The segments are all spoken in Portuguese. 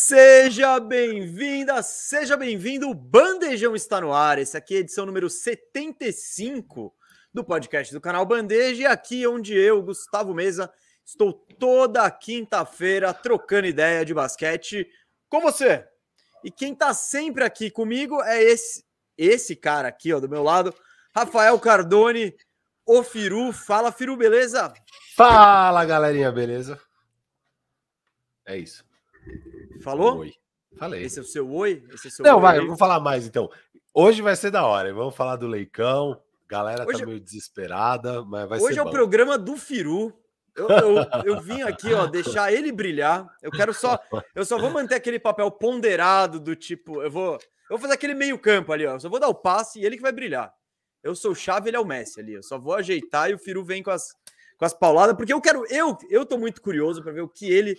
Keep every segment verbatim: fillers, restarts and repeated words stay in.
Seja bem-vinda, seja bem-vindo, o Bandejão está no ar. Esse aqui é a edição número setenta e cinco do podcast do canal Bandeja, e aqui onde eu, Gustavo Meza, estou toda quinta-feira trocando ideia de basquete com você. E quem está sempre aqui comigo é esse, esse cara aqui, ó, do meu lado, Rafael Cardone, o Firu. Fala, Firu, beleza? Fala, galerinha, beleza? É isso. Falou? Oi. Falei. Esse é o seu oi? Esse é o seu Não, oi, vai, aí? vou falar mais então. Hoje vai ser da hora. Vamos falar do Leicão. Galera Hoje- tá meio desesperada, mas vai Hoje ser é o bom. programa do Firu. Eu, eu, eu vim aqui, ó, deixar ele brilhar. Eu quero só. Eu só vou manter aquele papel ponderado do tipo. Eu vou. Eu vou fazer aquele meio-campo ali, ó. Eu só vou dar o passe e ele que vai brilhar. Eu sou o Chave, ele é o Messi ali. Eu só vou ajeitar e o Firu vem com as, com as pauladas, porque eu quero. Eu, eu tô muito curioso para ver o que ele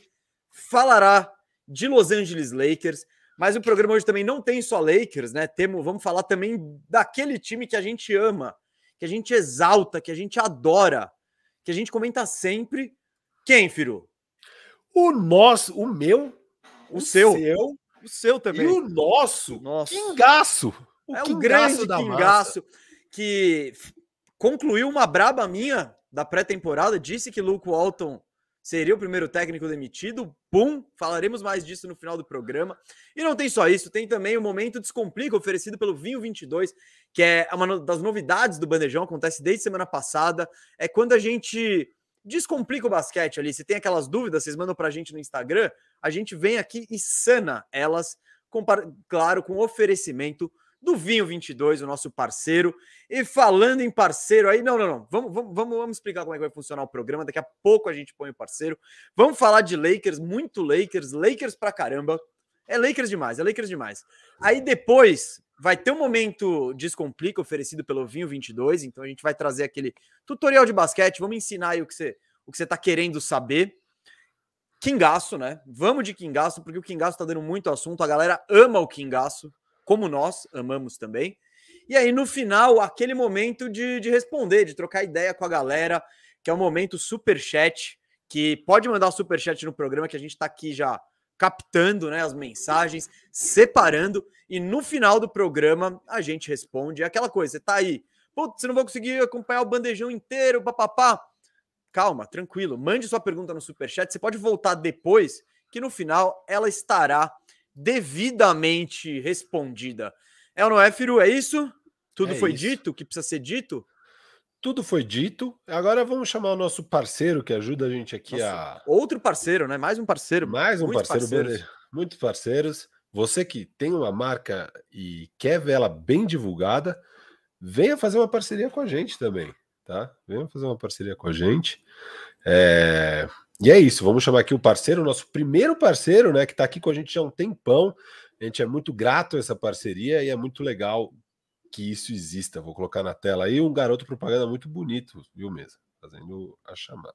falará de Los Angeles Lakers. Mas o programa hoje também não tem só Lakers, né? Temos, vamos falar também daquele time que a gente ama, que a gente exalta, que a gente adora, que a gente comenta sempre. Quem, Firu? O nosso, o meu, O, seu. seu O seu também. e o nosso. Nosso. Quingaço. O é um Quingaço grande da Quingaço que f- concluiu uma braba minha da pré-temporada, disse que Luke Walton seria o primeiro técnico demitido. Pum! Falaremos mais disso no final do programa. E não tem só isso, tem também o Momento Descomplica, oferecido pelo Vinho vinte e dois, que é uma no- das novidades do Bandejão, acontece desde semana passada. É quando a gente descomplica o basquete ali. Se tem aquelas dúvidas, vocês mandam pra gente no Instagram, a gente vem aqui e sana elas, com par- claro, com oferecimento do Vinho vinte e dois, o nosso parceiro. E falando em parceiro aí, não, não, não, vamos, vamos, vamos, vamos explicar como é que vai funcionar o programa, daqui a pouco a gente põe o parceiro. Vamos falar de Lakers, muito Lakers, Lakers pra caramba. É Lakers demais, é Lakers demais. Aí depois vai ter um momento Descomplica oferecido pelo Vinho vinte e dois, então a gente vai trazer aquele tutorial de basquete, vamos ensinar aí o que você, o que você tá querendo saber. Quingaço, né? Vamos de Quingaço, porque o Quingaço tá dando muito assunto, a galera ama o Quingaço, como nós amamos também. E aí, no final, aquele momento de, de responder, de trocar ideia com a galera, que é o momento superchat, que pode mandar superchat no programa, que a gente está aqui já captando, né, as mensagens, separando, e no final do programa a gente responde. É aquela coisa, você tá aí, putz, você não vai conseguir acompanhar o bandejão inteiro, papapá. Calma, tranquilo, mande sua pergunta no superchat, você pode voltar depois, que no final ela estará devidamente respondida. É ou não é, Firu? É isso? Tudo É foi isso. dito? O que precisa ser dito? Tudo foi dito. Agora vamos chamar o nosso parceiro que ajuda a gente aqui Nossa, a... outro parceiro, né? Mais um parceiro. Mais um Muitos parceiro, parceiros. bande- muitos parceiros. Você que tem uma marca e quer ver ela bem divulgada, venha fazer uma parceria com a gente também, tá? Venha fazer uma parceria com a gente. É, E é isso, vamos chamar aqui o parceiro, o nosso primeiro parceiro, né, que está aqui com a gente já há um tempão. A gente é muito grato a essa parceria e é muito legal que isso exista. Vou colocar na tela aí um garoto propaganda muito bonito, viu mesmo? Fazendo a chamada.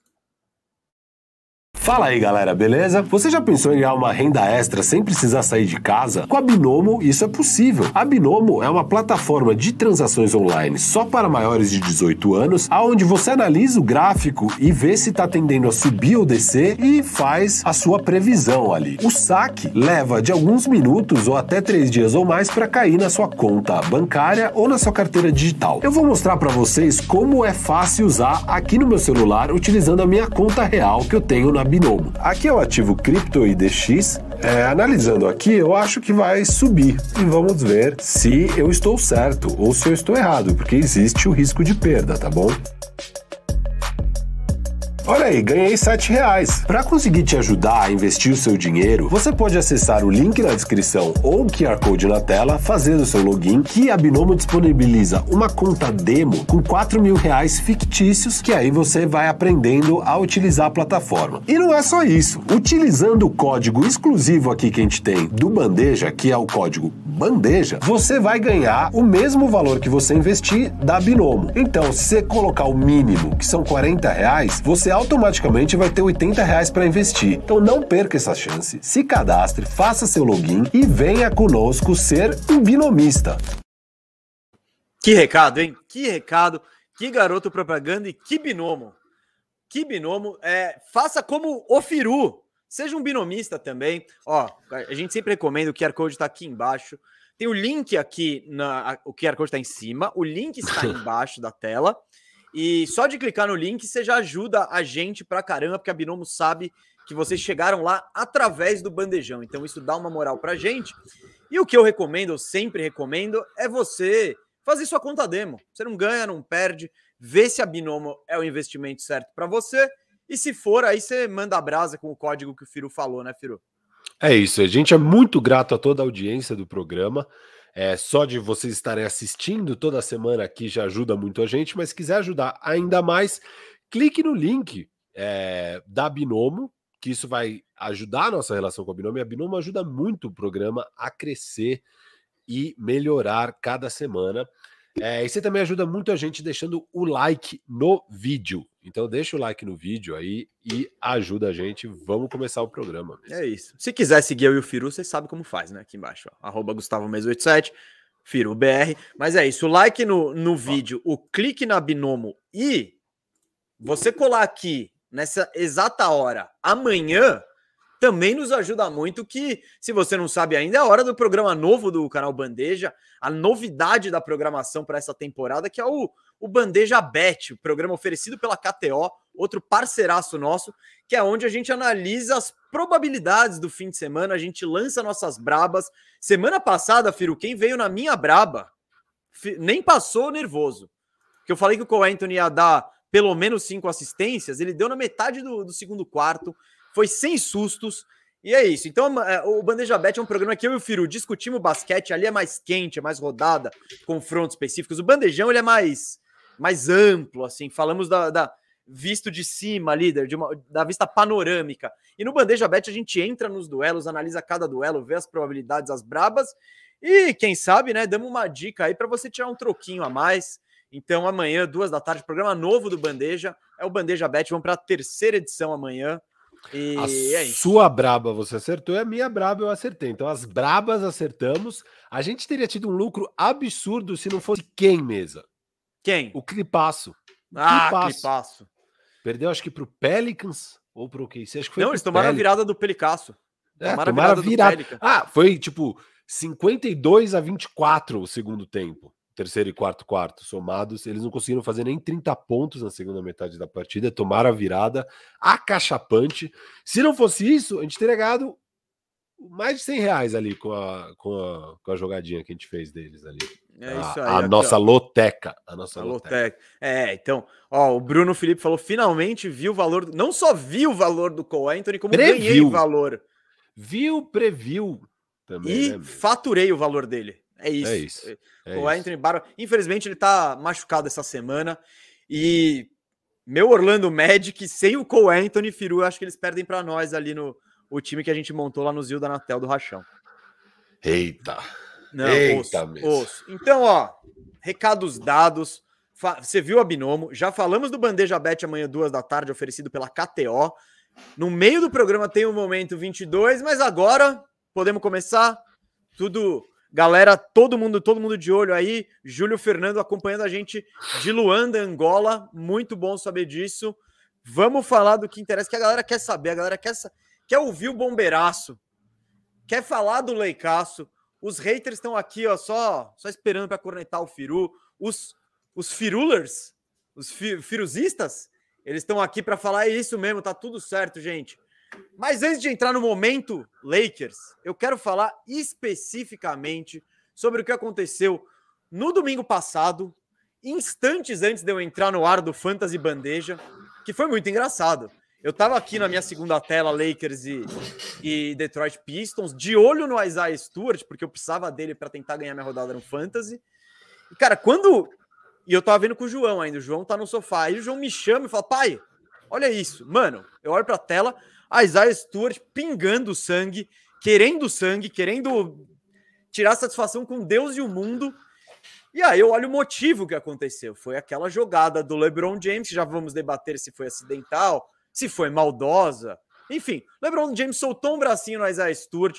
Fala aí galera, beleza? Você já pensou em ganhar uma renda extra sem precisar sair de casa? Com a Binomo isso é possível. A Binomo é uma plataforma de transações online só para maiores de dezoito anos, onde você analisa o gráfico e vê se está tendendo a subir ou descer e faz a sua previsão ali. O saque leva de alguns minutos ou até três dias ou mais para cair na sua conta bancária ou na sua carteira digital. Eu vou mostrar para vocês como é fácil usar aqui no meu celular utilizando a minha conta real que eu tenho na Binomo. Aqui é o ativo Crypto I D X. É, analisando aqui, eu acho que vai subir e vamos ver se eu estou certo ou se eu estou errado, porque existe o risco de perda, tá bom? Olha aí, ganhei sete reais. Para conseguir te ajudar a investir o seu dinheiro, você pode acessar o link na descrição ou o Q R Code na tela, fazer o seu login, que a Binomo disponibiliza uma conta demo com quatro mil reais fictícios, que aí você vai aprendendo a utilizar a plataforma. E não é só isso. Utilizando o código exclusivo aqui que a gente tem do Bandeja, que é o código Bandeja, você vai ganhar o mesmo valor que você investir da Binomo. Então, se você colocar o mínimo, que são quarenta reais, você automaticamente vai ter oitenta reais para investir. Então não perca essa chance. Se cadastre, faça seu login e venha conosco ser um binomista. Que recado, hein? Que recado, que garoto propaganda e que binomo. Que binomo. É, faça como o Firu. seja um binomista também. Ó, a gente sempre recomenda, o Q R Code está aqui embaixo. Tem o link aqui, na, o Q R Code está em cima, o link está embaixo da tela. E só de clicar no link, você já ajuda a gente pra caramba, porque a Binomo sabe que vocês chegaram lá através do bandejão. Então isso dá uma moral pra gente. E o que eu recomendo, eu sempre recomendo, é você fazer sua conta demo. Você não ganha, não perde. Vê se a Binomo é o investimento certo para você. E se for, aí você manda a brasa com o código que o Firu falou, né, Firu? É isso, a gente é muito grato a toda a audiência do programa. É, só de vocês estarem assistindo toda semana aqui já ajuda muito a gente, mas se quiser ajudar ainda mais, clique no link é, da Binomo, que isso vai ajudar a nossa relação com a Binomo, e a Binomo ajuda muito o programa a crescer e melhorar cada semana. É, e você também ajuda muito a gente deixando o like no vídeo. Então deixa o like no vídeo aí e ajuda a gente. Vamos começar o programa. Mesmo. É isso. Se quiser seguir eu e o Firu, vocês sabem como faz, né? Aqui embaixo, ó. Arroba Gustavo Mesa oitenta e sete, Firu B R. Mas é isso, o like no, no vídeo, o clique na Binomo e você colar aqui nessa exata hora amanhã também nos ajuda muito, que, se você não sabe ainda, é a hora do programa novo do canal Bandeja, a novidade da programação para essa temporada, que é o, o Bandeja Bet, o programa oferecido pela K T O, outro parceiraço nosso, que é onde a gente analisa as probabilidades do fim de semana, a gente lança nossas brabas. Semana passada, Firu, quem veio na minha braba nem passou nervoso, porque eu falei que o Cole Anthony ia dar pelo menos cinco assistências, ele deu na metade do, do segundo quarto, foi sem sustos, e é isso. Então, o Bandeja Bet é um programa que eu e o Firu discutimos basquete, ali é mais quente, é mais rodada, confrontos específicos. O Bandejão, ele é mais, mais amplo, assim, falamos da, da visto de cima, líder, de uma, da vista panorâmica. E no Bandeja Bet a gente entra nos duelos, analisa cada duelo, vê as probabilidades, as brabas, e quem sabe, né, damos uma dica aí para você tirar um troquinho a mais. Então, amanhã, duas da tarde, programa novo do Bandeja, é o Bandeja Bet, vamos para a terceira edição amanhã. E a é isso. Sua braba você acertou e a minha braba eu acertei. Então as brabas acertamos. A gente teria tido um lucro absurdo se não fosse quem, Mesa? Quem? O Clipasso. O ah, Clipasso. Clipasso. Perdeu acho que pro Pelicans ou pro K C. Acho que foi Não, eles tomaram Pelicans. a virada do Pelicasso. É, Tomaram, tomaram a virada, virada. Ah, foi tipo cinquenta e dois a vinte e quatro o segundo tempo. Terceiro e quarto quarto somados, eles não conseguiram fazer nem trinta pontos na segunda metade da partida, tomaram a virada acachapante. Se não fosse isso, a gente teria ganhado mais de cem reais ali com a, com a, com a jogadinha que a gente fez deles ali. É a, isso aí. A aqui, nossa ó. loteca. A nossa a loteca. loteca. É, então, ó, o Bruno Felipe falou, finalmente viu o valor, do... não só viu o valor do Cole Anthony, como previu. ganhei valor. Viu, previu também, e né, faturei o valor dele. É isso. É isso. É o Anthony Barba, infelizmente, ele tá machucado essa semana. E meu Orlando Magic, sem o Cole Anthony, Firu, eu acho que eles perdem para nós ali no o time que a gente montou lá no Zil da Anatel do Rachão. Eita. Não, Eita, osso, osso. Então, ó, recados dados. Você viu a Binomo? Já falamos do Bandeja Bet amanhã, duas da tarde, oferecido pela K T O. No meio do programa tem o momento vinte e dois, mas agora podemos começar. Tudo. Galera, todo mundo, todo mundo de olho aí. Júlio Fernando acompanhando a gente de Luanda, Angola. Muito bom saber disso. Vamos falar do que interessa, que a galera quer saber. A galera quer, quer ouvir o bombeiraço. Quer falar do Leicaço. Os haters estão aqui, ó, só, só esperando para cornetar o Firu. Os, os Firulers, os fi, Firuzistas, eles estão aqui para falar, é isso mesmo, tá tudo certo, gente. Mas antes de entrar no momento Lakers, eu quero falar especificamente sobre o que aconteceu no domingo passado, instantes antes de eu entrar no ar do Fantasy Bandeja, que foi muito engraçado. Eu tava aqui na minha segunda tela, Lakers e, e Detroit Pistons, de olho no Isaiah Stewart, porque eu precisava dele para tentar ganhar minha rodada no Fantasy. E, cara, quando... E eu tava vendo com o João ainda, o João tá no sofá, e o João me chama e fala, pai, olha isso. Mano, eu olho pra tela... Isaiah Stewart pingando sangue, querendo sangue, querendo tirar satisfação com Deus e o mundo. E aí eu olho o motivo que aconteceu. Foi aquela jogada do LeBron James, que já vamos debater se foi acidental, se foi maldosa. Enfim, LeBron James soltou um bracinho no Isaiah Stewart,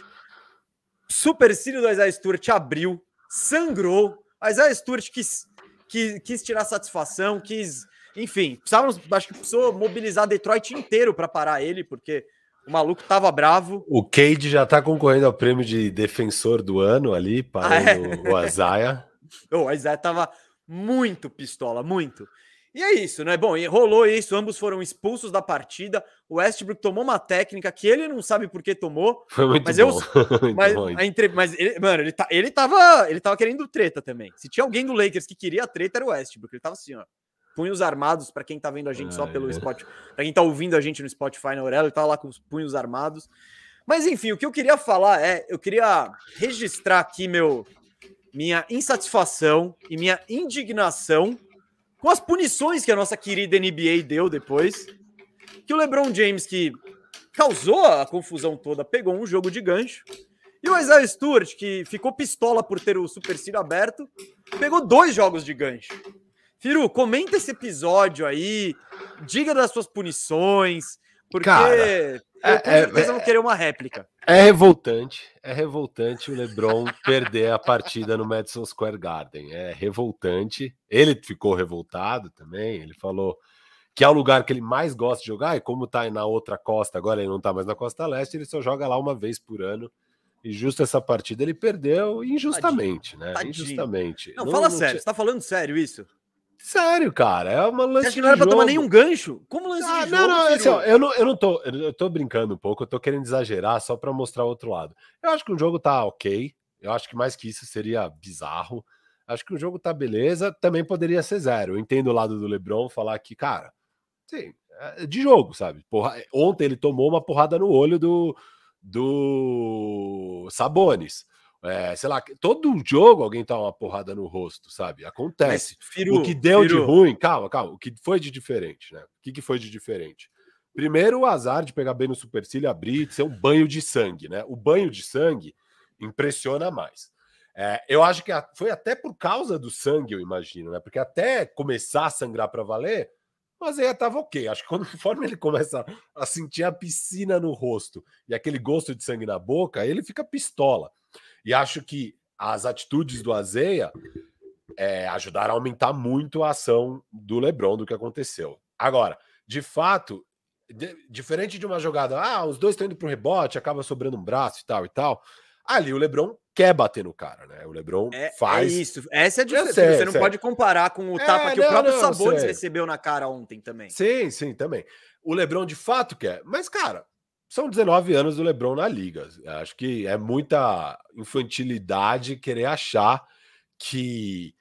supercílio do Isaiah Stewart abriu, sangrou. Isaiah Stewart quis, quis, quis tirar satisfação, quis... Enfim, precisávamos, acho que precisou mobilizar Detroit inteiro para parar ele, porque O maluco tava bravo. O Cade já tá concorrendo ao prêmio de defensor do ano ali, parando ah, é? o Isaiah. O Isaiah tava muito pistola, muito. E é isso, né? Bom, e rolou isso, ambos foram expulsos da partida. O Westbrook tomou uma técnica que ele não sabe por que tomou. Foi muito mas bom. Eu, muito mas, bom. A entre, mas ele, mano, ele, tá, ele, tava, ele tava querendo treta também. Se tinha alguém do Lakers que queria treta, era o Westbrook. Ele tava assim, ó. Punhos armados, para quem tá vendo a gente ah, só pelo é. Spotify. Pra quem tá ouvindo a gente no Spotify na Aurelo, ele tava lá com os punhos armados. Mas enfim, o que eu queria falar é, eu queria registrar aqui meu, minha insatisfação e minha indignação com as punições que a nossa querida N B A deu depois. Que o LeBron James, que causou a confusão toda, pegou um jogo de gancho. E o Isaiah Stewart, que ficou pistola por ter o supercílio aberto, pegou dois jogos de gancho. Firu, comenta esse episódio aí, diga das suas punições, porque Cara, eu com certeza é, vou querer uma réplica. É revoltante, é revoltante o LeBron perder a partida no Madison Square Garden. É revoltante. Ele ficou revoltado também, ele falou que é o lugar que ele mais gosta de jogar, e como tá na outra costa, agora ele não tá mais na costa leste, ele só joga lá uma vez por ano. E justo essa partida ele perdeu injustamente, tadinho, né? Tadinho. Injustamente. Não, não fala não sério, tinha... você tá falando sério isso? Sério, cara, é uma lance. Você acha que não era pra tomar nenhum gancho? Como lance ah, de não, jogo? Não, assim, ó, eu, não, eu não tô. Eu tô brincando um pouco, eu tô querendo exagerar só pra mostrar o outro lado. Eu acho que o jogo tá ok. Eu acho que mais que isso seria bizarro. Acho que o jogo tá beleza. Também poderia ser zero. Eu entendo o lado do LeBron falar que, cara, sim, é de jogo, sabe? Porra, ontem ele tomou uma porrada no olho do, do Sabonis. É, sei lá, todo jogo alguém tá uma porrada no rosto, sabe? Acontece. Mas, Firu, o que deu Firu. de ruim, calma, calma, o que foi de diferente, né? O que, que foi de diferente? Primeiro, o azar de pegar bem no supercílio, abrir, ser um banho de sangue, né? O banho de sangue impressiona mais. É, eu acho que a, foi até por causa do sangue, eu imagino, né? Porque até começar a sangrar para valer, o Isaiah tava ok. Acho que quando, conforme ele começa a sentir a piscina no rosto e aquele gosto de sangue na boca, ele fica pistola. E acho que as atitudes do Isaiah é, ajudaram a aumentar muito a ação do LeBron do que aconteceu. Agora, de fato, de, diferente de uma jogada, ah, os dois estão indo para o rebote, acaba sobrando um braço e tal e tal, ali o LeBron quer bater no cara, né? O LeBron é, faz... É isso, essa é a diferença. Sei, Você não sei. pode comparar com o tapa é, que não, o próprio não, Sabonis sei. recebeu na cara ontem também. Sim, sim, também. O LeBron de fato quer, mas, cara... São dezenove anos do LeBron na liga. Acho que é muita infantilidade querer achar que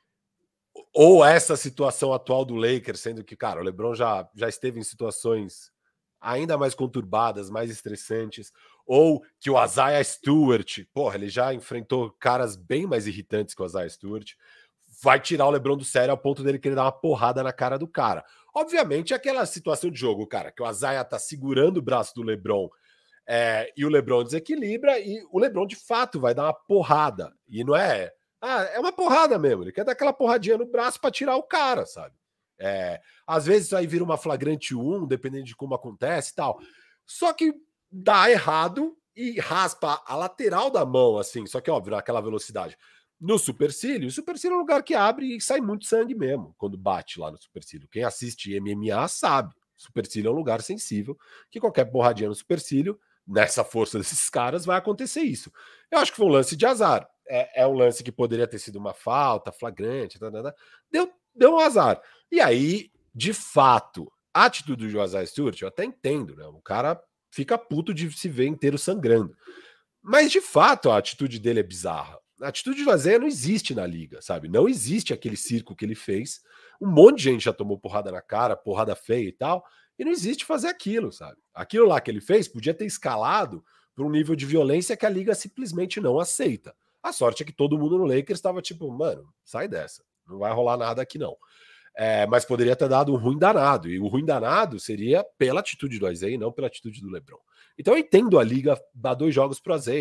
ou essa situação atual do Lakers, sendo que, cara, o LeBron já, já esteve em situações ainda mais conturbadas, mais estressantes, ou que o Isaiah Stewart, porra, ele já enfrentou caras bem mais irritantes que o Isaiah Stewart, vai tirar o LeBron do sério ao ponto dele querer dar uma porrada na cara do cara. Obviamente, aquela situação de jogo, cara, que o Isaiah tá segurando o braço do LeBron é, e o LeBron desequilibra e o LeBron, de fato, vai dar uma porrada. E não é... Ah, é uma porrada mesmo. Ele quer dar aquela porradinha no braço para tirar o cara, sabe? É, às vezes isso aí vira uma flagrante um, dependendo de como acontece e tal. Só que dá errado e raspa a lateral da mão, assim. Só que, óbvio, naquela velocidade. No supercílio, o supercílio é um lugar que abre e sai muito sangue mesmo quando bate lá no supercílio. Quem assiste M M A sabe. Supercílio é um lugar sensível, que qualquer porradinha no supercílio, nessa força desses caras, vai acontecer isso. Eu acho que foi um lance de azar. É, é um lance que poderia ter sido uma falta flagrante, tá, tá, tá. Deu, deu um azar. E aí, de fato, a atitude do Isaiah Stewart, eu até entendo, né? O cara fica puto de se ver inteiro sangrando. Mas, de fato, a atitude dele é bizarra. A atitude do Isaiah não existe na liga, sabe? Não existe aquele circo que ele fez. Um monte de gente já tomou porrada na cara, porrada feia e tal, e não existe fazer aquilo, sabe? Aquilo lá que ele fez podia ter escalado para um nível de violência que a liga simplesmente não aceita. A sorte é que todo mundo no Lakers estava tipo, mano, sai dessa, não vai rolar nada aqui não. É, mas poderia ter dado um ruim danado, e o ruim danado seria pela atitude do Isaiah e não pela atitude do LeBron. Então eu entendo a liga dar dois jogos pro Isaiah.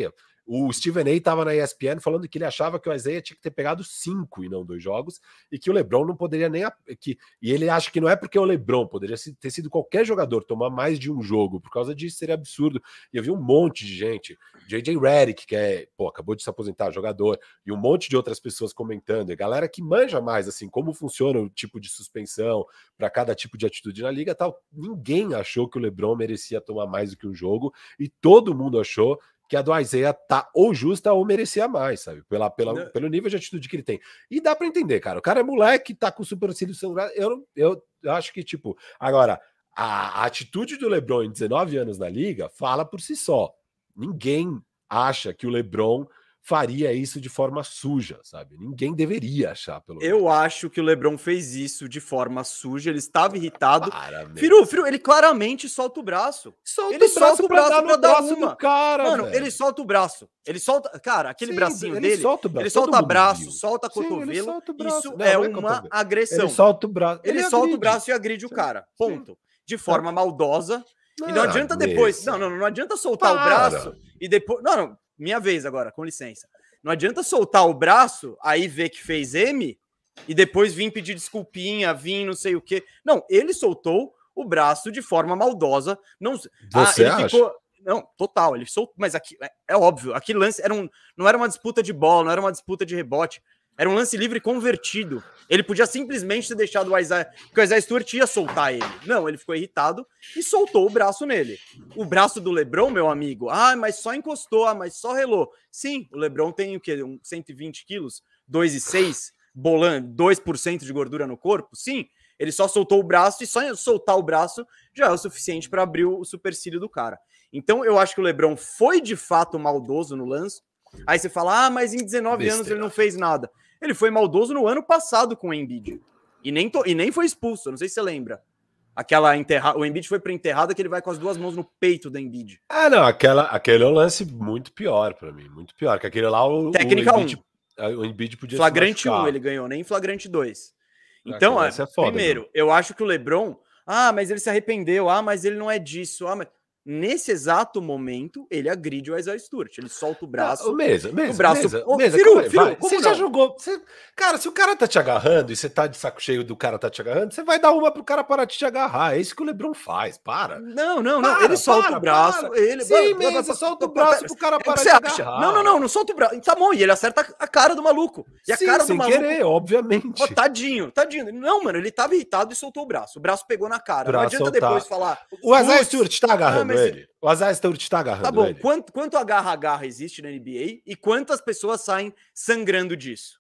O Stephen A. tava na E S P N falando que ele achava que o Isaiah tinha que ter pegado cinco e não dois jogos, e que o LeBron não poderia nem... Que, e ele acha que não é porque o LeBron, poderia ter sido qualquer jogador tomar mais de um jogo, por causa disso seria absurdo. E eu vi um monte de gente, J J Redick, que é, pô, acabou de se aposentar, jogador, e um monte de outras pessoas comentando, e galera que manja mais, assim, como funciona o tipo de suspensão para cada tipo de atitude na liga, tal. Ninguém achou que o LeBron merecia tomar mais do que um jogo, e todo mundo achou que a do Isaiah tá ou justa ou merecia mais, sabe? Pela, pela, pelo nível de atitude que ele tem. E dá pra entender, cara. O cara é moleque, tá com supercílio sangrado. Eu, eu, eu acho que, tipo... Agora, a, a atitude do LeBron em dezenove anos na liga fala por si só. Ninguém acha que o LeBron faria isso de forma suja, sabe? Ninguém deveria achar, pelo Eu menos. acho que o LeBron fez isso de forma suja, ele estava irritado. Para, Firu, Firu, ele claramente solta o braço. Solta ele o braço solta o pra braço dar pra no dar braço uma. do cara, Mano, velho. ele solta o braço. Ele solta, cara, aquele Sim, bracinho ele dele, solta o braço, ele solta braço, viu. solta Sim, cotovelo. ele solta o braço. Isso Não, é não é uma cotovelo. agressão. Ele solta o braço. Ele, ele solta o braço e agride o cara. Ponto. De forma ah. maldosa. Não, e não adianta depois. Não, não, não adianta soltar Para. o braço e depois. Não, não. Minha vez agora, com licença. Não adianta soltar o braço, aí ver que fez M, e depois vir pedir desculpinha, vir não sei o quê. Não, ele soltou o braço de forma maldosa. Não, Você ah, ele acha? Ficou, não, total, ele soltou, mas aqui, é, é óbvio, aquele lance era um, não era uma disputa de bola, não era uma disputa de rebote, era um lance livre convertido. Ele podia simplesmente ter deixado o Isaiah, porque o Isaiah Stewart ia soltar ele. Não, ele ficou irritado e soltou o braço nele. O braço do LeBron, meu amigo, ah, mas só encostou, ah, mas só relou. Sim, o LeBron tem o quê? Um cento e vinte quilos, dois e seis, bolando, dois por cento de gordura no corpo? Sim, ele só soltou o braço e só soltar o braço já é o suficiente para abrir o supercílio do cara. Então eu acho que o LeBron foi de fato maldoso no lance. Aí você fala, ah, mas em dezenove Besteira. anos ele não fez nada. Ele foi maldoso no ano passado com o Embiid. E nem, to... e nem foi expulso, não sei se você lembra. Aquela enterrada, o Embiid foi para enterrada que ele vai com as duas mãos no peito do Embiid. Ah, não, aquela, aquele é um lance muito pior para mim, muito pior. Que aquele lá, o, Técnica o Embiid, um. o Embiid podia Flagrante um ele ganhou, nem flagrante dois. Então, é, é foda, primeiro, viu? Eu acho que o LeBron, ah, mas ele se arrependeu, ah, mas ele não é disso, ah, mas... Nesse exato momento, ele agride o Isaiah Stewart. Ele solta o braço. Não, mesa, mesa, o braço. Mesa, oh, mesa, Firu, Firu, Firu, você não? já jogou. Você... Cara, se o cara tá te agarrando e você tá de saco cheio do cara tá te agarrando, você vai dar uma pro cara parar de te agarrar. É isso que o LeBron faz. Para. Não, não, não. Para, ele solta para, o braço. Para. Ele... Sim, mesa, solta o braço pro cara parar de te agarrar. Não, não, não. Não solta o braço. Tá bom, e ele acerta a cara do maluco. E a Sim, cara sem do maluco. querer, obviamente. Oh, tadinho, tadinho. Não, mano, ele tava irritado e soltou o braço. O braço pegou na cara. Braço não adianta soltar. depois falar. O Isaiah Stewart tá agarrando ah, ele. O Isaiah Stewart tá agarrando Tá bom, ele. quanto, quanto agarra-agarra existe na N B A e quantas pessoas saem sangrando disso?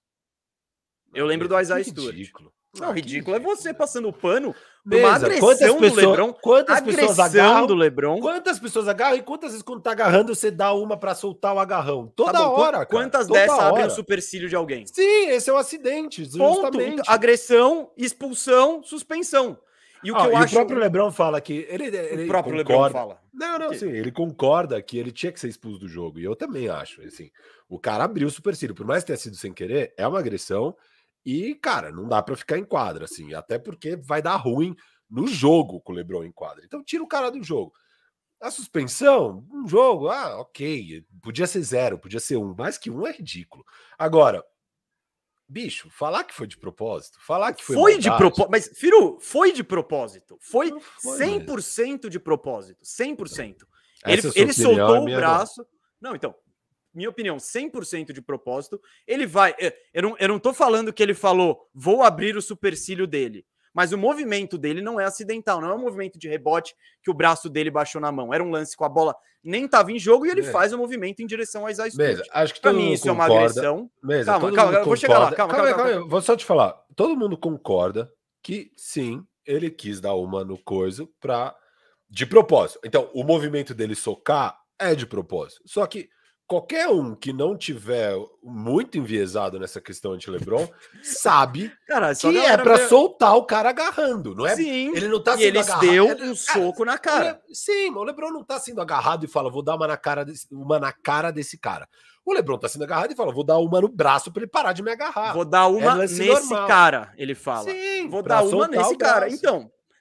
Eu lembro do Isaiah Stewart. Ridículo. Não, não ridículo é você passando o pano por Mesa, uma agressão quantas do pessoas, LeBron. Quantas pessoas agarram do LeBron. Quantas pessoas agarram e quantas vezes quando tá agarrando você dá uma pra soltar o agarrão? Toda tá bom, hora, cara. Quantas Toda dessas hora. abrem o supercílio de alguém? Sim, esse é o acidente, Ponto. justamente. Então, agressão, expulsão, suspensão. E o que ah, eu e acho... o próprio LeBron fala que... Ele, ele o próprio concorda... LeBron fala. Não, não, sim, ele concorda que ele tinha que ser expulso do jogo. E eu também acho, assim. O cara abriu o supercílio, por mais que tenha sido sem querer, é uma agressão. E, cara, não dá pra ficar em quadra, assim. Até porque vai dar ruim no jogo com o LeBron em quadra. Então tira o cara do jogo. A suspensão, um jogo, ah, ok. Podia ser zero, podia ser um. Mais que um é ridículo. Agora... Bicho, falar que foi de propósito, falar que foi Foi maldade. de propósito, mas, Firu, foi de propósito. Foi, foi cem por cento de propósito, cem por cento. Ele, ele soltou o braço... Não. não, então, minha opinião, cem por cento de propósito. Ele vai... Eu não, eu não tô falando que ele falou, vou abrir o supercílio dele. Mas o movimento dele não é acidental, não é um movimento de rebote que o braço dele baixou na mão. Era um lance com a bola nem estava em jogo e ele Mesa. faz o movimento em direção ao Isaiah Stewart. Acho que pra mim isso concorda. é uma agressão. Mesa, calma, calma, eu vou chegar lá. Calma, calma, calma, calma. Vou só te falar. Todo mundo concorda que sim, ele quis dar uma no coisa pra... de propósito. Então, o movimento dele socar é de propósito. Só que qualquer um que não tiver muito enviesado nessa questão anti-LeBron sabe cara, que é pra ver... soltar o cara agarrando, não é? Sim, ele não tá sendo sendo agarrado. deu um cara, soco na cara. Le... Sim, mas o LeBron não tá sendo agarrado e fala, vou dar uma na cara desse, uma na cara desse cara. O LeBron tá sendo agarrado e fala, vou dar uma no braço pra ele parar de me agarrar. Vou dar uma é nesse normal. cara, ele fala. Sim, vou dar uma nesse cara. Braço. Então,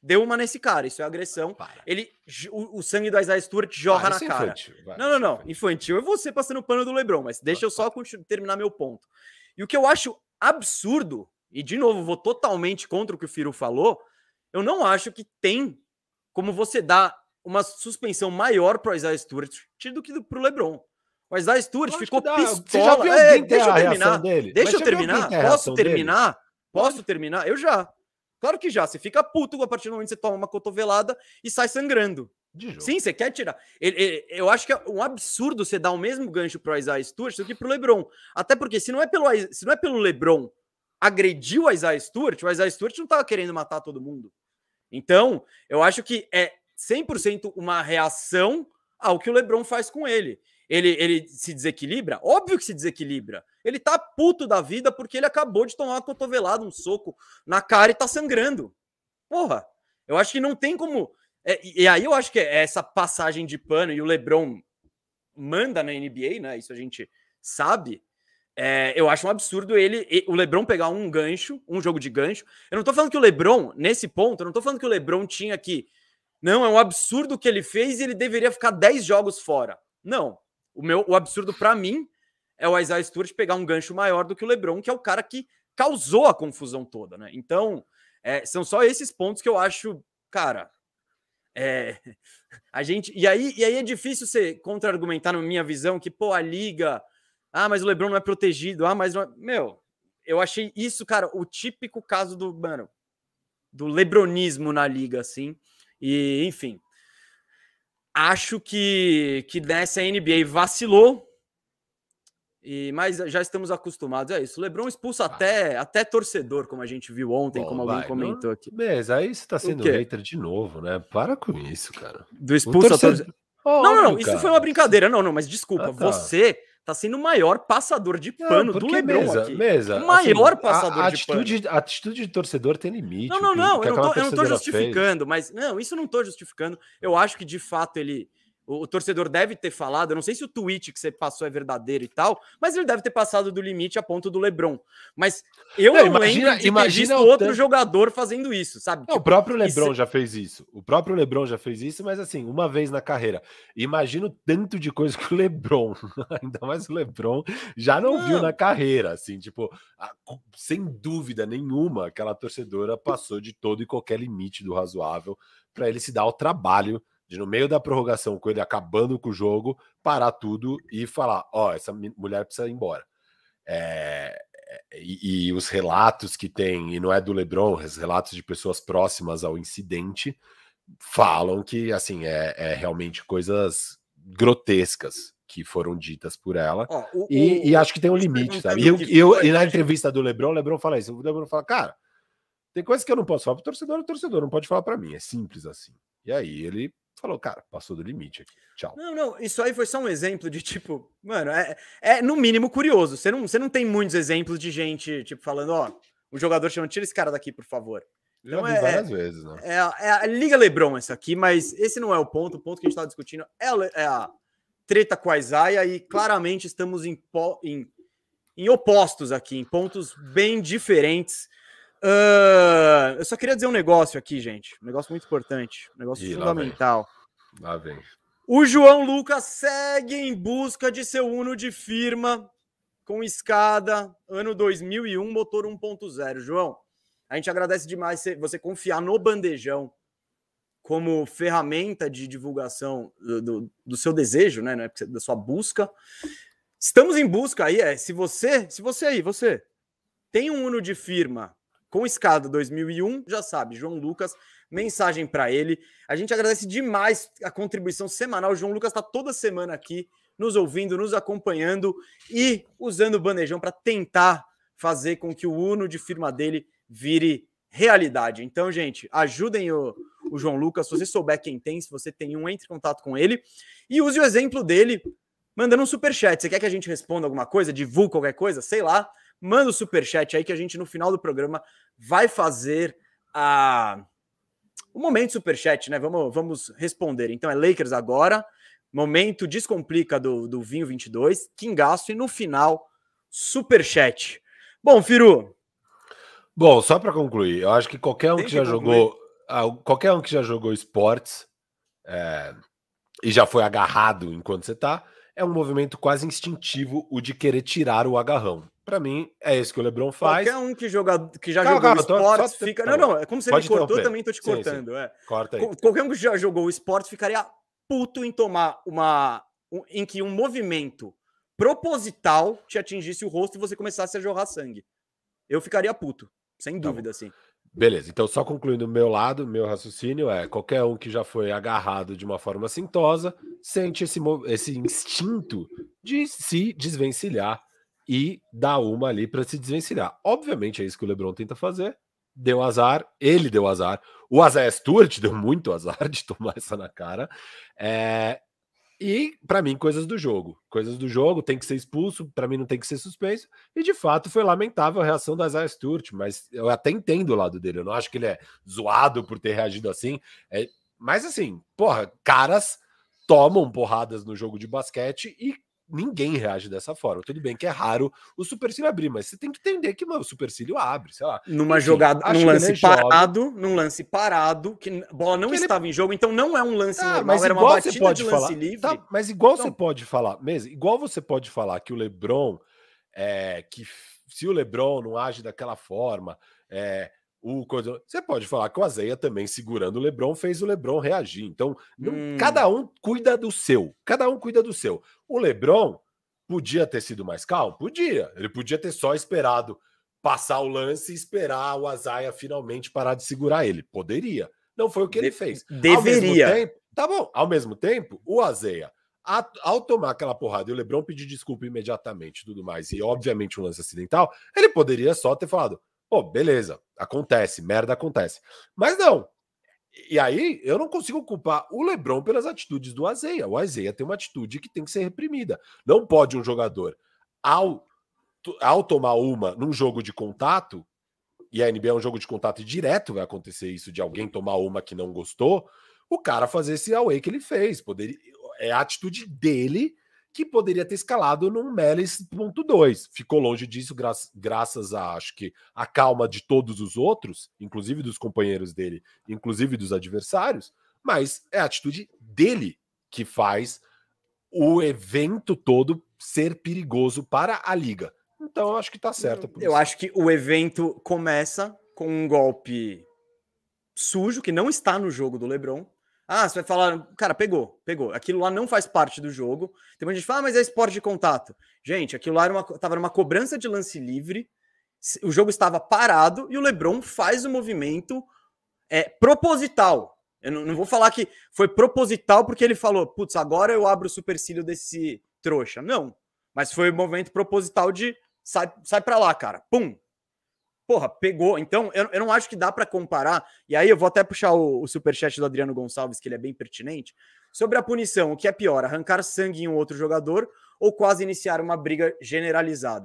deu uma nesse cara. Isso é agressão. Para. Ele, o, o sangue do Isaiah Stewart jorra Ah, na isso é cara. infantil, vai, não, não, isso é não. infantil. Infantil é você passando pano do LeBron, mas deixa eu só continu- terminar meu ponto. E o que eu acho absurdo, e de novo, vou totalmente contra o que o Firu falou, eu não acho que tem como você dar uma suspensão maior pro Isaiah Stewart do que pro LeBron. O Isaiah Stewart Lógico ficou que dá. pistola. Você já viu É, alguém ter deixa eu a terminar. reação dele? Deixa Mas eu já viu terminar. alguém ter a Posso reação dele? terminar? Posso Pode. terminar? Eu já. Claro que já. Você fica puto a partir do momento que você toma uma cotovelada e sai sangrando. De jogo. Sim, você quer tirar. Ele, ele, eu acho que é um absurdo você dar o mesmo gancho pro Isaiah Stewart do que pro LeBron. Até porque se não é pelo, se não é pelo LeBron agredir o Isaiah Stewart, o Isaiah Stewart não tava querendo matar todo mundo. Então, eu acho que é cem por cento uma reação ao que o LeBron faz com ele. Ele, ele se desequilibra? Óbvio que se desequilibra. Ele tá puto da vida porque ele acabou de tomar uma cotovelada, um soco na cara e tá sangrando. Porra, eu acho que não tem como... É, e aí eu acho que é essa passagem de pano, e o LeBron manda na N B A, né? Isso a gente sabe. É, eu acho um absurdo ele, o LeBron pegar um gancho, um jogo de gancho. Eu não tô falando que o LeBron, nesse ponto, eu não tô falando que o LeBron tinha que... Não, é um absurdo o que ele fez e ele deveria ficar dez jogos fora. Não. O, meu, o absurdo para mim é o Isaiah Stewart pegar um gancho maior do que o LeBron, que é o cara que causou a confusão toda, né? Então, é, são só esses pontos que eu acho, cara... É, a gente, e, aí, e aí é difícil você contra-argumentar, na minha visão, que, pô, a liga... Ah, mas o LeBron não é protegido. Ah, mas... Não é... Meu, eu achei isso, cara, o típico caso do, mano, do lebronismo na liga, assim. E, enfim... Acho que, que nessa N B A vacilou, e, mas já estamos acostumados. É isso. O LeBron expulsa ah. até, até torcedor, como a gente viu ontem, Bom, como alguém vai, comentou não, aqui. Mas aí você tá sendo hater de novo, né? Para com isso, cara. Do expulsa torcedor... torcedor. Oh, não, não, não. Isso cara. foi uma brincadeira. Não, não, mas desculpa. Ah, tá. Você tá sendo o maior passador de pano não, do LeBron mesa, aqui. Mesa, o maior assim, passador a, a de atitude, pano. A atitude de torcedor tem limite. Não, não, não. Que, eu, que não tô, eu não tô justificando, fez. mas... Não, isso eu não tô justificando. Eu acho que, de fato, ele... O, o torcedor deve ter falado, eu não sei se o tweet que você passou é verdadeiro e tal, mas ele deve ter passado do limite a ponto do LeBron. Mas eu não, não imagina, lembro de imagina ter visto outro tanto... jogador fazendo isso, sabe? Não, tipo, o próprio LeBron isso... já fez isso. O próprio LeBron já fez isso, mas assim, uma vez na carreira. Imagina o tanto de coisa que o LeBron, ainda mais o LeBron, já não, não. viu na carreira, assim, tipo, a, sem dúvida nenhuma, aquela torcedora passou de todo e qualquer limite do razoável para ele se dar o trabalho de, no meio da prorrogação, com ele acabando com o jogo, parar tudo e falar, ó, oh, essa mulher precisa ir embora. É, e, e os relatos que tem, e não é do LeBron, os relatos de pessoas próximas ao incidente, falam que, assim, é, é realmente coisas grotescas que foram ditas por ela. Oh, o, e, o, e acho que tem um limite, sabe? E, eu, eu, e na entrevista do LeBron, o LeBron fala isso. O LeBron fala, cara, tem coisas que eu não posso falar pro torcedor, o torcedor não pode falar para mim. É simples assim. E aí ele falou, cara, passou do limite aqui. Tchau. Não, não, isso aí foi só um exemplo de tipo, mano, é, é no mínimo curioso. Você não, você não tem muitos exemplos de gente, tipo, falando, ó, o jogador chama, tira esse cara daqui, por favor. Então, Já vi é, várias vezes, né? É, é a Liga LeBron essa aqui, mas esse não é o ponto. O ponto que a gente tá discutindo é a, é a treta com a Isaiah e claramente estamos em, em, em opostos aqui, em pontos bem diferentes. Uh, eu só queria dizer um negócio aqui, gente. Um negócio muito importante. Um negócio Ih, fundamental. Lá vem. Lá vem. O João Lucas segue em busca de seu Uno de firma com escada, ano dois mil e um, motor um ponto zero. João, a gente agradece demais você confiar no Bandejão como ferramenta de divulgação do, do, do seu desejo, né, da sua busca. Estamos em busca aí, é, se você, se você aí, você tem um Uno de firma com escada dois mil e um, já sabe, João Lucas, mensagem para ele. A gente agradece demais a contribuição semanal. O João Lucas está toda semana aqui, nos ouvindo, nos acompanhando e usando o Bandejão para tentar fazer com que o Uno de firma dele vire realidade. Então, gente, ajudem o, o João Lucas. Se você souber quem tem, se você tem um, entre em contato com ele e use o exemplo dele mandando um superchat. Você quer que a gente responda alguma coisa, divulgue qualquer coisa? Sei lá. Manda o superchat aí que a gente, no final do programa, vai fazer a... o momento superchat, né? Vamos, vamos responder. Então é Lakers agora, momento Descomplica do, do Vinho vinte e dois, Kingaço e no final, superchat. Bom, Firu. Bom, só para concluir, eu acho que qualquer um Tem que, que já concluir. jogou... qualquer um que já jogou esportes é, e já foi agarrado enquanto você tá, é um movimento quase instintivo o de querer tirar o agarrão. Para mim, é isso que o LeBron faz. Qualquer um que, joga, que já calma, jogou calma, esportes tô, fica... tá não, não, é como você me cortou, também tô te sim, cortando. sim. É. Corta aí. Qualquer um que já jogou esportes ficaria puto em tomar uma... Um, em que um movimento proposital te atingisse o rosto e você começasse a jorrar sangue. Eu ficaria puto, sem dúvida, tá assim. Beleza, então só concluindo o meu lado, meu raciocínio é qualquer um que já foi agarrado de uma forma sintosa sente esse, esse instinto de se desvencilhar e dar uma ali para se desvencilhar. Obviamente é isso que o LeBron tenta fazer, deu azar, ele deu azar, o Isaiah Stewart deu muito azar de tomar essa na cara, é... E, para mim, coisas do jogo. Coisas do jogo, tem que ser expulso, para mim não tem que ser suspenso. E, de fato, foi lamentável a reação da Isaiah Stewart, mas eu até entendo o lado dele. Eu não acho que ele é zoado por ter reagido assim. É... Mas, assim, porra, caras tomam porradas no jogo de basquete e ninguém reage dessa forma. Tudo bem que é raro o supercílio abrir, mas você tem que entender que mano, o supercílio abre, sei lá. Numa Enfim, jogada, num lance é parado, jovem, num lance parado, que a bola não que estava ele... em jogo, então não é um lance ah, normal, mas era uma batida de lance falar, livre. Tá, mas igual então... você pode falar, mesmo, igual você pode falar que o LeBron, é, que se o LeBron não age daquela forma, é, o coisa, você pode falar que o Isaiah também segurando o LeBron fez o LeBron reagir. Então, não, hum. cada um cuida do seu, cada um cuida do seu. O LeBron podia ter sido mais calmo? Podia. Ele podia ter só esperado passar o lance e esperar o Isaiah finalmente parar de segurar ele. Poderia. Não foi o que de- ele fez. Deveria. Ao mesmo tempo, tá bom. Ao mesmo tempo, o Isaiah, a, ao tomar aquela porrada e o LeBron pedir desculpa imediatamente e tudo mais, e obviamente um lance acidental, ele poderia só ter falado, pô, beleza, acontece, merda acontece. Mas não. E aí, eu não consigo culpar o LeBron pelas atitudes do Isaiah. O Isaiah tem uma atitude que tem que ser reprimida. Não pode um jogador, ao, ao tomar uma num jogo de contato, e a N B A é um jogo de contato e direto vai acontecer isso, de alguém tomar uma que não gostou, o cara fazer esse away que ele fez. Poderia, é a atitude dele que poderia ter escalado num Melis ponto dois. Ficou longe disso gra graças a, acho que, a calma de todos os outros, inclusive dos companheiros dele, inclusive dos adversários, mas é a atitude dele que faz o evento todo ser perigoso para a liga. Então, eu acho que tá certo. Por eu isso. acho que o evento começa com um golpe sujo, que não está no jogo do LeBron. Ah, você vai falar, cara, pegou, pegou. Aquilo lá não faz parte do jogo. Tem muita gente que fala, ah, mas é esporte de contato. Gente, aquilo lá era uma, tava numa cobrança de lance livre, o jogo estava parado e o LeBron faz o movimento é, proposital. Eu não, não vou falar que foi proposital porque ele falou, putz, agora eu abro o supercílio desse trouxa. Não, mas foi um movimento proposital de sai, sai pra lá, cara. Pum. Porra, pegou. Então, eu, eu não acho que dá para comparar. E aí eu vou até puxar o, o superchat do Adriano Gonçalves, que ele é bem pertinente. Sobre a punição, o que é pior? Arrancar sangue em um outro jogador ou quase iniciar uma briga generalizada?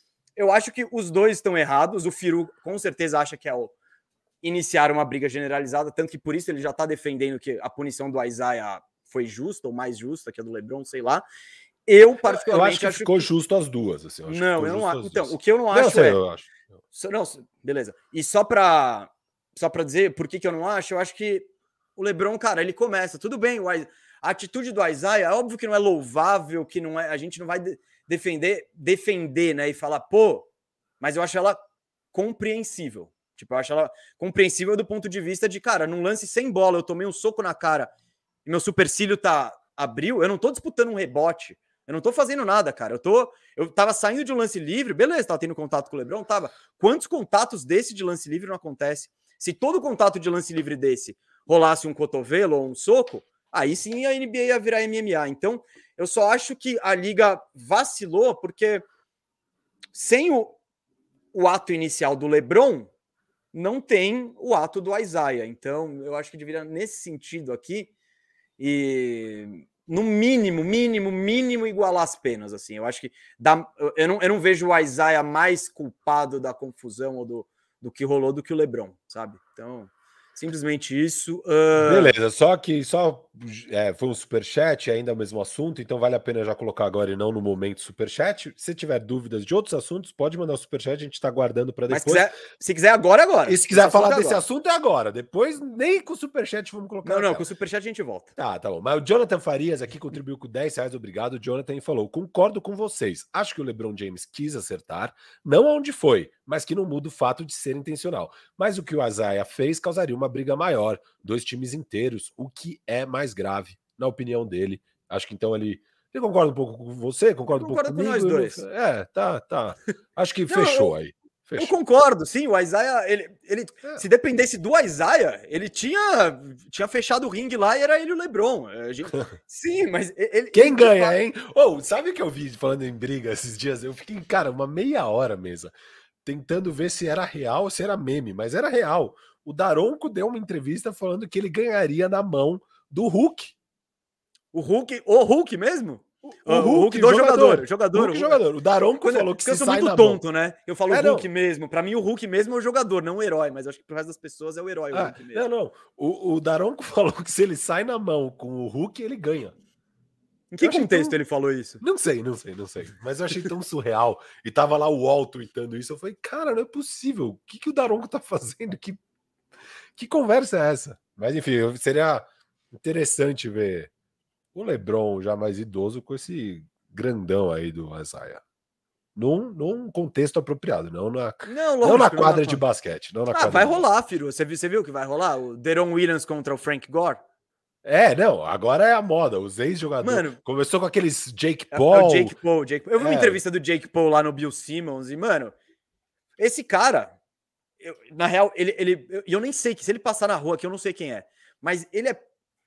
Eu acho que os dois estão errados. O Firu com certeza acha que é o iniciar uma briga generalizada, tanto que por isso ele já tá defendendo que a punição do Isaiah foi justa ou mais justa que a do LeBron, sei lá. Eu, particularmente, eu acho que acho ficou que... justo as duas. Assim, eu acho não, que eu não acho. Então, duas. o que eu não, não acho sei, é... eu acho. Não, beleza. E só pra, só pra dizer por que, que eu não acho, eu acho que o LeBron, cara, ele começa, tudo bem, o, a atitude do Isaiah, é óbvio que não é louvável, que não é, a gente não vai de, defender, defender, né, e falar, pô, mas eu acho ela compreensível. Tipo, eu acho ela compreensível do ponto de vista de, cara, num lance sem bola, eu tomei um soco na cara e meu supercílio tá, abriu, eu não tô disputando um rebote. Eu não tô fazendo nada, cara. Eu tô. Eu tava saindo de um lance livre, beleza, tava tendo contato com o LeBron, tava. Quantos contatos desse de lance livre não acontece? Se todo contato de lance livre desse rolasse um cotovelo ou um soco, aí sim a N B A ia virar M M A. Então, eu só acho que a liga vacilou, porque sem o, o ato inicial do LeBron, não tem o ato do Isaiah. Então, eu acho que deveria, nesse sentido aqui, e. no mínimo, mínimo, mínimo igualar as penas, assim. Eu acho que dá, eu, não, eu não vejo o Isaiah mais culpado da confusão ou do, do que rolou do que o LeBron, sabe? Então, Simplesmente isso. Uh... Beleza, só que só é, foi um superchat, ainda é o mesmo assunto, então vale a pena já colocar agora e não no momento superchat. Se tiver dúvidas de outros assuntos, pode mandar o superchat, a gente está guardando para depois. Mas quiser, se quiser agora, agora. E se quiser falar desse assunto, é agora. Depois, nem com o superchat vamos colocar. Não, não, com o superchat a gente volta. Tá, tá bom. Mas o Jonathan Farias aqui contribuiu com dez reais, obrigado. O Jonathan falou, concordo com vocês. Acho que o LeBron James quis acertar, não aonde foi, mas que não muda o fato de ser intencional. Mas o que o Isaiah fez causaria uma briga maior, dois times inteiros, o que é mais grave, na opinião dele. Acho que então ele, ele concorda um pouco com você, concorda um pouco comigo. Com nós dois. Não... É, tá, tá. Acho que não, fechou eu, aí. Fechou. Eu concordo, sim, o Isaiah, ele, ele é. se dependesse do Isaiah, ele tinha, tinha fechado o ringue lá e era ele o LeBron. A gente, sim, mas ele... Quem ele, ganha, fala... hein? Oh, sabe o que eu vi falando em briga esses dias? Eu fiquei, cara, uma meia hora mesa, tentando ver se era real ou se era meme, mas era real. O Daronco deu uma entrevista falando que ele ganharia na mão do Hulk. O Hulk, o Hulk mesmo? O, o Hulk, Hulk do jogador. jogador. jogador, Hulk, o jogador. O Daronco Quando, falou que se eu sou sai muito na tonto, mão. né? Eu falo é, Hulk não. mesmo. Pra mim, o Hulk mesmo é o jogador, não o herói. Mas eu acho que pro resto das pessoas é o herói. O ah, Hulk mesmo. Não, não. O, o Daronco falou que se ele sai na mão com o Hulk, ele ganha. Em que contexto tão... ele falou isso? Não sei, não sei, não sei. Mas eu achei tão surreal. E tava lá o Wall tweetando isso. Eu falei, cara, não é possível. O que, que o Daronco tá fazendo? Que, que conversa é essa? Mas enfim, seria interessante ver o LeBron já mais idoso com esse grandão aí do Isaiah. Num, num contexto apropriado, não na, não, lógico, não na quadra não de basquete. Não na ah, vai rolar, filho. Você viu, você viu que vai rolar? O Deron Williams contra o Frank Gore? É, não, agora é a moda. Os ex-jogadores. Começou com aqueles Jake Paul. É, é o Jake Paul, Jake Paul. Eu vi é. uma entrevista do Jake Paul lá no Bill Simmons e, mano, esse cara, eu, na real, ele. ele eu, eu nem sei que se ele passar na rua aqui, eu não sei quem é. Mas ele é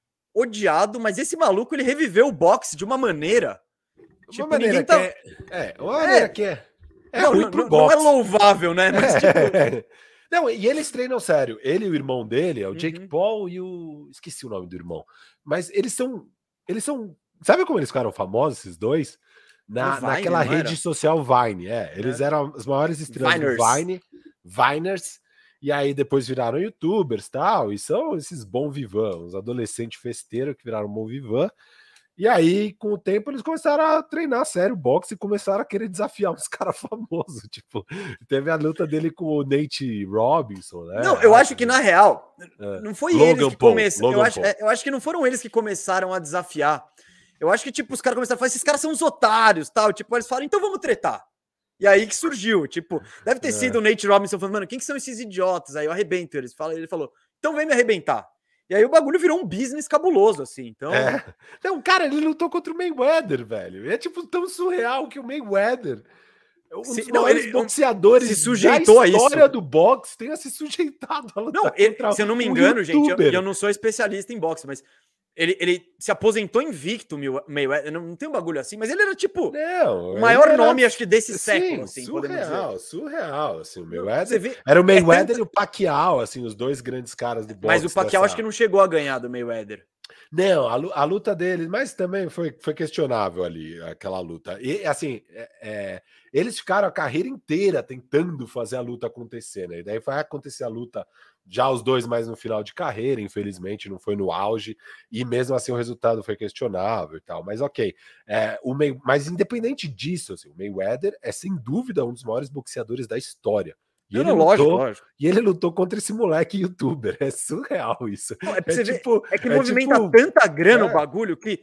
odiado, mas esse maluco ele reviveu o boxe de uma maneira. Uma tipo, maneira tá... que é. É, uma maneira é. que é. É não, ruim pro não, boxe. Não é louvável, né? Mas, tipo... Não, e eles treinam sério. Ele e o irmão dele, é o Jake uhum. Paul e o. Esqueci o nome do irmão. Mas eles são. Eles são. Sabe como eles ficaram famosos, esses dois? Na, Vine, naquela rede era? social Vine. É, eles é. eram as maiores estrelas Viners. do Vine, Viners. E aí depois viraram youtubers e tal, e são esses bom vivan, os adolescentes festeiros que viraram bom vivan. E aí, com o tempo, eles começaram a treinar sério boxe e começaram a querer desafiar uns caras famosos. Tipo, teve a luta dele com o Nate Robinson, né? Não, eu acho que, na real, é. não foi Logan eles que começaram. Eu acho, eu acho que não foram eles que começaram a desafiar. Eu acho que, tipo, os caras começaram a falar, esses caras são uns otários, tal. Tipo, eles falaram, então vamos tretar. E aí que surgiu, tipo, deve ter é. sido o Nate Robinson falando, mano, quem que são esses idiotas? Aí eu arrebento eles. Fala, ele falou, então vem me arrebentar. E aí o bagulho virou um business cabuloso, assim, então... É. Não, cara, ele lutou contra o Mayweather, velho. É, tipo, tão surreal que o Mayweather, um se, dos não, ele, boxeadores se sujeitou da história a isso. do boxe, tenha se sujeitado a lutar não, ele, se eu não me engano, um gente, eu, eu não sou especialista em boxe, mas... Ele, ele se aposentou invicto, Mayweather. Não, não tem um bagulho assim, mas ele era tipo não, o maior era... nome, acho que, desse Sim, século, assim, surreal, surreal, assim, o Mayweather. Vê... Era o Mayweather é tanto... e o Pacquiao, assim, os dois grandes caras do boxe. Mas o Pacquiao dessa... acho que não chegou a ganhar do Mayweather. Não, a, a luta dele, mas também foi, foi questionável ali, aquela luta. E, assim, é, é, eles ficaram a carreira inteira tentando fazer a luta acontecer, né? E daí vai acontecer a luta, já os dois mais no final de carreira, infelizmente, não foi no auge, e mesmo assim o resultado foi questionável e tal. Mas ok, é, o May, mas independente disso, assim, o Mayweather é sem dúvida um dos maiores boxeadores da história. E ele, não, lutou, lógico, lógico. e ele lutou contra esse moleque youtuber. É surreal isso. Não, é, é, tipo, ver, é que é movimenta tipo, tanta grana é. o bagulho que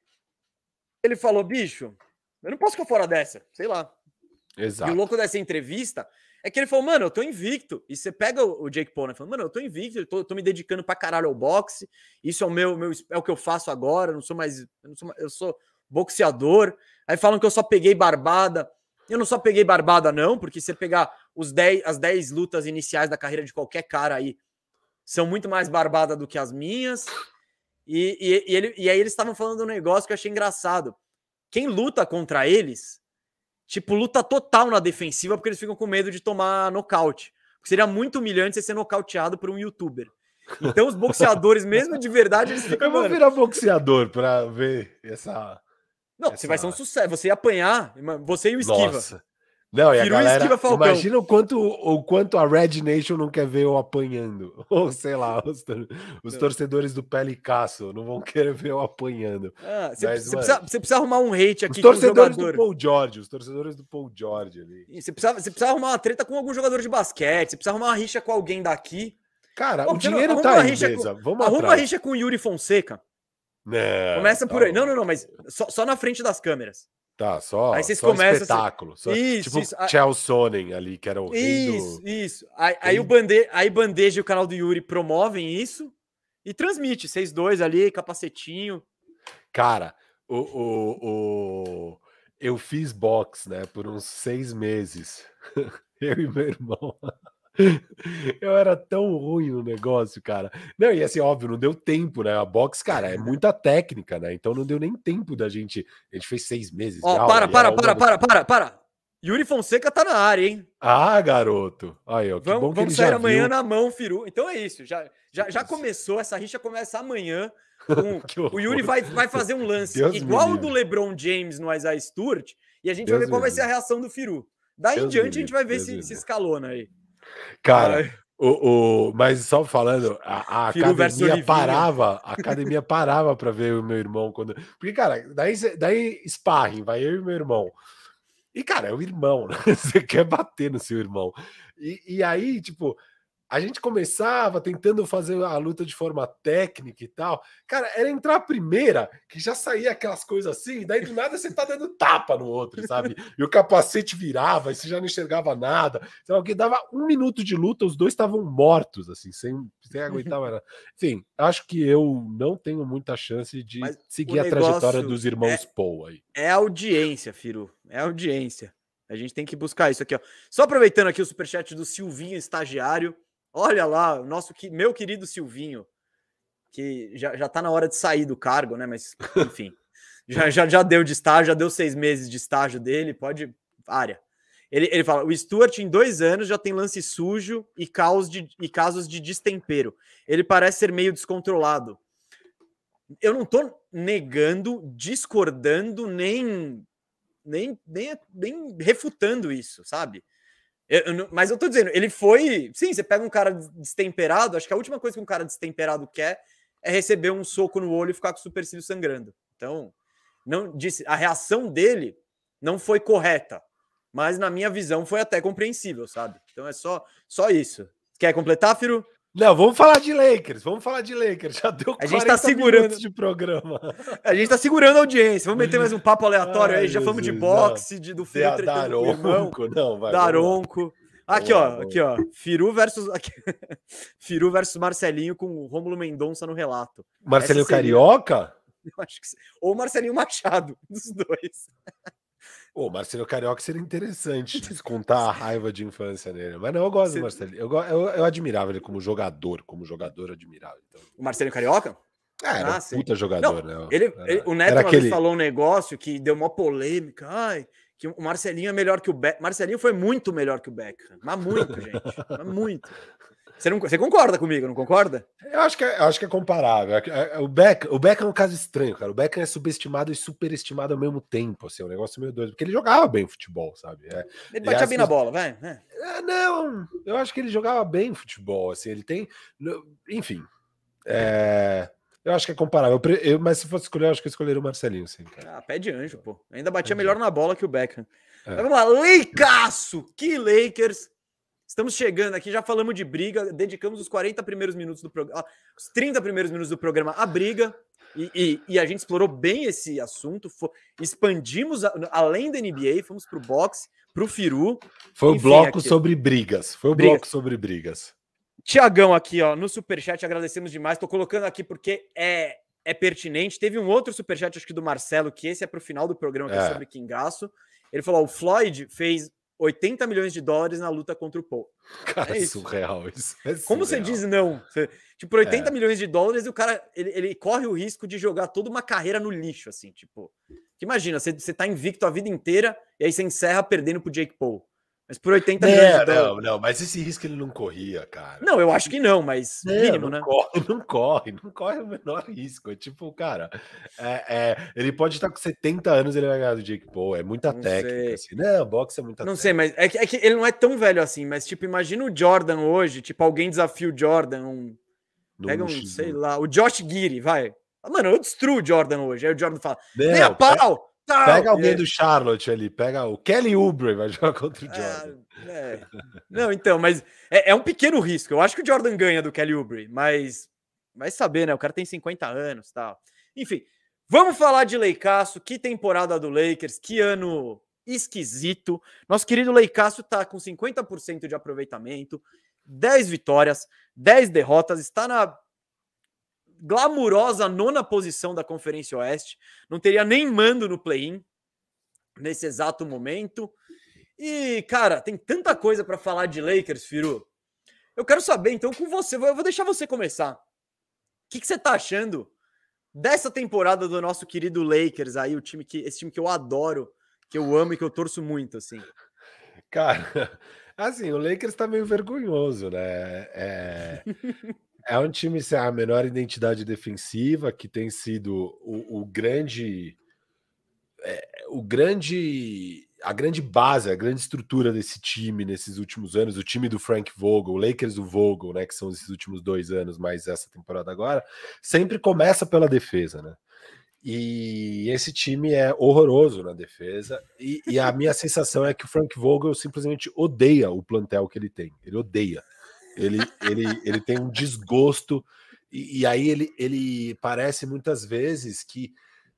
ele falou, bicho, eu não posso ficar fora dessa, sei lá. Exato. E o louco dessa entrevista é que ele falou, mano, eu tô invicto. E você pega o Jake Paul, né? Falando, mano, eu tô invicto, eu tô, eu tô me dedicando pra caralho ao boxe. Isso é o meu, meu é o que eu faço agora. Eu não sou mais. Eu, não sou, eu sou boxeador. Aí falam que eu só peguei barbada. Eu não só peguei barbada, não, porque você pegar os dez, as dez lutas iniciais da carreira de qualquer cara aí são muito mais barbada do que as minhas. E, e, e, ele, e aí eles estavam falando um negócio que eu achei engraçado. Quem luta contra eles, tipo, luta total na defensiva, porque eles ficam com medo de tomar nocaute. Porque seria muito humilhante você ser nocauteado por um youtuber. Então os boxeadores, mesmo de verdade, eles ficam... Eu vou virar boxeador pra ver essa... Não, essa... você vai ser um sucesso. Você ia apanhar, você e o Esquiva. Nossa. Não, e a Firu galera, esquiva Falcão. imagina o quanto, o quanto a Red Nation não quer ver eu apanhando. Ou sei lá, os, tor- os torcedores do Pelicasso não vão querer ver eu apanhando. Ah, você, Mas, você mano, precisa, você precisa arrumar um hate Os aqui com o torcedores do jogador. Paul George, os torcedores do Paul George ali. Você precisa, você precisa arrumar uma treta com algum jogador de basquete, você precisa arrumar uma rixa com alguém daqui. Cara, Ô, o você não- dinheiro arruma tá uma aí, rixa mesa. com- Vamos Arruma uma atrás. rixa com o Yuri Fonseca. Não, Começa tá por aí. bom. Não, não, não, mas só, só na frente das câmeras. Tá, só, Aí vocês só começam, espetáculo. Só, Isso, tipo isso. Ah, Chael Sonnen ali, que era o rei Isso, do... isso. Aí, aí Rei- o bande... aí Bandeja e o canal do Yuri promovem isso e transmite. Vocês dois ali, capacetinho. Cara, o, o, o... eu fiz boxe, né, por uns seis meses. Eu e meu irmão. Eu era tão ruim no negócio, cara. Não, e assim, óbvio, não deu tempo, né? A boxe, cara, é muita técnica, né? Então não deu nem tempo da gente. A gente fez seis meses de Ó, aula. para, e para, era para, uma- para, para, para. Yuri Fonseca tá na área, hein? Ah, garoto. Aí, ó, que Vamos, bom que vamos ele sair já amanhã viu. na mão, Firu. Então é isso. Já, já, já começou. Essa rixa começa amanhã. Com... Que horror. O Yuri vai, vai fazer um lance Deus me igual o livre. do LeBron James no Isaiah Stewart. E a gente Deus vai ver qual me vai ser a livre. reação do Firu. Daí Deus em diante me a gente livre, vai ver Deus se, me se livre. escalona aí. Cara, Ai. o, o, mas só falando, a, a Firu versus academia Olivinha. parava, a academia parava pra ver o meu irmão quando. Porque, cara, daí, cê- daí sparring, vai eu e meu irmão. E, cara, é o irmão, né? Você quer bater no seu irmão. E, e aí, tipo, a gente começava tentando fazer a luta de forma técnica e tal. Cara, era entrar a primeira, que já saía aquelas coisas assim, e daí do nada você tá dando tapa no outro, sabe? E o capacete virava, e você já não enxergava nada. Então, que dava um minuto de luta, os dois estavam mortos, assim, sem, sem aguentar mais nada. Enfim, acho que eu não tenho muita chance de Mas seguir o a trajetória negócio dos irmãos é- Paul aí. É audiência, Firu. É audiência. A gente tem que buscar isso aqui, ó. Só aproveitando aqui o superchat do Silvinho, estagiário. Olha lá, o nosso, que- meu querido Silvinho, que já, já tá na hora de sair do cargo, né? Mas, enfim, já, já, já deu de estágio, já deu seis meses de estágio dele, pode... Área. Ele, ele fala, o Stuart em dois anos já tem lance sujo e, caos de, e casos de destempero. Ele parece ser meio descontrolado. Eu não tô negando, discordando, nem, nem, nem, nem refutando isso, sabe? Eu- eu não- mas eu tô dizendo, ele foi. Sim, você pega um cara destemperado, acho que a última coisa que um cara destemperado quer é receber um soco no olho e ficar com o supercílio sangrando. Então, não disse, a reação dele não foi correta, mas na minha visão foi até compreensível, sabe? Então é só, só isso. Quer completar, Firu? Não, vamos falar de Lakers, vamos falar de Lakers. Já deu A gente tá segurando- minutos de programa. A gente tá segurando a audiência. Vamos meter mais um papo aleatório Ai, aí. Já falamos de Jesus, boxe, de, do Firu Da- tretando com o irmão. Daronco, não, vai. vamos lá. Daronco. Aqui, Vamos lá, ó, vamos aqui, ó. Firu versus aqui. Firu versus Marcelinho com o Rômulo Mendonça no relato. Marcelinho Essa seria- Carioca? Eu acho que... Ou Marcelinho Machado, dos dois. Ô, Marcelinho Carioca seria interessante descontar a raiva de infância nele. Mas não, eu gosto Você- do Marcelinho. Eu, go- eu, eu admirava ele como jogador, como jogador admirável. Então, O Marcelinho Carioca? é, era Ah, um sim. puta jogador, Não, né? Ele, Era- ele- o Neto era uma vez aquele- falou um negócio que deu uma polêmica. Ai, que o Marcelinho é melhor que o Beckham. Marcelinho foi muito melhor que o Beckham. Mas muito, gente. Mas muito. Você, não, você concorda comigo, não concorda? Eu acho que é, eu acho que é comparável. É que- é- O Beckham, o Beckham é um caso estranho, cara. O Beckham é subestimado e superestimado ao mesmo tempo. Assim, é um negócio meio doido. Porque ele jogava bem futebol, sabe? É, Ele E batia as bem na pessoas- bola, vai. É. É, não, eu acho que ele jogava bem futebol, assim, ele tem, no- enfim, é, eu acho que é comparável, eu pre- eu- mas se fosse escolher, eu acho que eu escolheria o Marcelinho, sim, cara. Ah, pé de anjo, pô. Ainda batia Pé de melhor na bola que o Beckham. É. Mas vamos lá, Lakeaço! Que Lakers! Estamos chegando aqui, já falamos de briga, dedicamos os quarenta primeiros minutos do programa, os trinta primeiros minutos do programa à briga, e, e- e a gente explorou bem esse assunto, fo- expandimos a- além da N B A, fomos pro boxe, pro Firu. Foi o Enfim, bloco aqui. sobre brigas, foi o Brigas. bloco sobre brigas. Tiagão aqui, ó, no superchat, agradecemos demais. Tô colocando aqui porque é, é pertinente. Teve um outro superchat, acho que do Marcelo, que esse é pro final do programa, que é, É. sobre Kingaço. Ele falou: o Floyd fez oitenta milhões de dólares na luta contra o Paul. Cara, É isso. surreal isso. é Como você surreal. diz não? Você, tipo, por oitenta É. milhões de dólares, o cara ele, ele corre o risco de jogar toda uma carreira no lixo, assim, tipo. Que imagina, você, você tá invicto a vida inteira e aí você encerra perdendo pro Jake Paul. Mas por oitenta milhões de Não, dólares. não, não, mas esse risco ele não corria, cara. Não, eu acho que não, mas Não, mínimo, não né? corre, não corre, não corre o menor risco. É tipo, cara, é, é, ele pode estar com setenta anos, ele vai ganhar do Jake Paul. É muita Não técnica, sei. assim. Não, boxe é muita Não técnica. sei, mas é que, é que ele não é tão velho assim, mas tipo, imagina o Jordan hoje, tipo, alguém desafia o Jordan, um, No- pega no um, X sei um. lá, o Josh Giddey, vai. Mano, eu destruo o Jordan hoje. Aí o Jordan fala, Não, nem a pe- pau, tal. Pega E alguém aí- do Charlotte ali, pega o Kelly Oubre, vai jogar contra o Jordan. Ah, é. Não, então, mas é, é um pequeno risco. Eu acho que o Jordan ganha do Kelly Oubre, mas vai saber, né? O cara tem cinquenta anos e tal. Enfim, vamos falar de Leikaço. Que temporada do Lakers, que ano esquisito. Nosso querido Leikaço tá com cinquenta por cento de aproveitamento, dez vitórias, dez derrotas, está na glamurosa nona posição da Conferência Oeste. Não teria nem mando no play-in nesse exato momento. E, cara, tem tanta coisa para falar de Lakers, Firu. Eu quero saber, então, com você. Eu vou deixar você começar. O que, que você tá achando dessa temporada do nosso querido Lakers aí, o time que, esse time que eu adoro, que eu amo e que eu torço muito, assim. Cara, assim, o Lakers tá meio vergonhoso, né? É, é um time sem a menor identidade defensiva, que tem sido o, o grande. É, o grande. A grande base, a grande estrutura desse time nesses últimos anos, o time do Frank Vogel, o Lakers do Vogel, né? Que são esses últimos dois anos, mais essa temporada agora, sempre começa pela defesa, né? E esse time é horroroso na defesa. E, e a minha sensação é que o Frank Vogel simplesmente odeia o plantel que ele tem. Ele odeia. Ele, ele, ele tem um desgosto. E, e aí ele, ele parece muitas vezes que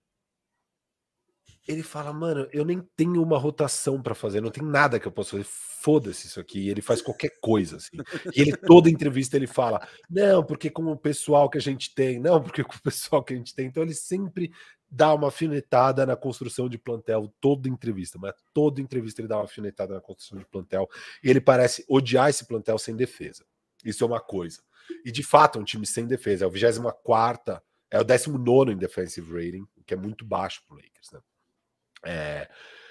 ele fala, mano, eu nem tenho uma rotação para fazer, não tem nada que eu possa fazer, foda-se isso aqui, e ele faz qualquer coisa, assim. E ele, toda entrevista, ele fala, não, porque com o pessoal que a gente tem, não, porque com o pessoal que a gente tem. Então ele sempre dá uma alfinetada na construção de plantel, toda entrevista, mas toda entrevista ele dá uma alfinetada na construção de plantel, e ele parece odiar esse plantel sem defesa. Isso é uma coisa. E de fato é um time sem defesa, é o vigésima quarta, é o décimo nono em defensive rating, que é muito baixo pro Lakers, né? É,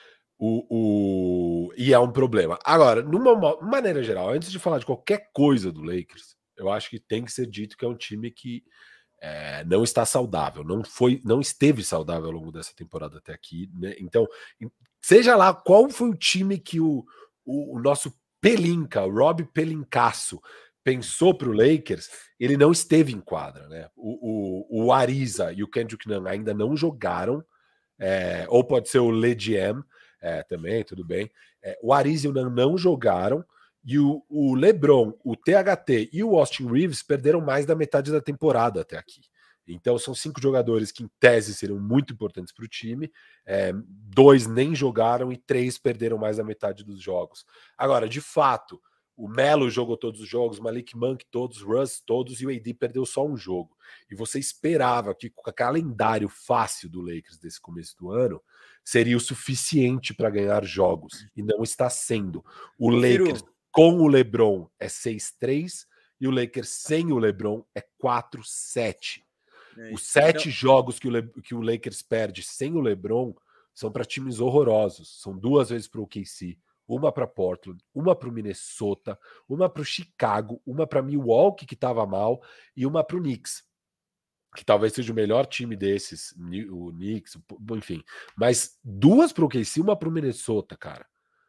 o, o, e é um problema. Agora, numa maneira geral, antes de falar de qualquer coisa do Lakers, eu acho que tem que ser dito que é um time que é, não está saudável, não foi, não esteve saudável ao longo dessa temporada até aqui, né? Então, seja lá qual foi o time que o, o, o nosso Pelinka, o Rob Pelincaço, pensou para o Lakers, ele não esteve em quadra, né? O, o, o Ariza e o Kendrick Nunn ainda não jogaram. É, ou pode ser o LeGM é, também, tudo bem. É, o Ariza e o Nunn não jogaram, e o, o LeBron, o T H T e o Austin Reeves perderam mais da metade da temporada até aqui. Então são cinco jogadores que em tese seriam muito importantes para o time, é, dois nem jogaram e três perderam mais da metade dos jogos. Agora, de fato, o Melo jogou todos os jogos, Malik Monk todos, Russ todos, e o A D perdeu só um jogo. E você esperava que com o calendário fácil do Lakers desse começo do ano seria o suficiente para ganhar jogos. E não está sendo. O Lakers com o LeBron é seis três e o Lakers sem o LeBron é quatro sete. É Os sete então... jogos que o, Le... que o Lakers perde sem o LeBron são para times horrorosos. São duas vezes para o O K C, uma para Portland, uma para o Minnesota, uma para o Chicago, uma para Milwaukee, que estava mal, e uma para o Knicks, que talvez seja o melhor time desses, o Knicks, enfim. Mas duas para o O K C, uma para o Minnesota, cara.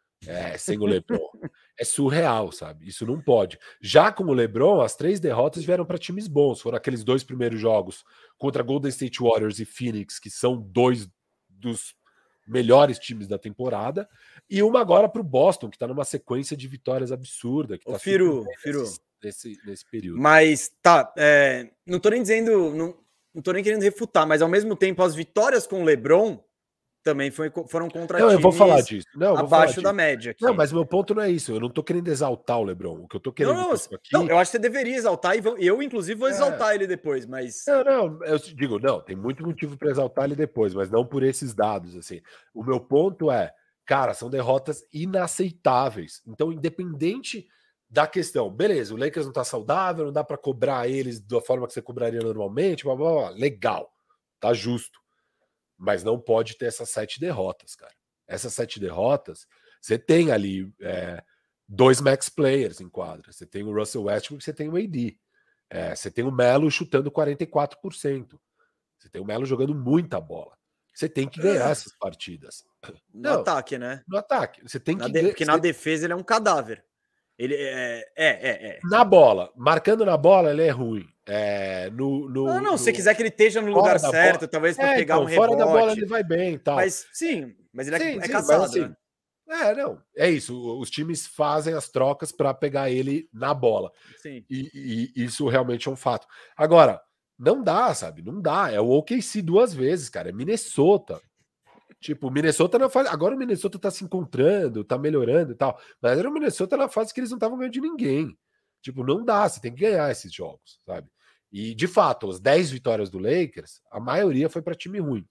É, sem o LeBron. É surreal, sabe? Isso não pode. Já com o LeBron, as três derrotas vieram para times bons. Foram aqueles dois primeiros jogos contra Golden State Warriors e Phoenix, que são dois dos melhores times da temporada, e uma agora para o Boston, que está numa sequência de vitórias absurda. Que tá Firu, Firu. Nesse, nesse, nesse período. Mas tá, é, não tô nem dizendo, não, não tô nem querendo refutar, mas ao mesmo tempo as vitórias com o LeBron também foi, foram contra não, times eu vou falar disso. Não, eu abaixo vou da disso. média. Aqui. Não, mas meu ponto não é isso. Eu não tô querendo exaltar o LeBron. O que eu tô querendo não, não, aqui... não, eu acho que você deveria exaltar, e eu, inclusive, vou exaltar é. ele depois, mas... Não, não, eu digo, não, tem muito motivo para exaltar ele depois, mas não por esses dados, assim. O meu ponto é, cara, são derrotas inaceitáveis. Então, independente da questão, beleza, o Lakers não tá saudável, não dá para cobrar eles da forma que você cobraria normalmente, blá, blá, blá, legal, tá justo. Mas não pode ter essas sete derrotas, cara. Essas sete derrotas Você tem ali é, dois max players em quadra. Você tem o Russell Westbrook, você tem o A D. É, você tem o Melo chutando quarenta e quatro por cento. Você tem o Melo jogando muita bola. Você tem que ganhar essas partidas. No Não, ataque, né? no ataque. Você tem Na que de... ganhar. Porque na defesa ele é um cadáver. Ele é, é, é, é. Na bola, marcando na bola, ele é ruim. É, no, no, Ah, não, no... se quiser que ele esteja no lugar certo, bola... talvez para é, pegar então, um rebote. Fora da bola ele vai bem e tal. Mas sim, mas ele é, sim, é sim, caçado, mas, assim, né? É, não. É isso. Os times fazem as trocas para pegar ele na bola. Sim. E, e isso realmente é um fato. Agora, não dá, sabe? Não dá. É o O K C duas vezes, cara. É Minnesota. Tipo, o Minnesota na fase. Agora o Minnesota tá se encontrando, tá melhorando e tal. Mas era o Minnesota na fase que eles não estavam ganhando de ninguém. Tipo, não dá, você tem que ganhar esses jogos, sabe? E, de fato, as dez vitórias do Lakers, a maioria foi para time ruim.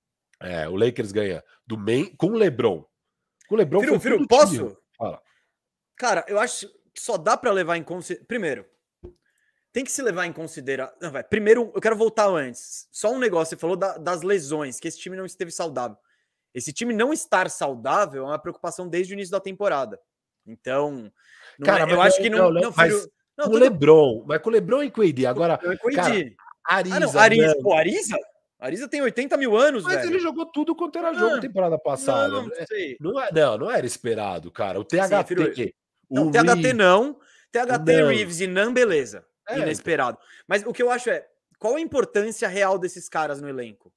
É, o Lakers ganha do main com o LeBron. Com o LeBron Firu, foi Firu, tudo posso? time ruim. Fala. Cara, eu acho que só dá para levar em consideração. Primeiro, tem que se levar em consideração. Primeiro, eu quero voltar antes. Só um negócio, você falou da, das lesões, que esse time não esteve saudável. Esse time não estar saudável é uma preocupação desde o início da temporada. Então, não Cara, é, eu acho que não. não, não, não, mas Firu, não, com o tudo... LeBron, mas com o LeBron e com o A D. Agora, com cara, Ariza, Ariza, ah, não, Ariza, não. Pô, Ariza? Ariza tem oitenta mil anos, mas velho. ele jogou tudo quanto era jogo ah, temporada passada. Não, sei. Não, não, não era esperado, cara. O T H T, Sim, o não, T H T Reeves, não. T H T, não. Reeves e Nan, beleza. É, Inesperado. Então. Mas o que eu acho é, qual a importância real desses caras no elenco?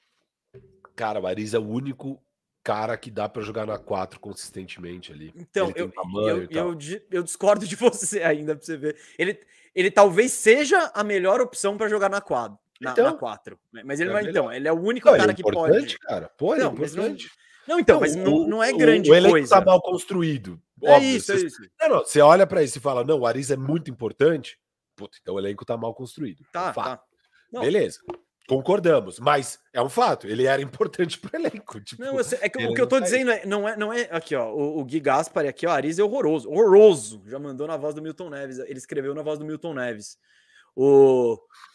Cara, o Ariza é o único cara que dá pra jogar na quatro consistentemente ali. Então, ele eu, tamanho eu, eu, eu discordo de você ainda, pra você ver. Ele, ele talvez seja a melhor opção para jogar na quatro. Na, então, na quatro. Mas ele é não é, melhor. então, ele é o único não, cara é que importante, pode. Cara. Pô, ele não, é importante. Não, não, então, não, mas o, não, não é grande o, o elenco coisa. tá mal construído. É Óbvio, isso, você, é isso. Não, não, você olha pra isso e fala, não, o Ariza é muito importante. Puta, então o elenco tá mal construído. Tá, é um fato. tá. Não. Beleza. Concordamos, mas é um fato, ele era importante pro elenco. Tipo, não, sei, é que, o que eu tô dizendo é não, é, não é. Aqui, ó, o, o Gui Gaspari aqui, ó, Ariza é horroroso. Horroroso. Já mandou na voz do Milton Neves. Ele escreveu na voz do Milton Neves. O.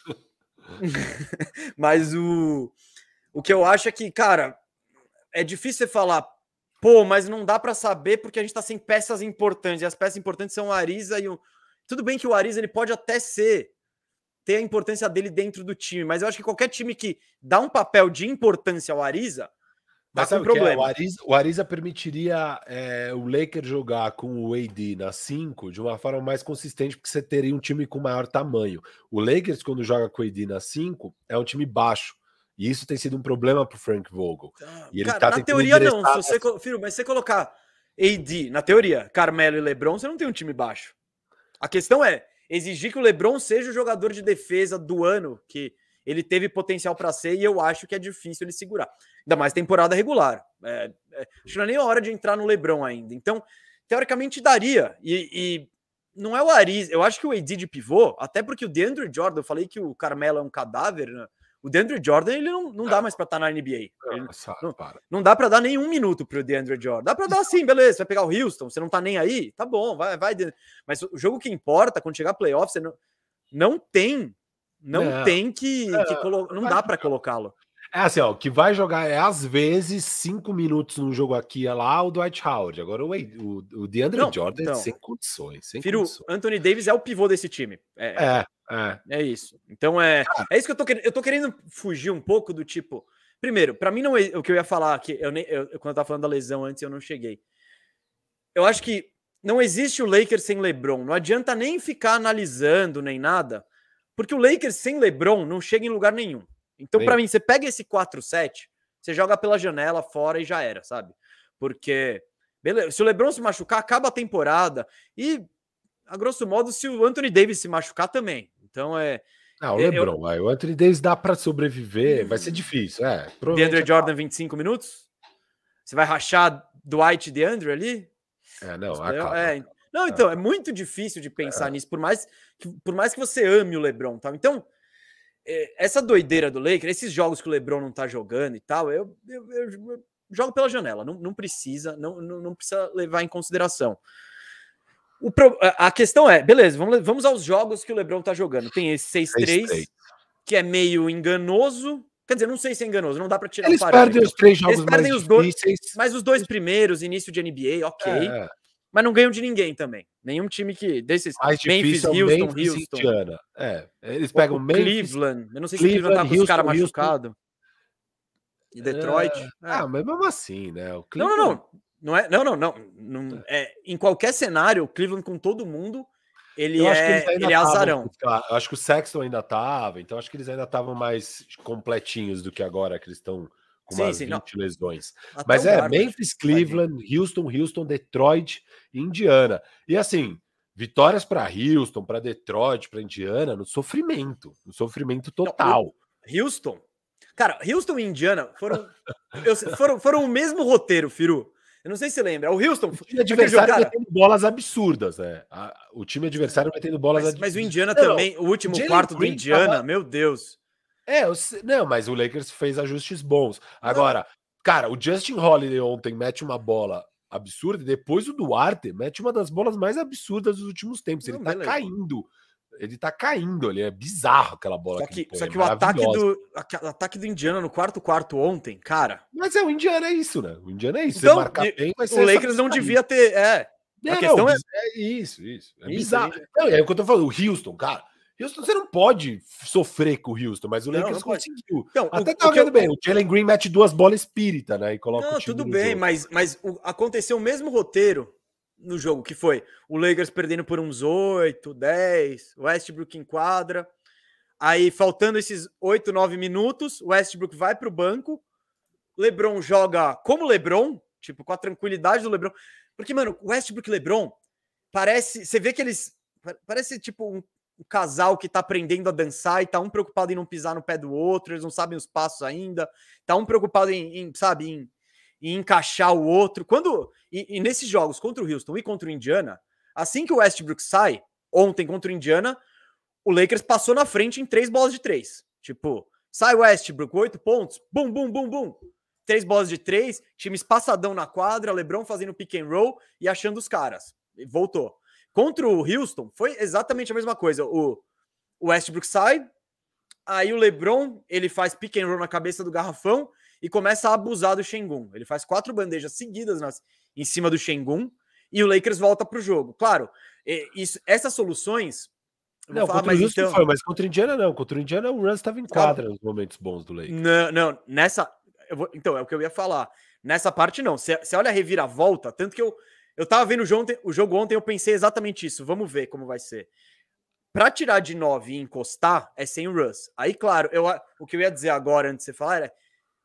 Mas o. O que eu acho é que, cara, é difícil você falar, pô, mas não dá para saber porque a gente tá sem peças importantes. E as peças importantes são o Ariza e o. Tudo bem que o Ariza ele pode até ser. Ter a importância dele dentro do time, mas eu acho que qualquer time que dá um papel de importância ao Ariza Mas tá sabe com problema. É? O, Ariza, o Ariza permitiria é, o Lakers jogar com o A D na cinco de uma forma mais consistente, porque você teria um time com maior tamanho. O Lakers, quando joga com o A D na cinco, é um time baixo. E isso tem sido um problema pro Frank Vogel. Ah, E ele cara, tá na tentando teoria não. Se endereçar- você, filho, mas se você colocar A D, na teoria, Carmelo e LeBron, você não tem um time baixo. A questão é exigir que o LeBron seja o jogador de defesa do ano que ele teve potencial para ser, e eu acho que é difícil ele segurar. Ainda mais temporada regular. É, é, acho que não é nem a hora de entrar no LeBron ainda. Então, teoricamente, daria. E, e não é o Ariza. Eu acho que o A D de pivô, até porque o DeAndre Jordan, eu falei que o Carmelo é um cadáver, né? O DeAndre Jordan, ele não, não dá mais para estar na N B A. Ele, Nossa, não, para. não dá para dar nenhum minuto pro DeAndre Jordan. Dá para dar sim, beleza. Você vai pegar o Houston, você não tá nem aí? Tá bom, vai, vai. Mas o jogo que importa, quando chegar playoff, você não, não tem. Não, não tem que, não, que colo... não dá para colocá-lo. É assim, ó, o que vai jogar é às vezes cinco minutos num jogo aqui e lá o Dwight Howard. Agora o, o, o DeAndre não, Jordan então, sem condições. Sem Firu, condições. Anthony Davis é o pivô desse time. É, é, é. é isso. Então é, ah. é isso que eu tô querendo. Eu tô querendo fugir um pouco do tipo. Primeiro, para mim não é o que eu ia falar aqui. Eu nem, eu, quando eu tava falando da lesão antes, eu não cheguei. Eu acho que não existe o Lakers sem LeBron. Não adianta nem ficar analisando nem nada, porque o Lakers sem LeBron não chega em lugar nenhum. Então, para mim, você pega esse quatro sete, você joga pela janela fora e já era, sabe? Porque, beleza, se o LeBron se machucar, acaba a temporada. E, a grosso modo, se o Anthony Davis se machucar também. Então, é... Não, o LeBron, eu... vai. O Anthony Davis dá para sobreviver, hum... vai ser difícil, é. DeAndre é Jordan, vinte e cinco minutos? Você vai rachar Dwight e DeAndre ali? É, não, acaba. É, não, então, é muito difícil de pensar é. nisso, por mais, que, por mais que você ame o LeBron, tá? Então... essa doideira do Lakers, esses jogos que o LeBron não tá jogando e tal, eu, eu, eu, eu jogo pela janela, não, não precisa, não, não, não precisa levar em consideração. O pro, a questão é, beleza, vamos, vamos aos jogos que o LeBron tá jogando. Tem esse seis três, que é meio enganoso, Quer dizer, não sei se é enganoso, não dá pra tirar Eles o parâmetro. perdem os três jogos Eles perdem mais os dois, difíceis. mas os dois primeiros, início de N B A, ok. É, Mas não ganham de ninguém também. Nenhum time que desses mais Memphis, difícil é o Houston, Memphis, Houston. Indiana. É, eles O, pegam o Memphis, Cleveland. Eu não sei se o Cleveland tá com os Houston, caras Houston. machucados. E Detroit. É, É. Ah, mas mesmo assim, né? O Não, Cleveland... não, não. Não é, não, não, não. não é, em qualquer cenário, o Cleveland com todo mundo, ele Eu acho que eles é, ainda ele é tavam, azarão. eu acho que o Sexton ainda tava, então acho que eles ainda estavam mais completinhos do que agora, que eles estão com Sim, umas sim, vinte lesões. Até Mas o é Garland, Memphis, Cleveland, Houston, Houston, Detroit e Indiana. E assim, vitórias para Houston, para Detroit, para Indiana, no sofrimento, no sofrimento total. Não, Houston, cara, Houston e Indiana foram, eu, foram, foram o mesmo roteiro, Firu. Eu não sei se você lembra. O Houston. O time adversário jogo, cara, metendo bolas absurdas, né? O time adversário metendo bolas mas, absurdas. mas o Indiana não, também, o último Jalen quarto Green do Indiana, tava... meu Deus. É, eu sei, não, mas o Lakers fez ajustes bons. Agora, não. cara, o Justin Holiday ontem mete uma bola absurda e depois o Duarte mete uma das bolas mais absurdas dos últimos tempos. Ele não, tá beleza. caindo. Ele tá caindo, ele é bizarro aquela bola só que, que ele põe, Só que é o ataque do, o ataque do Indiana no quarto quarto ontem, cara... Mas é, o Indiana é isso, né? O Indiana é isso. Então, você marcar bem, vai ser o Lakers não devia ter... É, não, a questão não, é... é isso, isso. É isso, bizarro. gente... Não, é o que eu tô falando, o Houston, cara... Houston, você não pode sofrer com o Houston, mas o não, Lakers não conseguiu. Então, Até o, tá vendo eu... bem, o Jalen Green mete duas bolas espírita, né? E coloca não, o time tudo no bem, jogo. mas, mas o, aconteceu o mesmo roteiro no jogo, que foi o Lakers perdendo por uns oito, dez, Westbrook em quadra. Aí, faltando esses oito, nove minutos, o Westbrook vai pro banco, LeBron joga como LeBron, tipo, com a tranquilidade do LeBron. Porque, mano, o Westbrook e LeBron parece... Você vê que eles... Parece, tipo, um, um casal que tá aprendendo a dançar e tá um preocupado em não pisar no pé do outro, eles não sabem os passos ainda, tá um preocupado em, em sabe, em, em encaixar o outro. Quando... E, e nesses jogos contra o Houston e contra o Indiana, assim que o Westbrook sai, ontem contra o Indiana, o Lakers passou na frente em três bolas de três. Tipo, sai o Westbrook, oito pontos, bum, bum, bum, bum. Três bolas de três, time espaçadão na quadra, LeBron fazendo pick and roll e achando os caras. E voltou. Contra o Houston, foi exatamente a mesma coisa. O, o Westbrook sai, aí o LeBron, ele faz pick and roll na cabeça do garrafão e começa a abusar do Şengün. Ele faz quatro bandejas seguidas nas, em cima do Şengün e o Lakers volta pro jogo. Claro, isso, essas soluções... Não, falar, contra mas o Houston então... foi, mas contra o Indiana não. Contra o Indiana o Russ estava em quadra nos momentos bons do Lakers. Não, não, nessa... Eu vou, então, é o que eu ia falar. Nessa parte, não. Você olha a reviravolta, tanto que eu, eu tava vendo o jogo, ontem, o jogo ontem, eu pensei exatamente isso. Vamos ver como vai ser. Pra tirar de nove e encostar, é sem o Russ. Aí, claro, eu, o que eu ia dizer agora, antes de você falar, era...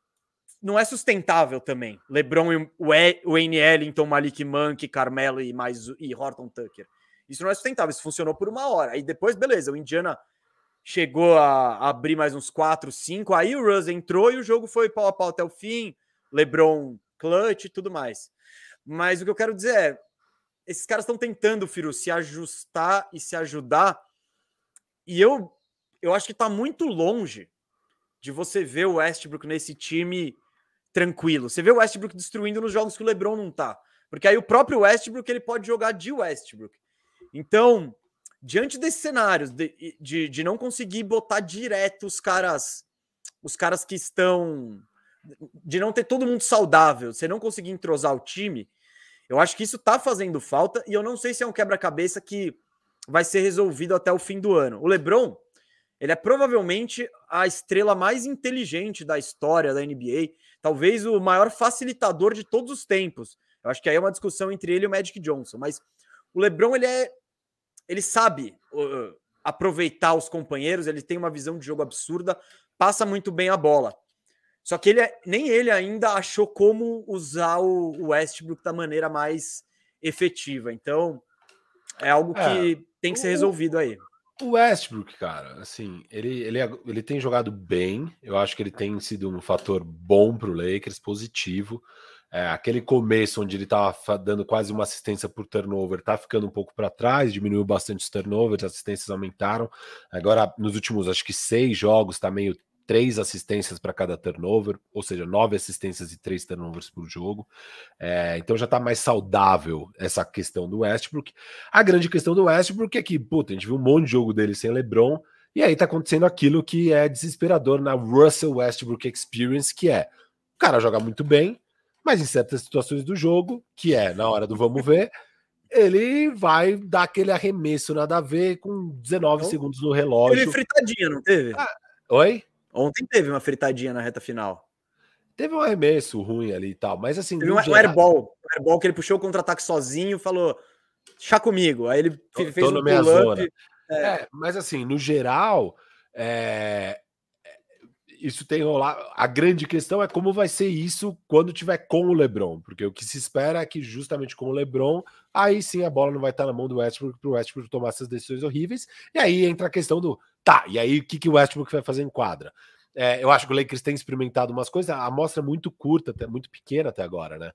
Não é sustentável também. LeBron e o, e, o N L, então Malik Monk, Carmelo e, mais, e Horton Tucker. Isso não é sustentável. Isso funcionou por uma hora. Aí depois, beleza, o Indiana... chegou a abrir mais uns quatro, cinco, aí o Russ entrou e o jogo foi pau a pau até o fim, LeBron clutch e tudo mais. Mas o que eu quero dizer é, esses caras estão tentando, Firu, se ajustar e se ajudar, e eu, eu acho que tá muito longe de você ver o Westbrook nesse time tranquilo. Você vê o Westbrook destruindo nos jogos que o LeBron não tá, porque aí o próprio Westbrook, ele pode jogar de Westbrook. Então... diante desses cenários de, de, de não conseguir botar direto os caras, os caras que estão, de não ter todo mundo saudável, você não conseguir entrosar o time, eu acho que isso tá fazendo falta e eu não sei se é um quebra-cabeça que vai ser resolvido até o fim do ano. O LeBron, ele é provavelmente a estrela mais inteligente da história da N B A, talvez o maior facilitador de todos os tempos. Eu acho que aí é uma discussão entre ele e o Magic Johnson, mas o LeBron, ele é Ele sabe uh, aproveitar os companheiros, ele tem uma visão de jogo absurda, passa muito bem a bola. Só que ele, nem ele ainda achou como usar o Westbrook da maneira mais efetiva. Então, é algo que é, tem que ser resolvido aí. O Westbrook, cara, assim, ele, ele, ele tem jogado bem. Eu acho que ele tem sido um fator bom para o Lakers, positivo. É, aquele começo onde ele estava dando quase uma assistência por turnover, tá ficando um pouco para trás, diminuiu bastante os turnovers, as assistências aumentaram. Agora, nos últimos, acho que seis jogos, tá meio três assistências para cada turnover, ou seja, nove assistências e três turnovers por jogo. É, então já tá mais saudável essa questão do Westbrook. A grande questão do Westbrook é que, puta, a gente viu um monte de jogo dele sem LeBron, E aí tá acontecendo aquilo que é desesperador na Russell Westbrook Experience, que é o cara joga muito bem, mas em certas situações do jogo, que é na hora do vamos ver, ele vai dar aquele arremesso nada a ver com dezenove então, segundos no relógio. Teve fritadinha, não teve? Ah, oi? Ontem teve uma fritadinha na reta final. Teve um arremesso ruim ali e tal, mas assim... Teve um, geral... um airball, um airball que ele puxou o contra-ataque sozinho, falou, chá comigo. Aí ele tô, fez tô um pull-up. É... é, mas assim, no geral, é... isso tem rolado. A grande questão é como vai ser isso quando tiver com o LeBron, porque o que se espera é que justamente com o LeBron, aí sim a bola não vai estar na mão do Westbrook para o Westbrook tomar essas decisões horríveis, e aí entra a questão do, tá, e aí o que, que o Westbrook vai fazer em quadra? É, eu acho que o Lakers tem experimentado umas coisas, a amostra é muito curta, até muito pequena até agora, né?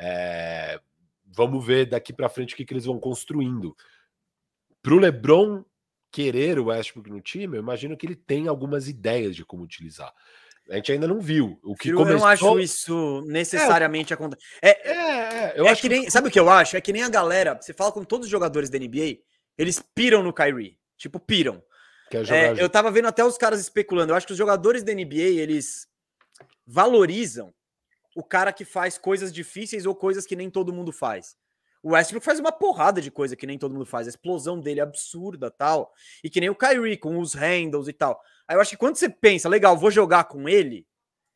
É, vamos ver daqui para frente o que, que eles vão construindo. Para o LeBron querer o Westbrook no time, eu imagino que ele tem algumas ideias de como utilizar. A gente ainda não viu. O que Firo, começou... Eu não acho isso necessariamente é, acontece. É, é, é, eu é acho que nem, que... sabe o que eu acho? É que nem a galera, você fala com todos os jogadores da N B A, eles piram no Kyrie. Tipo, piram. É, eu tava vendo até os caras especulando. Eu acho que os jogadores da N B A, eles valorizam o cara que faz coisas difíceis ou coisas que nem todo mundo faz. O Westbrook faz uma porrada de coisa que nem todo mundo faz. A explosão dele é absurda, tal. E que nem o Kyrie, com os handles e tal. Aí eu acho que quando você pensa, legal, vou jogar com ele,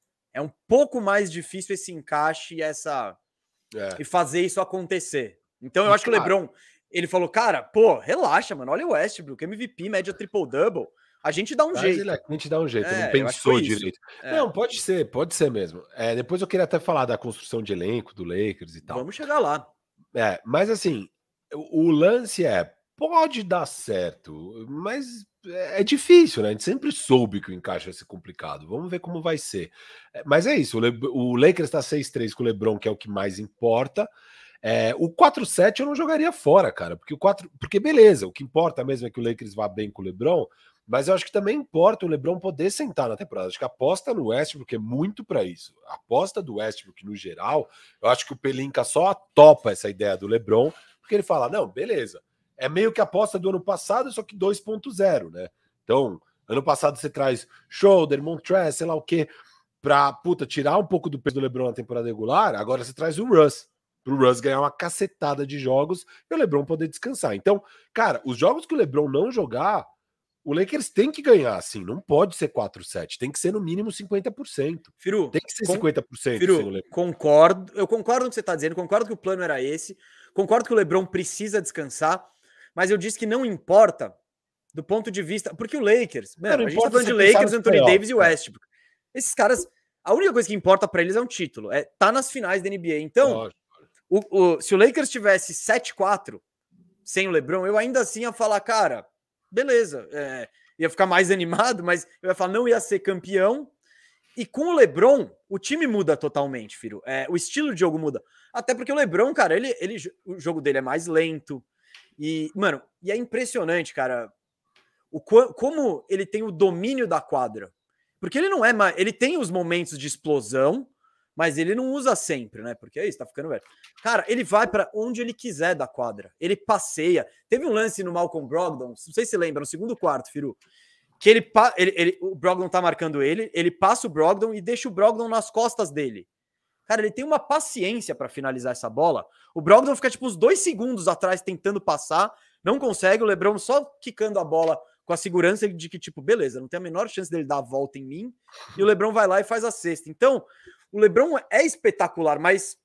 é um pouco mais difícil esse encaixe e essa... É. E fazer isso acontecer. Então eu e acho claro. que o LeBron, ele falou, cara, pô, relaxa, mano, olha o Westbrook, M V P, média triple-double. A gente dá um Mas jeito. Ele, a gente dá um jeito, é, não pensou direito. É. Não, pode ser, pode ser mesmo. É, depois eu queria até falar da construção de elenco do Lakers e tal. Vamos chegar lá. É, mas assim, o, o lance é, pode dar certo, mas é difícil, né? A gente sempre soube que o encaixe ia ser complicado. Vamos ver como vai ser. É, mas é isso, o, Le, o Lakers tá seis a três com o LeBron, que é o que mais importa. É, o quatro a sete eu não jogaria fora, cara, porque o quatro, porque beleza, o que importa mesmo é que o Lakers vá bem com o LeBron, mas eu acho que também importa o LeBron poder sentar na temporada. Acho que a aposta no Westbrook é muito para isso. A aposta do Westbrook no geral, eu acho que o Pelinka só topa essa ideia do LeBron, porque ele fala, não, beleza, é meio que a aposta do ano passado, só que dois ponto zero, né? Então, ano passado você traz Schroeder, Montrezl, sei lá o quê, pra, puta, tirar um pouco do peso do LeBron na temporada regular, agora você traz o Russ, pro Russ ganhar uma cacetada de jogos e o LeBron poder descansar. Então, cara, os jogos que o LeBron não jogar, o Lakers tem que ganhar, assim, não pode ser quatro a sete, tem que ser no mínimo cinquenta por cento. Firu, tem que ser cinquenta por cento. Firu, concordo, eu concordo com o que você está dizendo, concordo que o plano era esse, concordo que o LeBron precisa descansar, mas eu disse que não importa do ponto de vista... Porque o Lakers, mano, a gente tá falando de Lakers, Anthony Davis e Westbrook. Esses caras, a única coisa que importa para eles é um título, é tá nas finais da N B A. Então, o, o, se o Lakers tivesse sete a quatro sem o LeBron, eu ainda assim ia falar, cara... Beleza, é, ia ficar mais animado, mas eu ia falar, não ia ser campeão. E com o LeBron, o time muda totalmente, filho. É, o estilo de jogo muda. Até porque o LeBron, cara, ele, ele, o jogo dele é mais lento. E, mano, e é impressionante, cara, o, como ele tem o domínio da quadra. Porque ele não é mais... Ele tem os momentos de explosão, mas ele não usa sempre, né? Porque é isso, tá ficando velho. Cara, ele vai para onde ele quiser da quadra. Ele passeia. Teve um lance no Malcolm Brogdon, não sei se você lembra, no segundo quarto, Firu, que ele, ele, ele o Brogdon tá marcando ele, ele passa o Brogdon e deixa o Brogdon nas costas dele. Cara, ele tem uma paciência para finalizar essa bola. O Brogdon fica tipo uns dois segundos atrás tentando passar, não consegue, o LeBron só quicando a bola com a segurança de que, tipo, beleza, não tem a menor chance dele dar a volta em mim, e o LeBron vai lá e faz a cesta. Então, o LeBron é espetacular, mas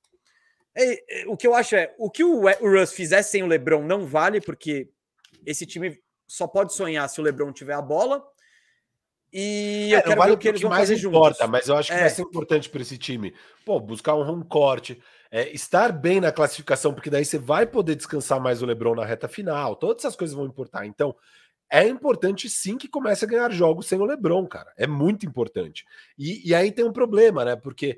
é, é, o que eu acho é, o que o, o Russ fizesse sem o LeBron não vale, porque esse time só pode sonhar se o LeBron tiver a bola, e é, eu quero vale ver o que eles que vão mais fazer importa, juntos. Mas eu acho que é. vai ser importante para esse time, pô, buscar um home court, é, estar bem na classificação, porque daí você vai poder descansar mais o LeBron na reta final, todas essas coisas vão importar. Então, é importante sim que comece a ganhar jogos sem o LeBron, cara. É muito importante. E, e aí tem um problema, né? Porque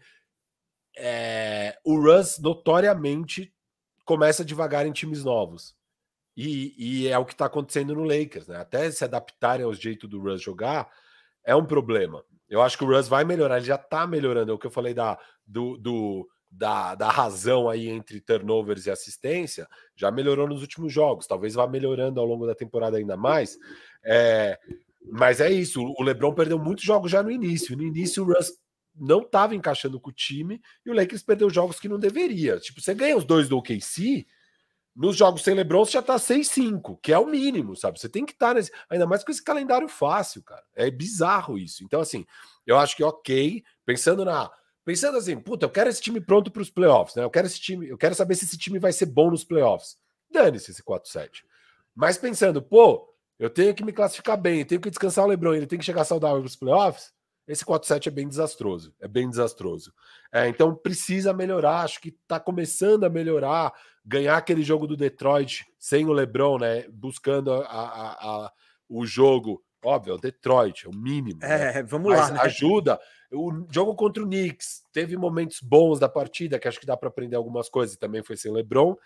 é, o Russ notoriamente começa devagar em times novos. E, e é o que está acontecendo no Lakers, né? Até se adaptarem ao jeito do Russ jogar, é um problema. Eu acho que o Russ vai melhorar, ele já tá melhorando. É o que eu falei da, do, do, da, da razão aí entre turnovers e assistência, já melhorou nos últimos jogos. Talvez vá melhorando ao longo da temporada ainda mais. É, Mas é isso, o LeBron perdeu muitos jogos já no início. No início o Russ não estava encaixando com o time e o Lakers perdeu jogos que não deveria. Tipo, você ganha os dois do O K C, nos jogos sem LeBron você já tá seis cinco, que é o mínimo, sabe? Você tem que estar tá nesse... Ainda mais com esse calendário fácil, cara. É bizarro isso. Então, assim, eu acho que ok, pensando na... Pensando assim, puta, eu quero esse time pronto para os playoffs, né? Eu quero esse time, eu quero saber se esse time vai ser bom nos playoffs. Dane-se esse quatro sete. Mas pensando, pô, eu tenho que me classificar bem, eu tenho que descansar o LeBron, ele tem que chegar saudável para os playoffs. Esse quatro sete é bem desastroso, é bem desastroso. É, então precisa melhorar, acho que tá começando a melhorar, ganhar aquele jogo do Detroit sem o LeBron, né? Buscando a, a, a, o jogo, óbvio, é o Detroit, é o mínimo. É, né? vamos Mas lá, né? ajuda. O jogo contra o Knicks teve momentos bons da partida, que acho que dá para aprender algumas coisas, também foi sem LeBron.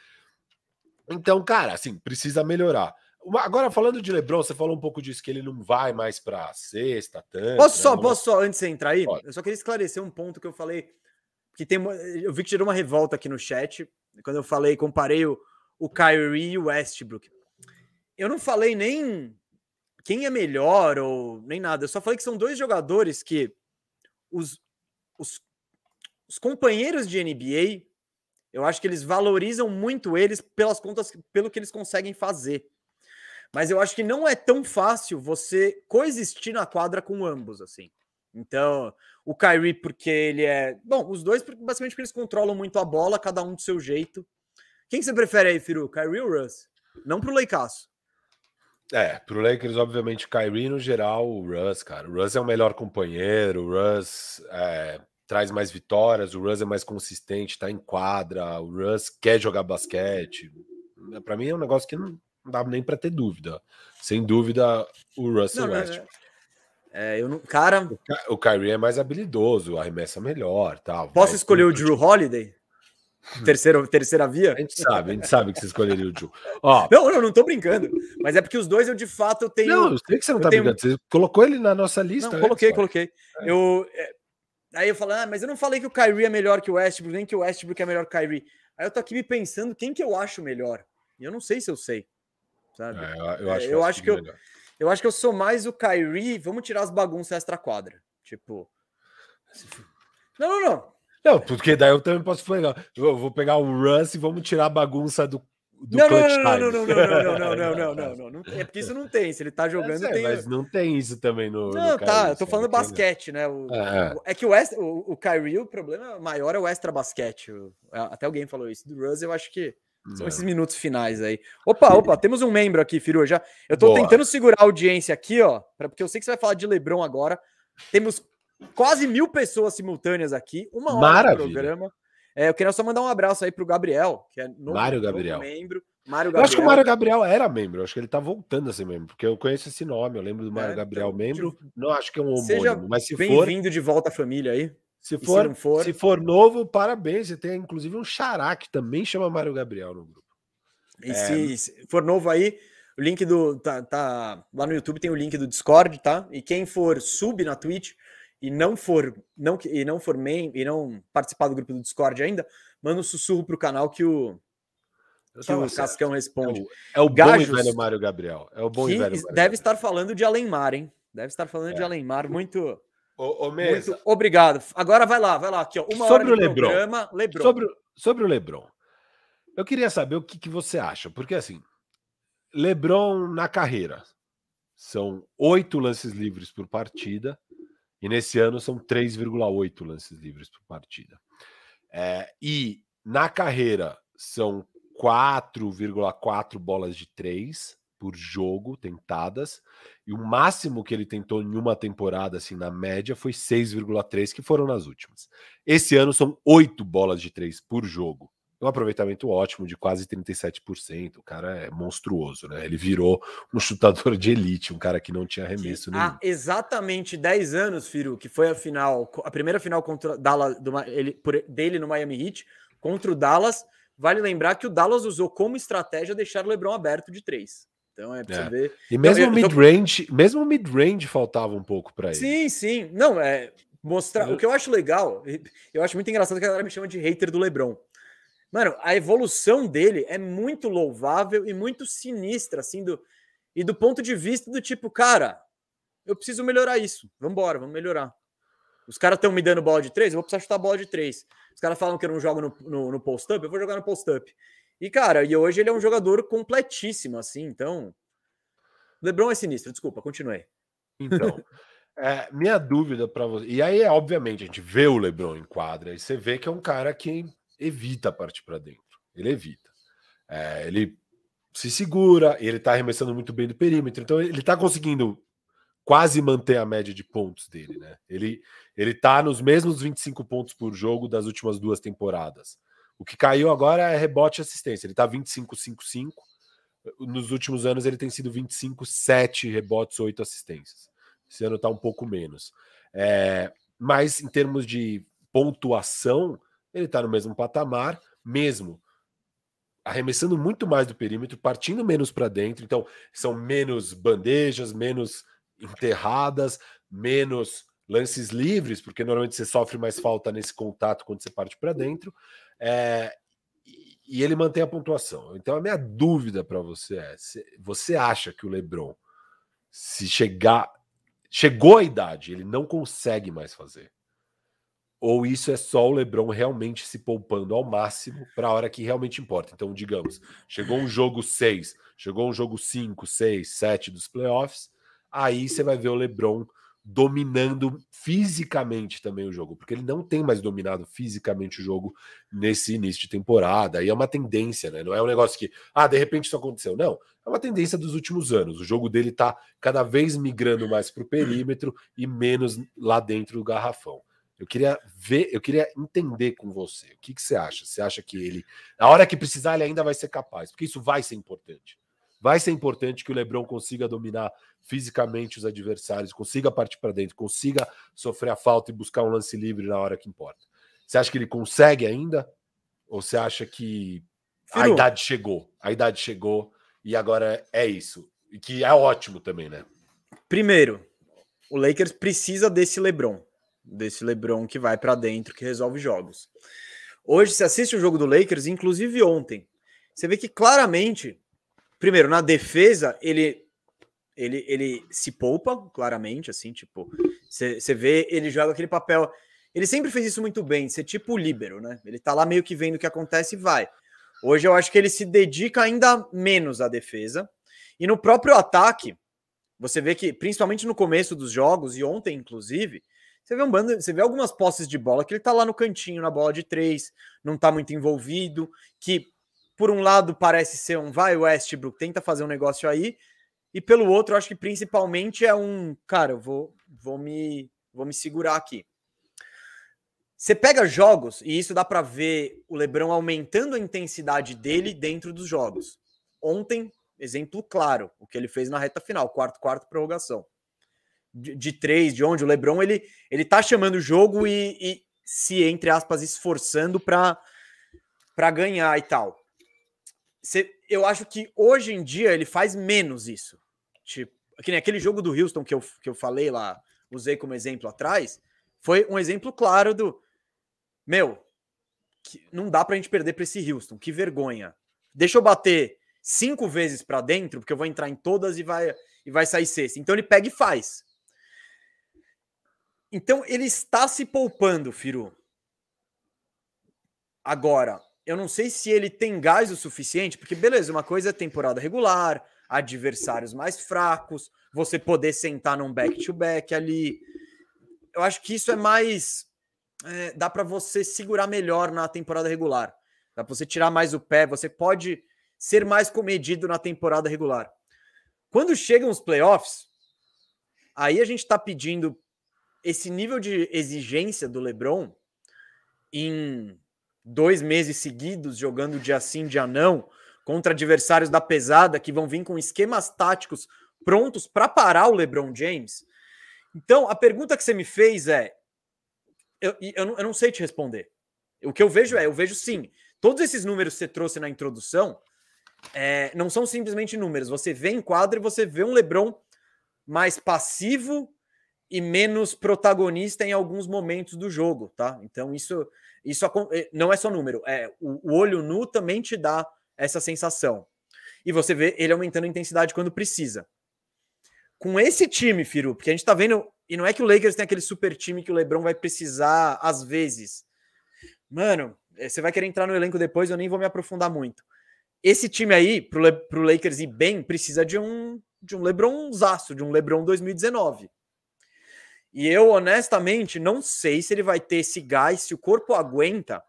Então, cara, assim, precisa melhorar. Agora, falando de LeBron, você falou um pouco disso, que ele não vai mais para sexta, tanto. Posso né? só, Não... posso só, antes de você entrar aí, Pode. eu só queria esclarecer um ponto que eu falei, que tem, eu vi que gerou uma revolta aqui no chat, quando eu falei, comparei o, o Kyrie e o Westbrook. Eu não falei nem quem é melhor ou nem nada, eu só falei que são dois jogadores que os, os, os companheiros de N B A, eu acho que eles valorizam muito eles pelas contas, pelo que eles conseguem fazer. Mas eu acho que não é tão fácil você coexistir na quadra com ambos, assim. Então, o Kyrie, porque ele é... Bom, os dois, basicamente, porque eles controlam muito a bola, cada um do seu jeito. Quem você prefere aí, Firu? Kyrie ou Russ? Não pro Leikaço. É, pro Lakers, obviamente, o Kyrie, no geral, o Russ, cara. O Russ é o melhor companheiro, o Russ é, traz mais vitórias, o Russ é mais consistente, tá em quadra, o Russ quer jogar basquete. Pra mim é um negócio que não... Não dá nem para ter dúvida. Sem dúvida, o Russell Não, não, Westbrook. É, eu não, cara... O, o Kyrie é mais habilidoso, arremessa melhor. Tal, posso escolher o Drew Holiday? Terceira, terceira via? A gente sabe, a gente sabe que você escolheria o Drew. Ó, não, não, não tô brincando. Mas é porque os dois eu, de fato, eu tenho... Não, eu sei que você não tá tenho... brincando. Você colocou ele na nossa lista. Não, coloquei, antes, coloquei. É. Eu... Aí eu falo, ah, mas eu não falei que o Kyrie é melhor que o Westbrook, nem que o Westbrook é melhor que o Kyrie. Aí eu tô aqui me pensando quem que eu acho melhor. E eu não sei se eu sei. Sabe? É, eu, eu acho, é, eu, acho que eu, melhor. eu acho que eu sou mais o Kyrie. Vamos tirar as bagunças extra-quadra. Tipo. Não, não, não. Não, porque daí eu também posso pegar. Eu vou pegar o Russ e vamos tirar a bagunça do. do não, clutch não, não, time. não, não, não, não, não, não, não, não, não, não, não. É porque isso não tem. Se ele tá jogando, é, tem. Mas não tem isso também no. Não, no tá. Kyrie, Eu tô falando basquete, né? O, é, é. é que o, extra, o, o Kyrie, o problema maior é o extra basquete. O, até alguém falou isso. Do Russ, eu acho que. São esses minutos finais aí. Opa, opa, temos um membro aqui, Firu. Já. Eu tô Boa. tentando segurar a audiência aqui, ó, pra, porque eu sei que você vai falar de LeBron agora. Temos quase mil pessoas simultâneas aqui, uma hora Maravilha. de programa. É, eu queria só mandar um abraço aí pro Gabriel, que é novo, Mário Gabriel. novo membro. Mário Gabriel. Eu acho que o Mário Gabriel era membro, eu acho que ele tá voltando a ser membro, porque eu conheço esse nome, eu lembro do Mário é, Gabriel então, membro. De... Não acho que é um homônimo, Seja mas se bem-vindo for... bem-vindo de volta à família aí. Se for, se, for... se for novo, parabéns. Você tem inclusive um xará que também chama Mário Gabriel no grupo. E é... se, se for novo aí, o link do. Tá, tá, lá no YouTube tem o link do Discord, tá? E quem for sub na Twitch e não for não, e não for main, e não participar do grupo do Discord ainda, manda um sussurro pro canal que o, que o Cascão responde. É o, é o Gajos, bom e velho Mário Gabriel. É o bom que e velho Mário deve Gabriel. Estar falando de Alemar, hein? Deve estar falando é. de Alemar. Muito. Ô, ô, Mesa. Muito obrigado. Agora vai lá, vai lá. Aqui, ó, uma sobre hora de o Lebron. programa. Lebron. Sobre, sobre o LeBron. Eu queria saber o que, que você acha, porque assim, LeBron na carreira são oito lances livres por partida e nesse ano são três vírgula oito lances livres por partida. É, e na carreira são quatro vírgula quatro bolas de três por jogo tentadas, e o máximo que ele tentou em uma temporada, assim, na média, foi seis vírgula três, que foram nas últimas. Esse ano são oito bolas de três por jogo. Um aproveitamento ótimo de quase trinta e sete por cento. O cara é monstruoso, né? Ele virou um chutador de elite, um cara que não tinha arremesso nenhum. Há exatamente dez anos, Firu, que foi a final, a primeira final contra Dallas, do, ele, por, dele no Miami Heat, contra o Dallas. Vale lembrar que o Dallas usou como estratégia deixar o LeBron aberto de três. Então é pra é. você ver. E mesmo o mid-range, tô... mesmo o mid-range faltava um pouco para ele. Sim, sim. Não, é mostrar. Eu... O que eu acho legal, eu acho muito engraçado que a galera me chama de hater do LeBron. Mano, a evolução dele é muito louvável e muito sinistra, assim, do, e do ponto de vista do tipo, cara, eu preciso melhorar isso. Vambora, vamos melhorar. Os caras estão me dando bola de três, eu vou precisar chutar bola de três. Os caras falam que eu não jogo no, no, no post-up, eu vou jogar no post-up. E, cara, e hoje ele é um jogador completíssimo, assim, então... LeBron é sinistro, desculpa, continuei. Então, é, minha dúvida para você... E aí, é, obviamente, a gente vê o LeBron em quadra e você vê que é um cara que evita partir para dentro. Ele evita. É, ele se segura, ele tá arremessando muito bem do perímetro, então ele tá conseguindo quase manter a média de pontos dele, né? Ele, ele tá nos mesmos vinte e cinco pontos por jogo das últimas duas temporadas. O que caiu agora é rebote e assistência. Ele tá vinte e cinco, cinco, cinco. Nos últimos anos ele tem sido vinte e cinco, sete rebotes, oito assistências. Esse ano tá um pouco menos. É, mas em termos de pontuação, ele tá no mesmo patamar, mesmo arremessando muito mais do perímetro, partindo menos para dentro. Então, são menos bandejas, menos enterradas, menos lances livres, porque normalmente você sofre mais falta nesse contato quando você parte para dentro. É, e ele mantém a pontuação. Então, a minha dúvida para você é: você acha que o LeBron, se chegar, chegou à idade, ele não consegue mais fazer? Ou isso é só o LeBron realmente se poupando ao máximo para a hora que realmente importa? Então, digamos, chegou um jogo seis, chegou um jogo cinco, seis, sete dos playoffs, aí você vai ver o LeBron dominando fisicamente também o jogo, porque ele não tem mais dominado fisicamente o jogo nesse início de temporada. Aí é uma tendência, né? Não é um negócio que, ah, de repente isso aconteceu. Não, é uma tendência dos últimos anos. O jogo dele tá cada vez migrando mais para o perímetro e menos lá dentro do garrafão. Eu queria ver, eu queria entender com você. O que, que você acha? Você acha que ele, na hora que precisar, ele ainda vai ser capaz? Porque isso vai ser importante. Vai ser importante que o LeBron consiga dominar fisicamente os adversários, consiga partir para dentro, consiga sofrer a falta e buscar um lance livre na hora que importa. Você acha que ele consegue ainda? Ou você acha que a Firu, idade chegou? A idade chegou e agora é isso. E que é ótimo também, né? primeiro, o Lakers precisa desse LeBron. Desse LeBron que vai para dentro, que resolve jogos. Hoje, você assiste o jogo do Lakers, inclusive ontem, você vê que claramente, primeiro, na defesa, ele, ele, ele se poupa, claramente, assim, tipo, você, você vê, ele joga aquele papel, ele sempre fez isso muito bem, ser tipo o líbero, né? Ele tá lá meio que vendo o que acontece e vai. Hoje eu acho que ele se dedica ainda menos à defesa, e no próprio ataque, você vê que, principalmente no começo dos jogos, e ontem, inclusive, Você vê, um bando, você vê algumas posses de bola que ele tá lá no cantinho, na bola de três, não tá muito envolvido, que por um lado parece ser um vai Westbrook, tenta fazer um negócio aí, e pelo outro, eu acho que principalmente é um, cara, eu vou, vou, me, vou me segurar aqui. Você pega jogos, e isso dá para ver o LeBron aumentando a intensidade dele dentro dos jogos. Ontem, exemplo claro, o que ele fez na reta final, quarto, quarto, prorrogação. De, de três, de onde o LeBron ele, ele tá chamando o jogo e, e se, entre aspas, esforçando para para ganhar e tal. Cê, eu acho que hoje em dia ele faz menos isso. Tipo, que nem aquele jogo do Houston que eu, que eu falei lá, usei como exemplo atrás, foi um exemplo claro do meu, que não dá pra gente perder pra esse Houston, que vergonha. Deixa eu bater cinco vezes para dentro, porque eu vou entrar em todas e vai, e vai sair sexta. Então ele pega e faz. Então, ele está se poupando, Firu. Agora, eu não sei se ele tem gás o suficiente, porque, beleza, uma coisa é temporada regular, adversários mais fracos, você poder sentar num back-to-back ali. Eu acho que isso é mais... É, dá para você segurar melhor na temporada regular. Dá para você tirar mais o pé, você pode ser mais comedido na temporada regular. Quando chegam os playoffs, aí a gente está pedindo esse nível de exigência do LeBron em dois meses seguidos, jogando dia sim, dia não, contra adversários da pesada que vão vir com esquemas táticos prontos para parar o LeBron James. Então, a pergunta que você me fez é, eu, eu, não, eu não sei te responder. O que eu vejo é, eu vejo sim, todos esses números que você trouxe na introdução é, não são simplesmente números. Você vê em quadro e você vê um LeBron mais passivo e menos protagonista em alguns momentos do jogo, tá? Então isso, isso não é só número, é o, o olho nu também te dá essa sensação. E você vê ele aumentando a intensidade quando precisa. com esse time, Firu, porque a gente tá vendo, e não é que o Lakers tem aquele super time que o LeBron vai precisar às vezes. Mano, você vai querer entrar no elenco depois, eu nem vou me aprofundar muito. Esse time aí, pro, Le, pro Lakers ir bem, precisa de um, de um LeBronzaço, de um LeBron dois mil e dezenove. E eu, honestamente, não sei se ele vai ter esse gás, se o corpo aguenta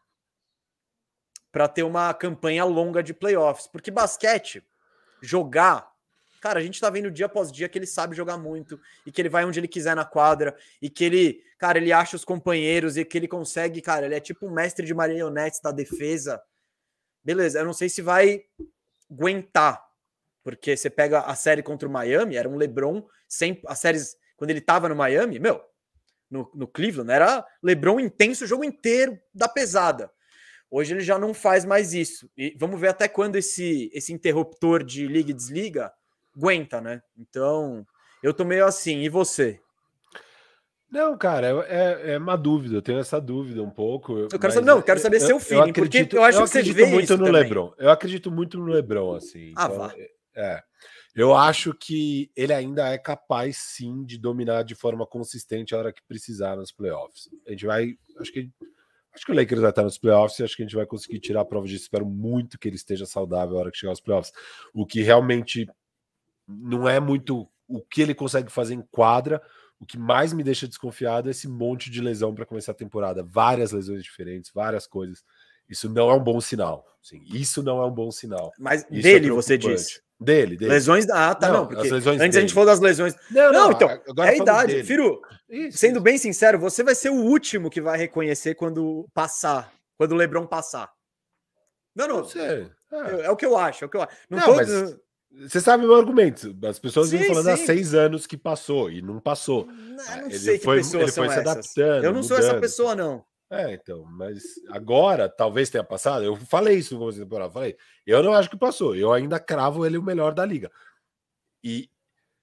para ter uma campanha longa de playoffs. Porque basquete, jogar, cara, a gente tá vendo dia após dia que ele sabe jogar muito e que ele vai onde ele quiser na quadra e que ele, cara, ele acha os companheiros e que ele consegue, cara, ele é tipo um mestre de marionetes da defesa. Beleza, eu não sei se vai aguentar, porque você pega a série contra o Miami, era um LeBron, sem, as séries, quando ele tava no Miami, meu, no, no Cleveland, era LeBron intenso o jogo inteiro da pesada. Hoje ele já não faz mais isso. E vamos ver até quando esse, esse interruptor de liga e desliga aguenta, né? Então, eu tô meio assim. E você? Não, cara, é, é uma dúvida. Eu tenho essa dúvida um pouco. Eu quero saber, não, eu quero saber eu, seu feeling, eu acredito, porque eu acho eu que você vê muito isso no também. LeBron. Eu acredito muito no LeBron, assim. Ah, então, vá. É. Eu acho que ele ainda é capaz, sim, de dominar de forma consistente a hora que precisar nos playoffs. A gente vai... Acho que Acho que o Lakers vai estar nos playoffs e acho que a gente vai conseguir tirar a prova disso. Espero muito que ele esteja saudável na hora que chegar aos playoffs. O que realmente não é muito o que ele consegue fazer em quadra. O que mais me deixa desconfiado é esse monte de lesão para começar a temporada. Várias lesões diferentes, várias coisas. Isso não é um bom sinal. Sim, isso não é um bom sinal. Mas isso dele, é você disse. Dele, dele. Lesões. Ah, tá, não. não porque as lesões antes dele. a gente falou das lesões. Não, não, não então. agora é a idade. dele. Firu, isso, sendo isso. bem sincero, você vai ser o último que vai reconhecer quando passar, quando o LeBron passar. Não, não. Não sei. É, é o que eu acho, é o que eu acho. Não, Não, tô... mas você sabe o meu argumento. As pessoas Sim, vêm falando há sim. seis anos que passou e não passou. Não, Ah, não ele sei foi, que pessoas ele são foi se essas. adaptando. Eu não sou mudando. essa pessoa, não. É, então, mas agora talvez tenha passado. Eu falei isso no começo da temporada. Falei, eu não acho que passou. Eu ainda cravo ele o melhor da liga. E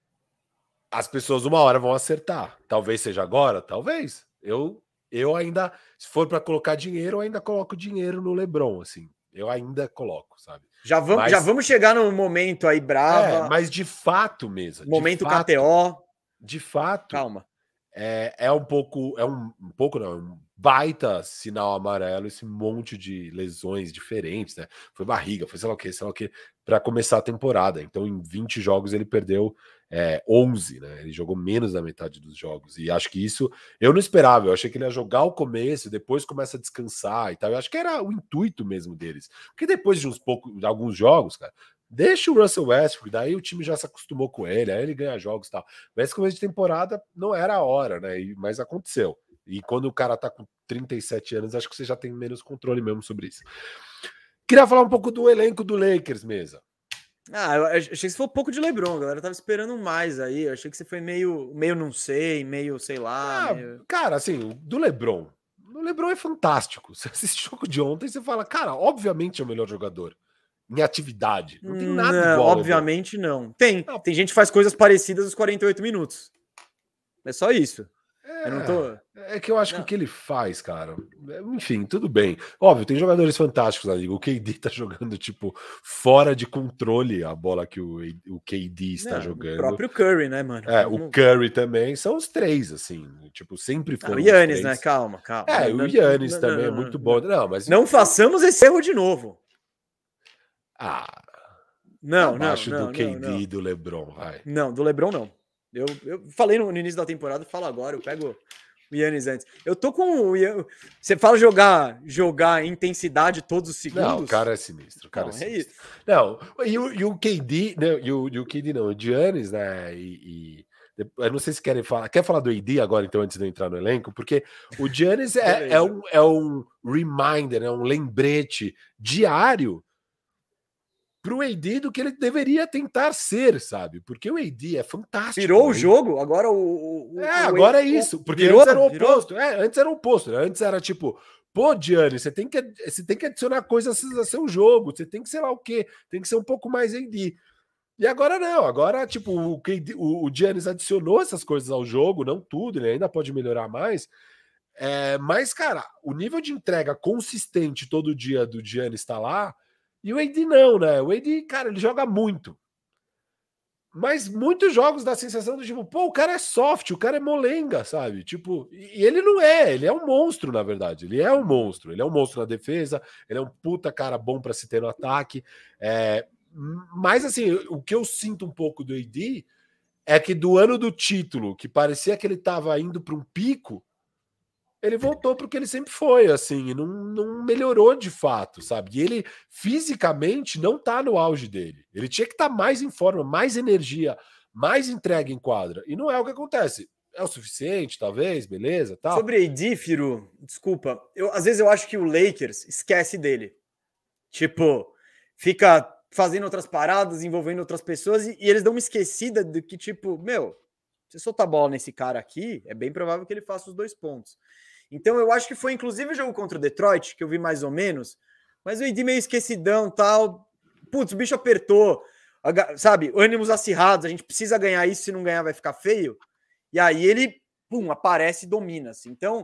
as pessoas uma hora vão acertar. Talvez seja agora, talvez. Eu, eu ainda, se for para colocar dinheiro, eu ainda coloco dinheiro no LeBron, assim. Eu ainda coloco, sabe? Já vamos, mas, já vamos chegar no momento aí brava. É, mas de fato mesmo. Momento de fato, K T O. De fato. Calma. É, é um pouco, é um, um pouco não, um baita sinal amarelo esse monte de lesões diferentes, né? Foi barriga, foi sei lá o que, sei lá o que, para começar a temporada. Então, em vinte jogos ele perdeu é, onze, né? Ele jogou menos da metade dos jogos. E acho que isso eu não esperava. Eu achei que ele ia jogar o começo, depois começa a descansar e tal. Eu acho que era o intuito mesmo deles. Porque depois de uns poucos, de alguns jogos, cara. Deixa o Russell Westbrook, daí o time já se acostumou com ele, aí ele ganha jogos e tal. Mas começo de temporada não era a hora, né? E, mas aconteceu. E quando o cara tá com trinta e sete anos, acho que você já tem menos controle mesmo sobre isso. Queria falar um pouco do elenco do Lakers, mesa. Ah, eu achei que você foi um pouco de LeBron, a galera tava esperando mais aí. Eu achei que você foi meio, meio não sei, meio sei lá. Ah, meio... Cara, assim, do LeBron. O LeBron é fantástico. Você assiste o jogo de ontem e você fala, cara, obviamente é o melhor jogador. Em atividade. Não tem nada não, igual. Obviamente não. Tem. Não. Tem gente que faz coisas parecidas aos quarenta e oito minutos. É só isso. É, eu não tô... é que eu acho não. que o que ele faz, cara. Enfim, tudo bem. Óbvio, tem jogadores fantásticos na liga. O K D tá jogando, tipo, fora de controle a bola que o, o K D está não, jogando. O próprio Curry, né, mano? É, Vamos... o Curry também. São os três, assim. Tipo, sempre foram. Ah, o Giannis, né? Calma, calma. É, não, o Giannis não, também não, é muito bom. Não, mas. Não façamos esse erro de novo. Ah. Não, abaixo não, não, do K D não, não. e do LeBron, vai. Não, do LeBron não. Eu, eu falei no, no início da temporada, falo agora, eu pego o Giannis antes. Eu tô com o Você fala jogar, jogar intensidade todos os segundos? Não, o cara é sinistro. O cara não, é sinistro. É isso. Não, e o, e o K D, não, e o, e o K D não, o Giannis, né, e, e eu não sei se querem falar, quer falar do A D agora, então, antes de eu entrar no elenco, porque o Giannis é, é, um, é um reminder, é um lembrete diário pro A D do que ele deveria tentar ser, sabe? Porque o A D é fantástico. Virou né? o jogo, agora o... o é, o, agora o, é isso, porque virou, antes era o virou? oposto. É, antes era o oposto, né? Antes era tipo, pô, Giannis, você tem que, você tem que adicionar coisas a seu jogo, você tem que sei lá o quê, tem que ser um pouco mais A D. E agora não, agora, tipo, o, o, o Giannis adicionou essas coisas ao jogo, não tudo, ele ainda pode melhorar mais. É, mas, cara, o nível de entrega consistente todo dia do Giannis tá lá, e o A D não, né? O A D, cara, ele joga muito. Mas muitos jogos dá a sensação do tipo, pô, o cara é soft, o cara é molenga, sabe? Tipo, e ele não é, ele é um monstro, na verdade. Ele é um monstro, ele é um monstro na defesa, ele é um puta cara bom para se ter no ataque. É, mas assim, o que eu sinto um pouco do A D é que do ano do título, que parecia que ele tava indo para um pico, ele voltou para o que ele sempre foi, assim, e não, não melhorou de fato, sabe? E ele fisicamente não tá no auge dele. Ele tinha que estar tá mais em forma, mais energia, mais entrega em quadra. E não é o que acontece. É o suficiente, talvez, beleza, tal. Sobre A D, Firu, desculpa, eu, às vezes eu acho que o Lakers esquece dele. Tipo, fica fazendo outras paradas, envolvendo outras pessoas, e, e eles dão uma esquecida de que, tipo, meu, se soltar a bola nesse cara aqui, é bem provável que ele faça os dois pontos. Então eu acho que foi inclusive o jogo contra o Detroit, que eu vi mais ou menos, mas o A D meio esquecidão, tal. Putz, o bicho apertou, sabe? Ânimos acirrados, a gente precisa ganhar isso, se não ganhar vai ficar feio. E aí ele, pum, aparece e domina, assim. Então,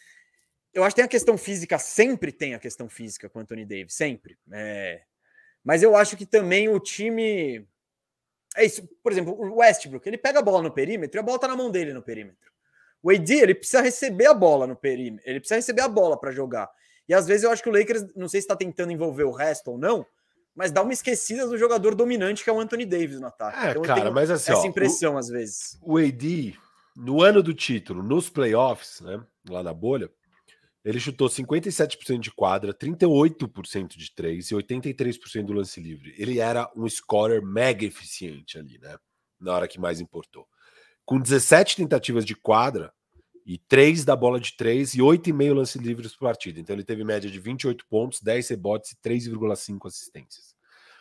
eu acho que tem a questão física, sempre tem a questão física com o Anthony Davis, sempre. É... Mas eu acho que também o time... É isso, por exemplo, o Westbrook, ele pega a bola no perímetro e a bola tá na mão dele no perímetro. O A D, ele precisa receber a bola no perímetro, ele precisa receber a bola para jogar. E às vezes eu acho que o Lakers, não sei se está tentando envolver o resto ou não, mas dá uma esquecida do jogador dominante que é o Anthony Davis no ataque. É, então, cara, mas assim, essa ó, impressão o, às vezes. O A D, no ano do título, nos playoffs, né, lá na bolha, ele chutou cinquenta e sete por cento de quadra, trinta e oito por cento de três e oitenta e três por cento do lance livre. Ele era um scorer mega eficiente ali, né, na hora que mais importou. Com dezessete tentativas de quadra, e três da bola de três e oito vírgula cinco lances livres por partida. Então ele teve média de vinte e oito pontos, dez rebotes e três vírgula cinco assistências.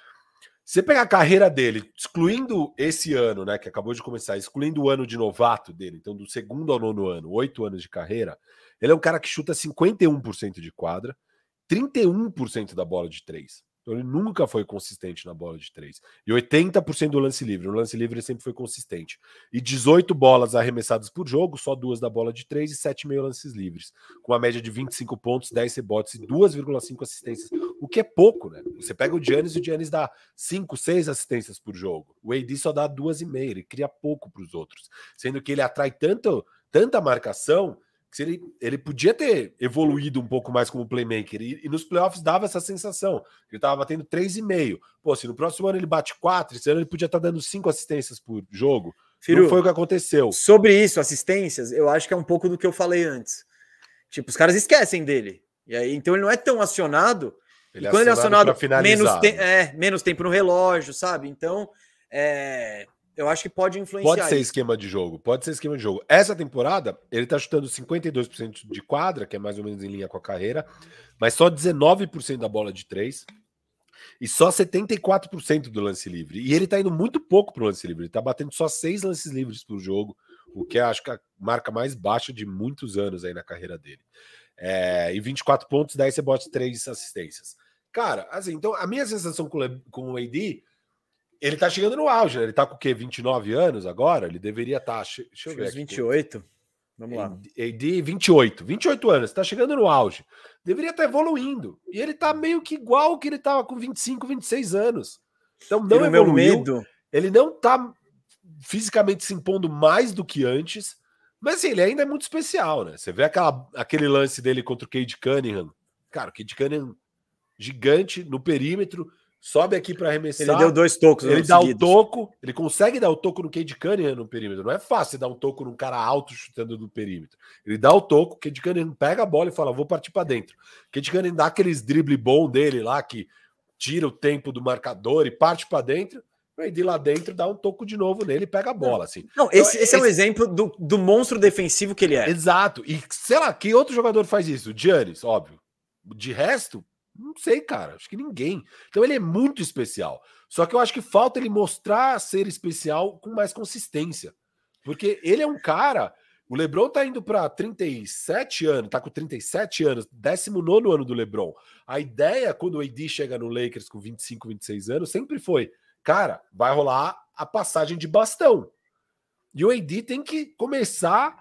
Se você pegar a carreira dele, excluindo esse ano, né, que acabou de começar, excluindo o ano de novato dele, então do segundo ao nono ano, oito anos de carreira, ele é um cara que chuta cinquenta e um por cento de quadra, trinta e um por cento da bola de três. Então ele nunca foi consistente na bola de três. E oitenta por cento do lance livre. No lance livre ele sempre foi consistente. E dezoito bolas arremessadas por jogo, só duas da bola de três e sete vírgula cinco lances livres. Com uma média de vinte e cinco pontos, dez rebotes e duas vírgula cinco assistências. O que é pouco, né? Você pega o Giannis e o Giannis dá cinco, seis assistências por jogo. O A D só dá duas e meia. Ele cria pouco para os outros. Sendo que ele atrai tanto, tanta marcação... Ele, ele podia ter evoluído um pouco mais como playmaker e, e nos playoffs dava essa sensação. Ele estava batendo três e meio. Pô, se no próximo ano ele bate quatro, esse ano ele podia estar tá dando cinco assistências por jogo. Firu, não foi o que aconteceu. Sobre isso, assistências, eu acho que é um pouco do que eu falei antes. Tipo, os caras esquecem dele. E aí, então ele não é tão acionado. Ele e quando é acionado, ele é acionado menos, te é, menos tempo no relógio, sabe? Então, é... eu acho que pode influenciar. Pode ser isso. esquema de jogo, pode ser esquema de jogo. Essa temporada, ele tá chutando cinquenta e dois por cento de quadra, que é mais ou menos em linha com a carreira, mas só dezenove por cento da bola de três e só setenta e quatro por cento do lance livre. E ele tá indo muito pouco pro lance livre, ele tá batendo só seis lances livres por jogo, o que é, acho que a marca mais baixa de muitos anos aí na carreira dele. É, e vinte e quatro pontos, dez rebotes, três assistências. Cara, assim, então a minha sensação com, com o A D... Ele tá chegando no auge, né? Ele tá com o quê? vinte e nove anos agora? Ele deveria estar... Tá, deixa eu ver aqui. vinte e oito. Vamos lá. A D, vinte e oito. vinte e oito anos, tá chegando no auge. Deveria estar tá evoluindo. E ele tá meio que igual que ele tava com vinte e cinco, vinte e seis anos. Então não evoluiu. Meu medo. Ele não tá fisicamente se impondo mais do que antes. Mas assim, ele ainda é muito especial, né? Você vê aquela, aquele lance dele contra o Cade Cunningham. Cara, o Cade Cunningham gigante no perímetro... Sobe aqui para arremessar. Ele deu dois tocos. Ele dá seguidos. o toco. Ele consegue dar o toco no Cade Cunningham no perímetro. Não é fácil dar um toco num cara alto chutando no perímetro. Ele dá o toco, o Cade Cunningham pega a bola e fala, vou partir para dentro. O Cade Cunningham dá aqueles drible bom dele lá, que tira o tempo do marcador e parte para dentro. E de lá dentro dá um toco de novo nele e pega a bola. Assim. Não, esse, então, esse é um esse... exemplo do, do monstro defensivo que ele é. Exato. E sei lá, que outro jogador faz isso? O Giannis, óbvio. De resto... Não sei, cara. Acho que ninguém. Então ele é muito especial. Só que eu acho que falta ele mostrar ser especial com mais consistência. Porque ele é um cara... O LeBron tá indo para trinta e sete anos, tá com trinta e sete anos, décimo nono ano do LeBron. A ideia, quando o A D chega no Lakers com vinte e cinco, vinte e seis anos, sempre foi, cara, vai rolar a passagem de bastão. E o A D tem que começar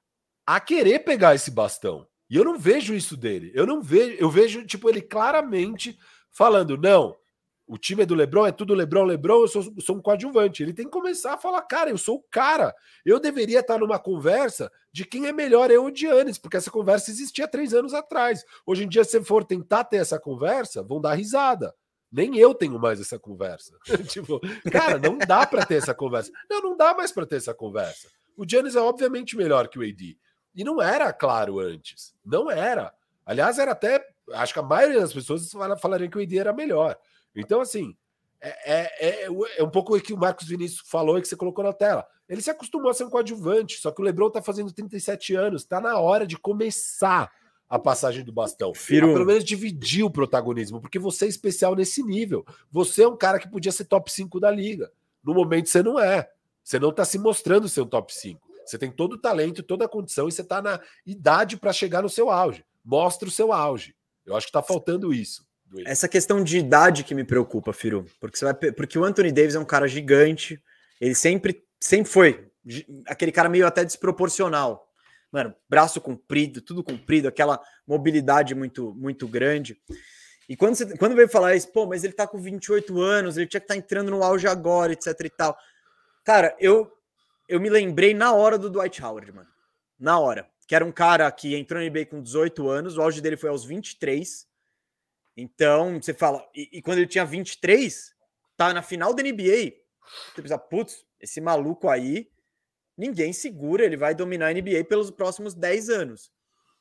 a querer pegar esse bastão. E eu não vejo isso dele. Eu não vejo, eu vejo tipo ele claramente falando: "Não, o time é do LeBron, é tudo LeBron, LeBron, eu sou, sou um coadjuvante. Ele tem que começar a falar, cara, eu sou o cara. Eu deveria estar numa conversa de quem é melhor, eu ou o Giannis, porque essa conversa existia três anos atrás. Hoje em dia, se for tentar ter essa conversa, vão dar risada. Nem eu tenho mais essa conversa. Tipo, cara, não dá para ter essa conversa. Não, não dá mais para ter essa conversa. O Giannis é obviamente melhor que o A D. E não era claro antes. Não era. Aliás, era até... Acho que a maioria das pessoas falariam que o A D era melhor. Então, assim, é, é, é um pouco o que o Marcos Vinícius falou e que você colocou na tela. Ele se acostumou a ser um coadjuvante, só que o LeBron tá fazendo trinta e sete anos. Tá na hora de começar a passagem do bastão. Firo... A, pelo menos dividir o protagonismo, porque você é especial nesse nível. Você é um cara que podia ser top cinco da liga. No momento você não é. Você não tá se mostrando ser um top cinco. Você tem todo o talento, toda a condição e você tá na idade para chegar no seu auge. Mostra o seu auge. Eu acho que tá faltando isso. Essa questão de idade que me preocupa, Firu, porque, você vai, porque o Anthony Davis é um cara gigante, ele sempre, sempre foi aquele cara meio até desproporcional. Mano, braço comprido, tudo comprido, aquela mobilidade muito, muito grande. E quando, você, quando veio falar isso, pô, mas ele tá com vinte e oito anos, ele tinha que estar tá entrando no auge agora, etc e tal. Cara, eu, eu me lembrei na hora do Dwight Howard, mano. Na hora. Que era um cara que entrou no N B A com dezoito anos, o auge dele foi aos vinte e três. Então, você fala... E, e quando ele tinha vinte e três, tá na final da N B A. Você pensa, putz, esse maluco aí... Ninguém segura, ele vai dominar a N B A pelos próximos dez anos.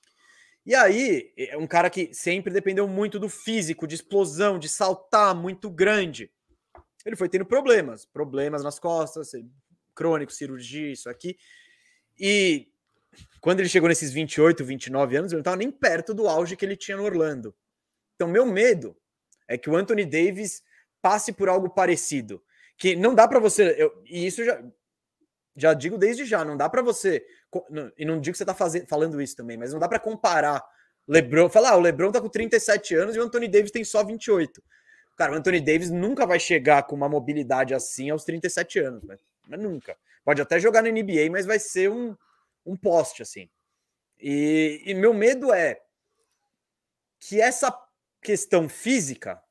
E aí, é um cara que sempre dependeu muito do físico, de explosão, de saltar muito grande. Ele foi tendo problemas, problemas nas costas, crônico, cirurgia, isso aqui. E quando ele chegou nesses vinte e oito, vinte e nove anos, ele não estava nem perto do auge que ele tinha no Orlando. Então, meu medo é que o Anthony Davis passe por algo parecido. Que não dá para você... Eu, e isso já... Já digo desde já, não dá para você, e não digo que você tá fazendo, falando isso também, mas não dá para comparar LeBron, falar, ah, o LeBron tá com trinta e sete anos e o Anthony Davis tem só vinte e oito. Cara, o Anthony Davis nunca vai chegar com uma mobilidade assim aos trinta e sete anos, né? Mas nunca. Pode até jogar na N B A, mas vai ser um, um poste, assim. E, e meu medo é que essa questão física,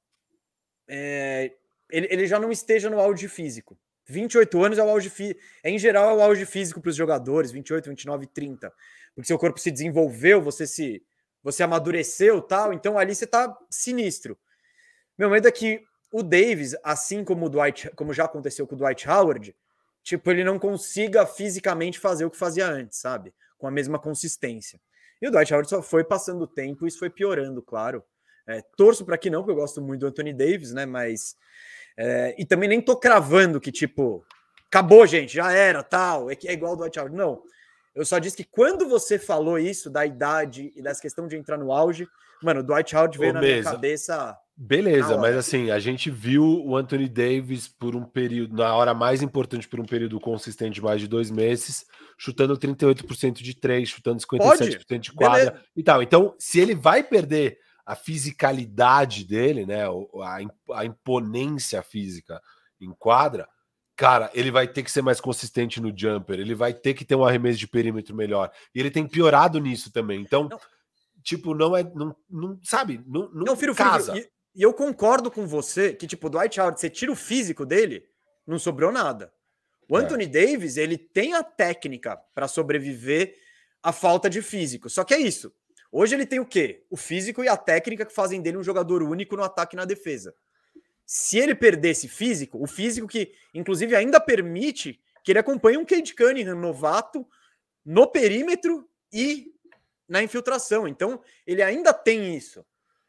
é, ele, ele já não esteja no auge físico. vinte e oito anos é o auge físico. É, em geral, é o auge físico para os jogadores, vinte e oito, vinte e nove, trinta. Porque seu corpo se desenvolveu, você se você amadureceu tal, então ali você tá sinistro. Meu medo é que o Davis, assim como o Dwight, como já aconteceu com o Dwight Howard, tipo, ele não consiga fisicamente fazer o que fazia antes, sabe? Com a mesma consistência. E o Dwight Howard só foi passando o tempo e isso foi piorando, claro. É, torço para que não, porque eu gosto muito do Anthony Davis, né? Mas É, e também nem tô cravando que, tipo, acabou, gente, já era, tal, é, é igual o Dwight Howard. Não, eu só disse que quando você falou isso da idade e dessa questão de entrar no auge, mano, o Dwight Howard veio Ô, na mesa. minha cabeça... Beleza, mas assim, a gente viu o Anthony Davis por um período, na hora mais importante, por um período consistente de mais de dois meses, chutando trinta e oito por cento de três, chutando cinquenta e sete por cento de quadra Beleza. e tal. Então, se ele vai perder... a fisicalidade dele, né, a, a imponência física em quadra, cara, ele vai ter que ser mais consistente no jumper, ele vai ter que ter um arremesso de perímetro melhor, e ele tem piorado nisso também, então, não. tipo, não é, não, não sabe, não, não, não filho, casa. Filho, e, e eu concordo com você que, tipo, o Dwight Howard, você tira o físico dele, não sobrou nada. O Anthony é. Davis, ele tem a técnica para sobreviver à falta de físico, só que é isso. Hoje ele tem o quê? O físico e a técnica que fazem dele um jogador único no ataque e na defesa. Se ele perder esse físico, o físico que, inclusive, ainda permite que ele acompanhe um Cade Cunningham novato no perímetro e na infiltração. Então, ele ainda tem isso.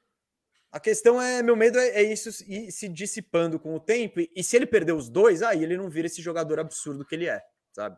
A questão é, meu medo é, é isso ir se dissipando com o tempo. E, e se ele perder os dois, aí ele não vira esse jogador absurdo que ele é, sabe?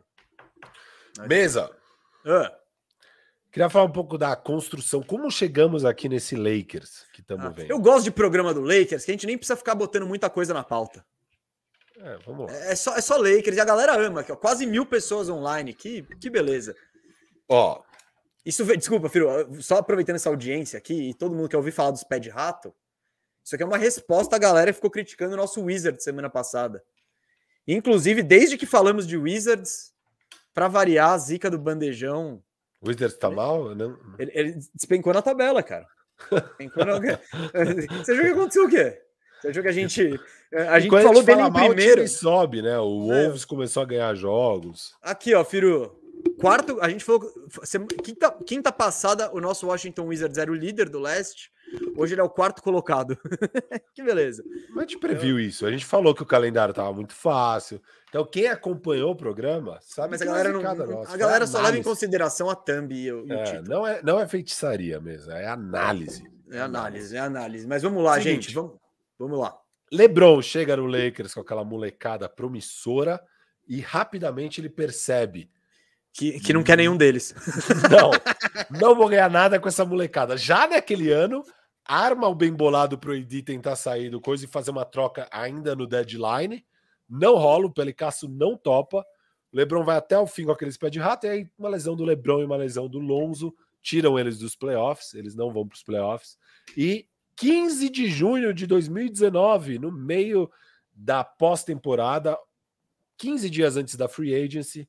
Mesa! Ah. Queria falar um pouco da construção. Como chegamos aqui nesse Lakers que estamos ah, vendo? Eu gosto de programa do Lakers, que a gente nem precisa ficar botando muita coisa na pauta. É, vamos lá. É só, é só Lakers e a galera ama. Aqui, ó, quase mil pessoas online. Que, que beleza. Ó. Isso, desculpa, filho, só aproveitando essa audiência aqui e todo mundo que ouviu falar dos pés de rato, isso aqui é uma resposta à galera que ficou criticando o nosso Wizards semana passada. Inclusive, desde que falamos de Wizards, para variar a zica do bandejão... O Wizards tá ele, mal? Não... Ele, ele despencou na tabela, cara. Despencou na... Você viu o que aconteceu o quê? Você achou que a gente. A gente Quando falou a gente dele fala em mal, primeiro. o time sobe, né? O Wolves é. começou a ganhar jogos. Aqui, ó, Firu. Quarto, a gente falou. Quinta, quinta passada, o nosso Washington Wizards era o líder do leste. Hoje ele é o quarto colocado. Que beleza. Mas a gente previu então... isso. A gente falou que o calendário tava muito fácil. Então, quem acompanhou o programa sabe Mas que a galera, não, nossa. a galera só leva em consideração a thumb e o, e é, o título. Não é, não é feitiçaria mesmo, é análise. É análise, é análise. Mas vamos lá, Seguinte, gente. Vamos, vamos lá. LeBron chega no Lakers com aquela molecada promissora e rapidamente ele percebe que, que não quer nenhum deles. Não, não vou ganhar nada com essa molecada. Já naquele ano, arma o bem bolado pro A D tentar sair do coisa e fazer uma troca ainda no deadline. Não rola, o Pelicasso não topa. O LeBron vai até o fim com aqueles pés de rato, e aí uma lesão do LeBron e uma lesão do Lonzo tiram eles dos playoffs, eles não vão para os playoffs. E quinze de junho de dois mil e dezenove, no meio da pós-temporada, quinze dias antes da free agency,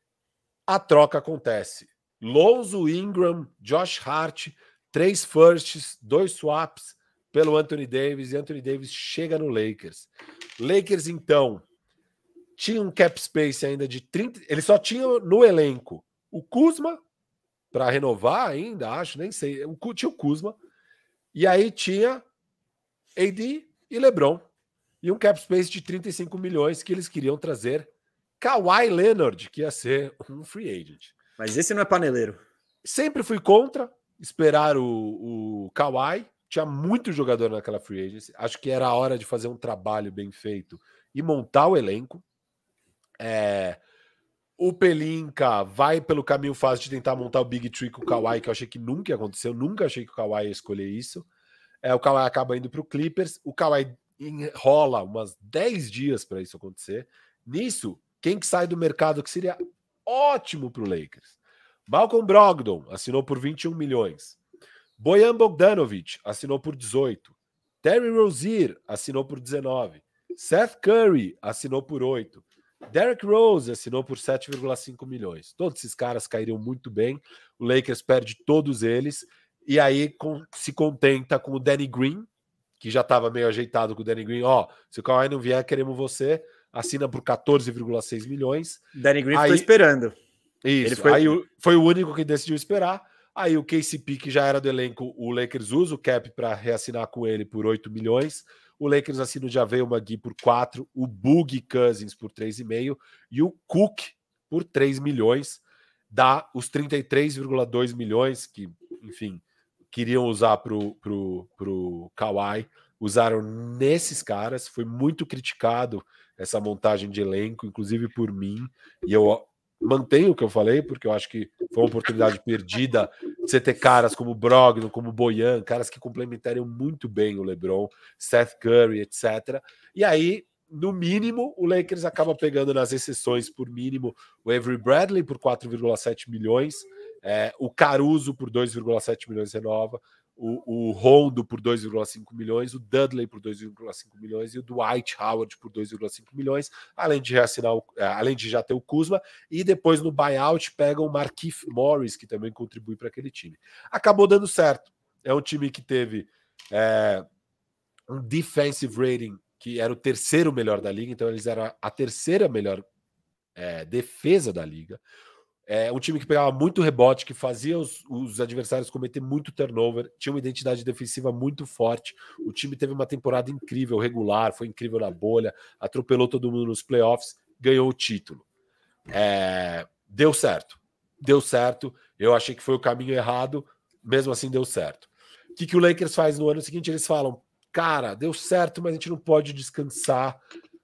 a troca acontece. Lonzo, Ingram, Josh Hart, três firsts, dois swaps pelo Anthony Davis, e Anthony Davis chega no Lakers. Lakers, então, tinha um cap space ainda de trinta... Ele só tinha no elenco o Kuzma, para renovar ainda, acho, nem sei. Tinha o Kuzma. E aí tinha A D e LeBron. E um cap space de trinta e cinco milhões que eles queriam trazer Kawhi Leonard, que ia ser um free agent. Mas esse não é paneleiro. Sempre fui contra esperar o, o Kawhi. Tinha muito jogador naquela free agency. Acho que era a hora de fazer um trabalho bem feito e montar o elenco. É... O Pelinka vai pelo caminho fácil de tentar montar o Big Tree com o Kawhi, que eu achei que nunca aconteceu. Nunca achei que o Kawhi ia escolher isso. É, o Kawhi acaba indo para o Clippers. O Kawhi enrola umas dez dias para isso acontecer. Nisso, quem que sai do mercado que seria ótimo para o Lakers? Malcolm Brogdon assinou por vinte e um milhões. Bojan Bogdanovic assinou por dezoito. Terry Rozier assinou por dezenove. Seth Curry assinou por oito. Derrick Rose assinou por sete vírgula cinco milhões. Todos esses caras cairiam muito bem. O Lakers perde todos eles. E aí com, se contenta com o Danny Green, que já estava meio ajeitado com o Danny Green. Ó, se o Kawhi não vier, queremos você. Assina por quatorze vírgula seis milhões. Danny Green aí, ficou esperando. Isso. Ele foi... Aí foi o único que decidiu esperar. Aí o K C P, que já era do elenco, o Lakers usa o cap para reassinar com ele por oito milhões. O Lakers assina o Javel Magui por quatro, o Boogie Cousins por três vírgula cinco e o Cook por três milhões. Dá os trinta e três vírgula dois milhões que, enfim, queriam usar para o pro, pro Kawhi. Usaram nesses caras. Foi muito criticado essa montagem de elenco, inclusive por mim. E eu mantenho o que eu falei, porque eu acho que foi uma oportunidade perdida de você ter caras como Brogdon, como Bojan, caras que complementariam muito bem o LeBron, Seth Curry, etcétera. E aí, no mínimo, o Lakers acaba pegando nas exceções por mínimo o Avery Bradley por quatro vírgula sete milhões, é, o Caruso por dois vírgula sete milhões renova, o, o Rondo por dois vírgula cinco milhões, o Dudley por dois vírgula cinco milhões e o Dwight Howard por dois vírgula cinco milhões, além de reassinar o, além de já ter o Kuzma, e depois no buyout pegam o Markieff Morris, que também contribui para aquele time. Acabou dando certo. É um time que teve é, um defensive rating que era o terceiro melhor da liga, então eles eram a terceira melhor é, defesa da liga. É um time que pegava muito rebote, que fazia os, os adversários cometer muito turnover, tinha uma identidade defensiva muito forte. O time teve uma temporada incrível, regular, foi incrível na bolha, atropelou todo mundo nos playoffs, ganhou o título. É, deu certo, deu certo. Eu achei que foi o caminho errado, mesmo assim deu certo. O que, que o Lakers faz no ano seguinte? Eles falam, cara, deu certo, mas a gente não pode descansar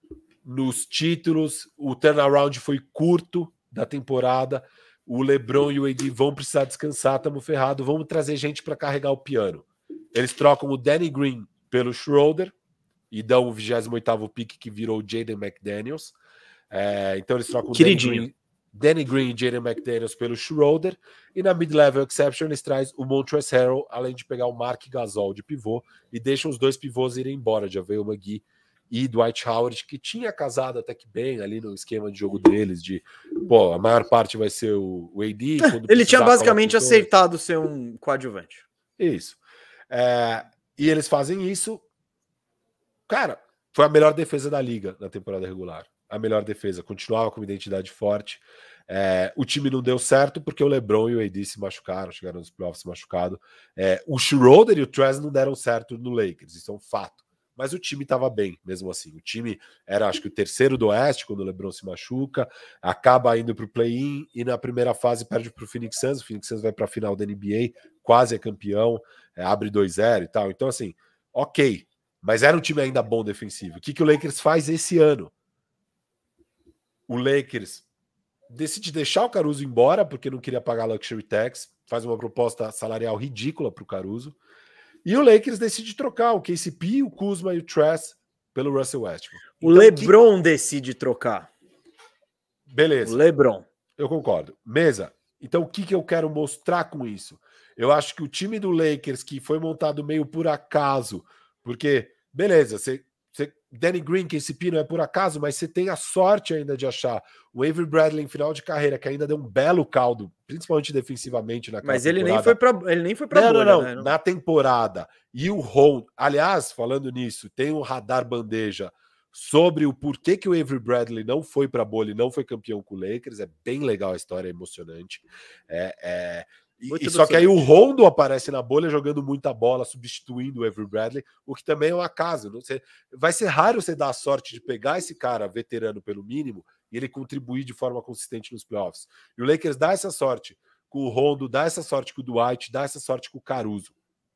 nos títulos, o turnaround foi curto da temporada, o LeBron e o A D vão precisar descansar, estamos ferrados, vamos trazer gente para carregar o piano. Eles trocam o Danny Green pelo Schroeder e dão o vigésimo oitavo pick que virou o Jaden McDaniels. É, então eles trocam o Danny Green, Danny Green e Jaden McDaniels pelo Schroeder, e na mid-level exception eles trazem o Montrezl Harrell, além de pegar o Marc Gasol de pivô, e deixam os dois pivôs irem embora, JaVale McGee e Dwight Howard, que tinha casado até que bem ali no esquema de jogo deles, de, pô, a maior parte vai ser o, o A D. Ele tinha basicamente aceitado ser um coadjuvante. Isso. É, e eles fazem isso, cara, foi a melhor defesa da liga na temporada regular. A melhor defesa, continuava com uma identidade forte. É, o time não deu certo porque o LeBron e o A D se machucaram, chegaram nos playoffs machucados. É, o Schroeder e o Trez não deram certo no Lakers, isso é um fato. Mas o time estava bem, mesmo assim. O time era, acho que, o terceiro do Oeste, quando o LeBron se machuca, acaba indo para o play-in e na primeira fase perde para o Phoenix Suns. O Phoenix Suns vai para a final da N B A, quase é campeão, é, abre dois a zero e tal. Então, assim, ok. Mas era um time ainda bom defensivo. O que, que o Lakers faz esse ano? O Lakers decide deixar o Caruso embora porque não queria pagar luxury tax, faz uma proposta salarial ridícula para o Caruso. E o Lakers decide trocar o K C P, o Kuzma e o Trez pelo Russell Westbrook. O então, LeBron que... decide trocar. Beleza. O LeBron. Eu concordo. Mesa. Então, o que, que eu quero mostrar com isso? Eu acho que o time do Lakers, que foi montado meio por acaso, porque, beleza, você, você, Danny Green, K C P não é por acaso, mas você tem a sorte ainda de achar o Avery Bradley em final de carreira, que ainda deu um belo caldo, principalmente defensivamente naquela Mas ele temporada. nem foi para ele nem foi para não, bolha, não, não, né? Não. Na temporada. E o Ron, aliás, falando nisso, tem um radar bandeja sobre o porquê que o Avery Bradley não foi para bolha e não foi campeão com o Lakers. É bem legal a história, é emocionante. É, é... E, e só que aí o Rondo aparece na bolha jogando muita bola, substituindo o Avery Bradley, o que também é um acaso. Não sei, vai ser raro você dar a sorte de pegar esse cara veterano pelo mínimo e ele contribuir de forma consistente nos playoffs. E o Lakers dá essa sorte com o Rondo, dá essa sorte com o Dwight, dá essa sorte com o Caruso.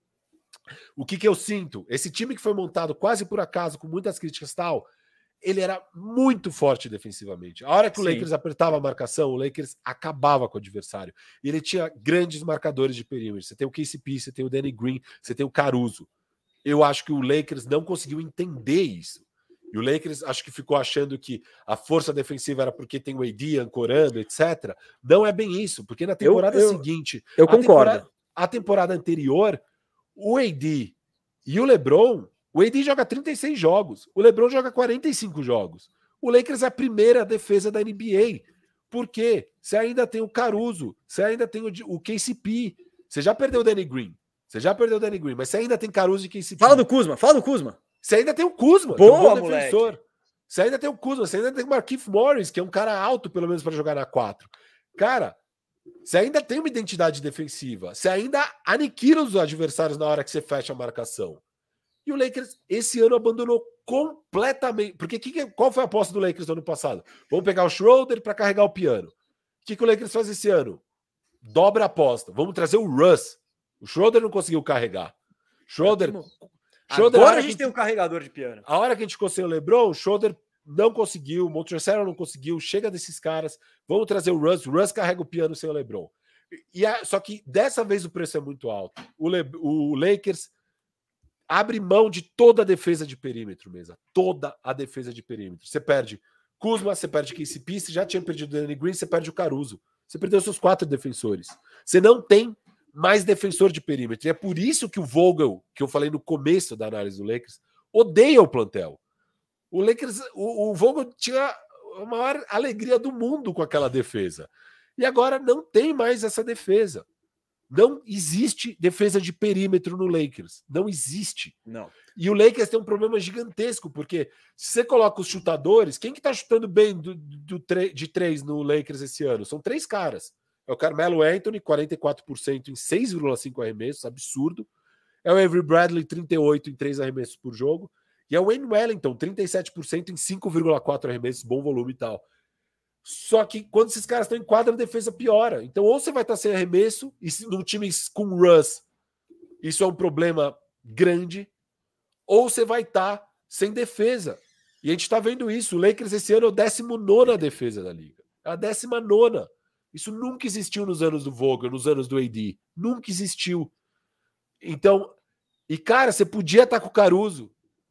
O que, que eu sinto? Esse time que foi montado quase por acaso, com muitas críticas e tal, ele era muito forte defensivamente. A hora que o Sim. Lakers apertava a marcação, o Lakers acabava com o adversário. E ele tinha grandes marcadores de perímetro. Você tem o K C P, você tem o Danny Green, você tem o Caruso. Eu acho que o Lakers não conseguiu entender isso. E o Lakers acho que ficou achando que a força defensiva era porque tem o A D ancorando, etcétera. Não é bem isso, porque na temporada eu, eu, seguinte... Eu a concordo. Temporada, a temporada anterior, o A D e o LeBron... O A D joga trinta e seis jogos, o LeBron joga quarenta e cinco jogos. O Lakers é a primeira defesa da N B A. Por quê? Você ainda tem o Caruso, você ainda tem o, o K C P. Você já perdeu o Danny Green. Você já perdeu o Danny Green, mas você ainda tem Caruso e K C P. Fala do Kuzma, fala do Kuzma. Você ainda tem o Kuzma, Boa, que é um bom moleque. defensor. Você ainda tem o Kuzma, você ainda tem o Markieff Morris, que é um cara alto, pelo menos, para jogar na quatro. Cara, você ainda tem uma identidade defensiva. Você ainda aniquila os adversários na hora que você fecha a marcação. E o Lakers, esse ano, abandonou completamente. Porque que, qual foi a aposta do Lakers no ano passado? Vamos pegar o Schroeder para carregar o piano. O que, que o Lakers faz esse ano? Dobra a aposta. Vamos trazer o Russ. O Schroeder não conseguiu carregar. Schroeder. Schroeder Agora a gente, a gente tem um carregador de piano. A hora que a gente conseguiu o LeBron, o Schroeder não conseguiu, o Montrezl não conseguiu. Chega desses caras. Vamos trazer o Russ. O Russ carrega o piano sem o LeBron. E a, só que dessa vez o preço é muito alto. O, Le, o Lakers abre mão de toda a defesa de perímetro mesmo. Toda a defesa de perímetro. Você perde Kuzma, você perde K C P, você já tinha perdido o Danny Green, você perde o Caruso. Você perdeu seus quatro defensores. Você não tem mais defensor de perímetro. E é por isso que o Vogel, que eu falei no começo da análise do Lakers, odeia o plantel. O Lakers, o, o Vogel tinha a maior alegria do mundo com aquela defesa. E agora não tem mais essa defesa. Não existe defesa de perímetro no Lakers. Não existe. Não. E o Lakers tem um problema gigantesco, porque se você coloca os chutadores, quem que tá chutando bem do, do, do, de três no Lakers esse ano? São três caras. É o Carmelo Anthony, quarenta e quatro por cento em seis vírgula cinco arremessos, absurdo. É o Avery Bradley, trinta e oito por cento em três arremessos por jogo. E é o Wayne Wellington, trinta e sete por cento em cinco vírgula quatro arremessos, bom volume e tal. Só que quando esses caras estão em quadra, a defesa piora. Então, ou você vai estar sem arremesso, e num time com Russ, isso é um problema grande, ou você vai estar sem defesa. E a gente está vendo isso. O Lakers esse ano é o décimo nono defesa da liga. É a décima nona. Isso nunca existiu nos anos do Vogel, nos anos do A D. Nunca existiu. Então, e cara, você podia estar com o Caruso.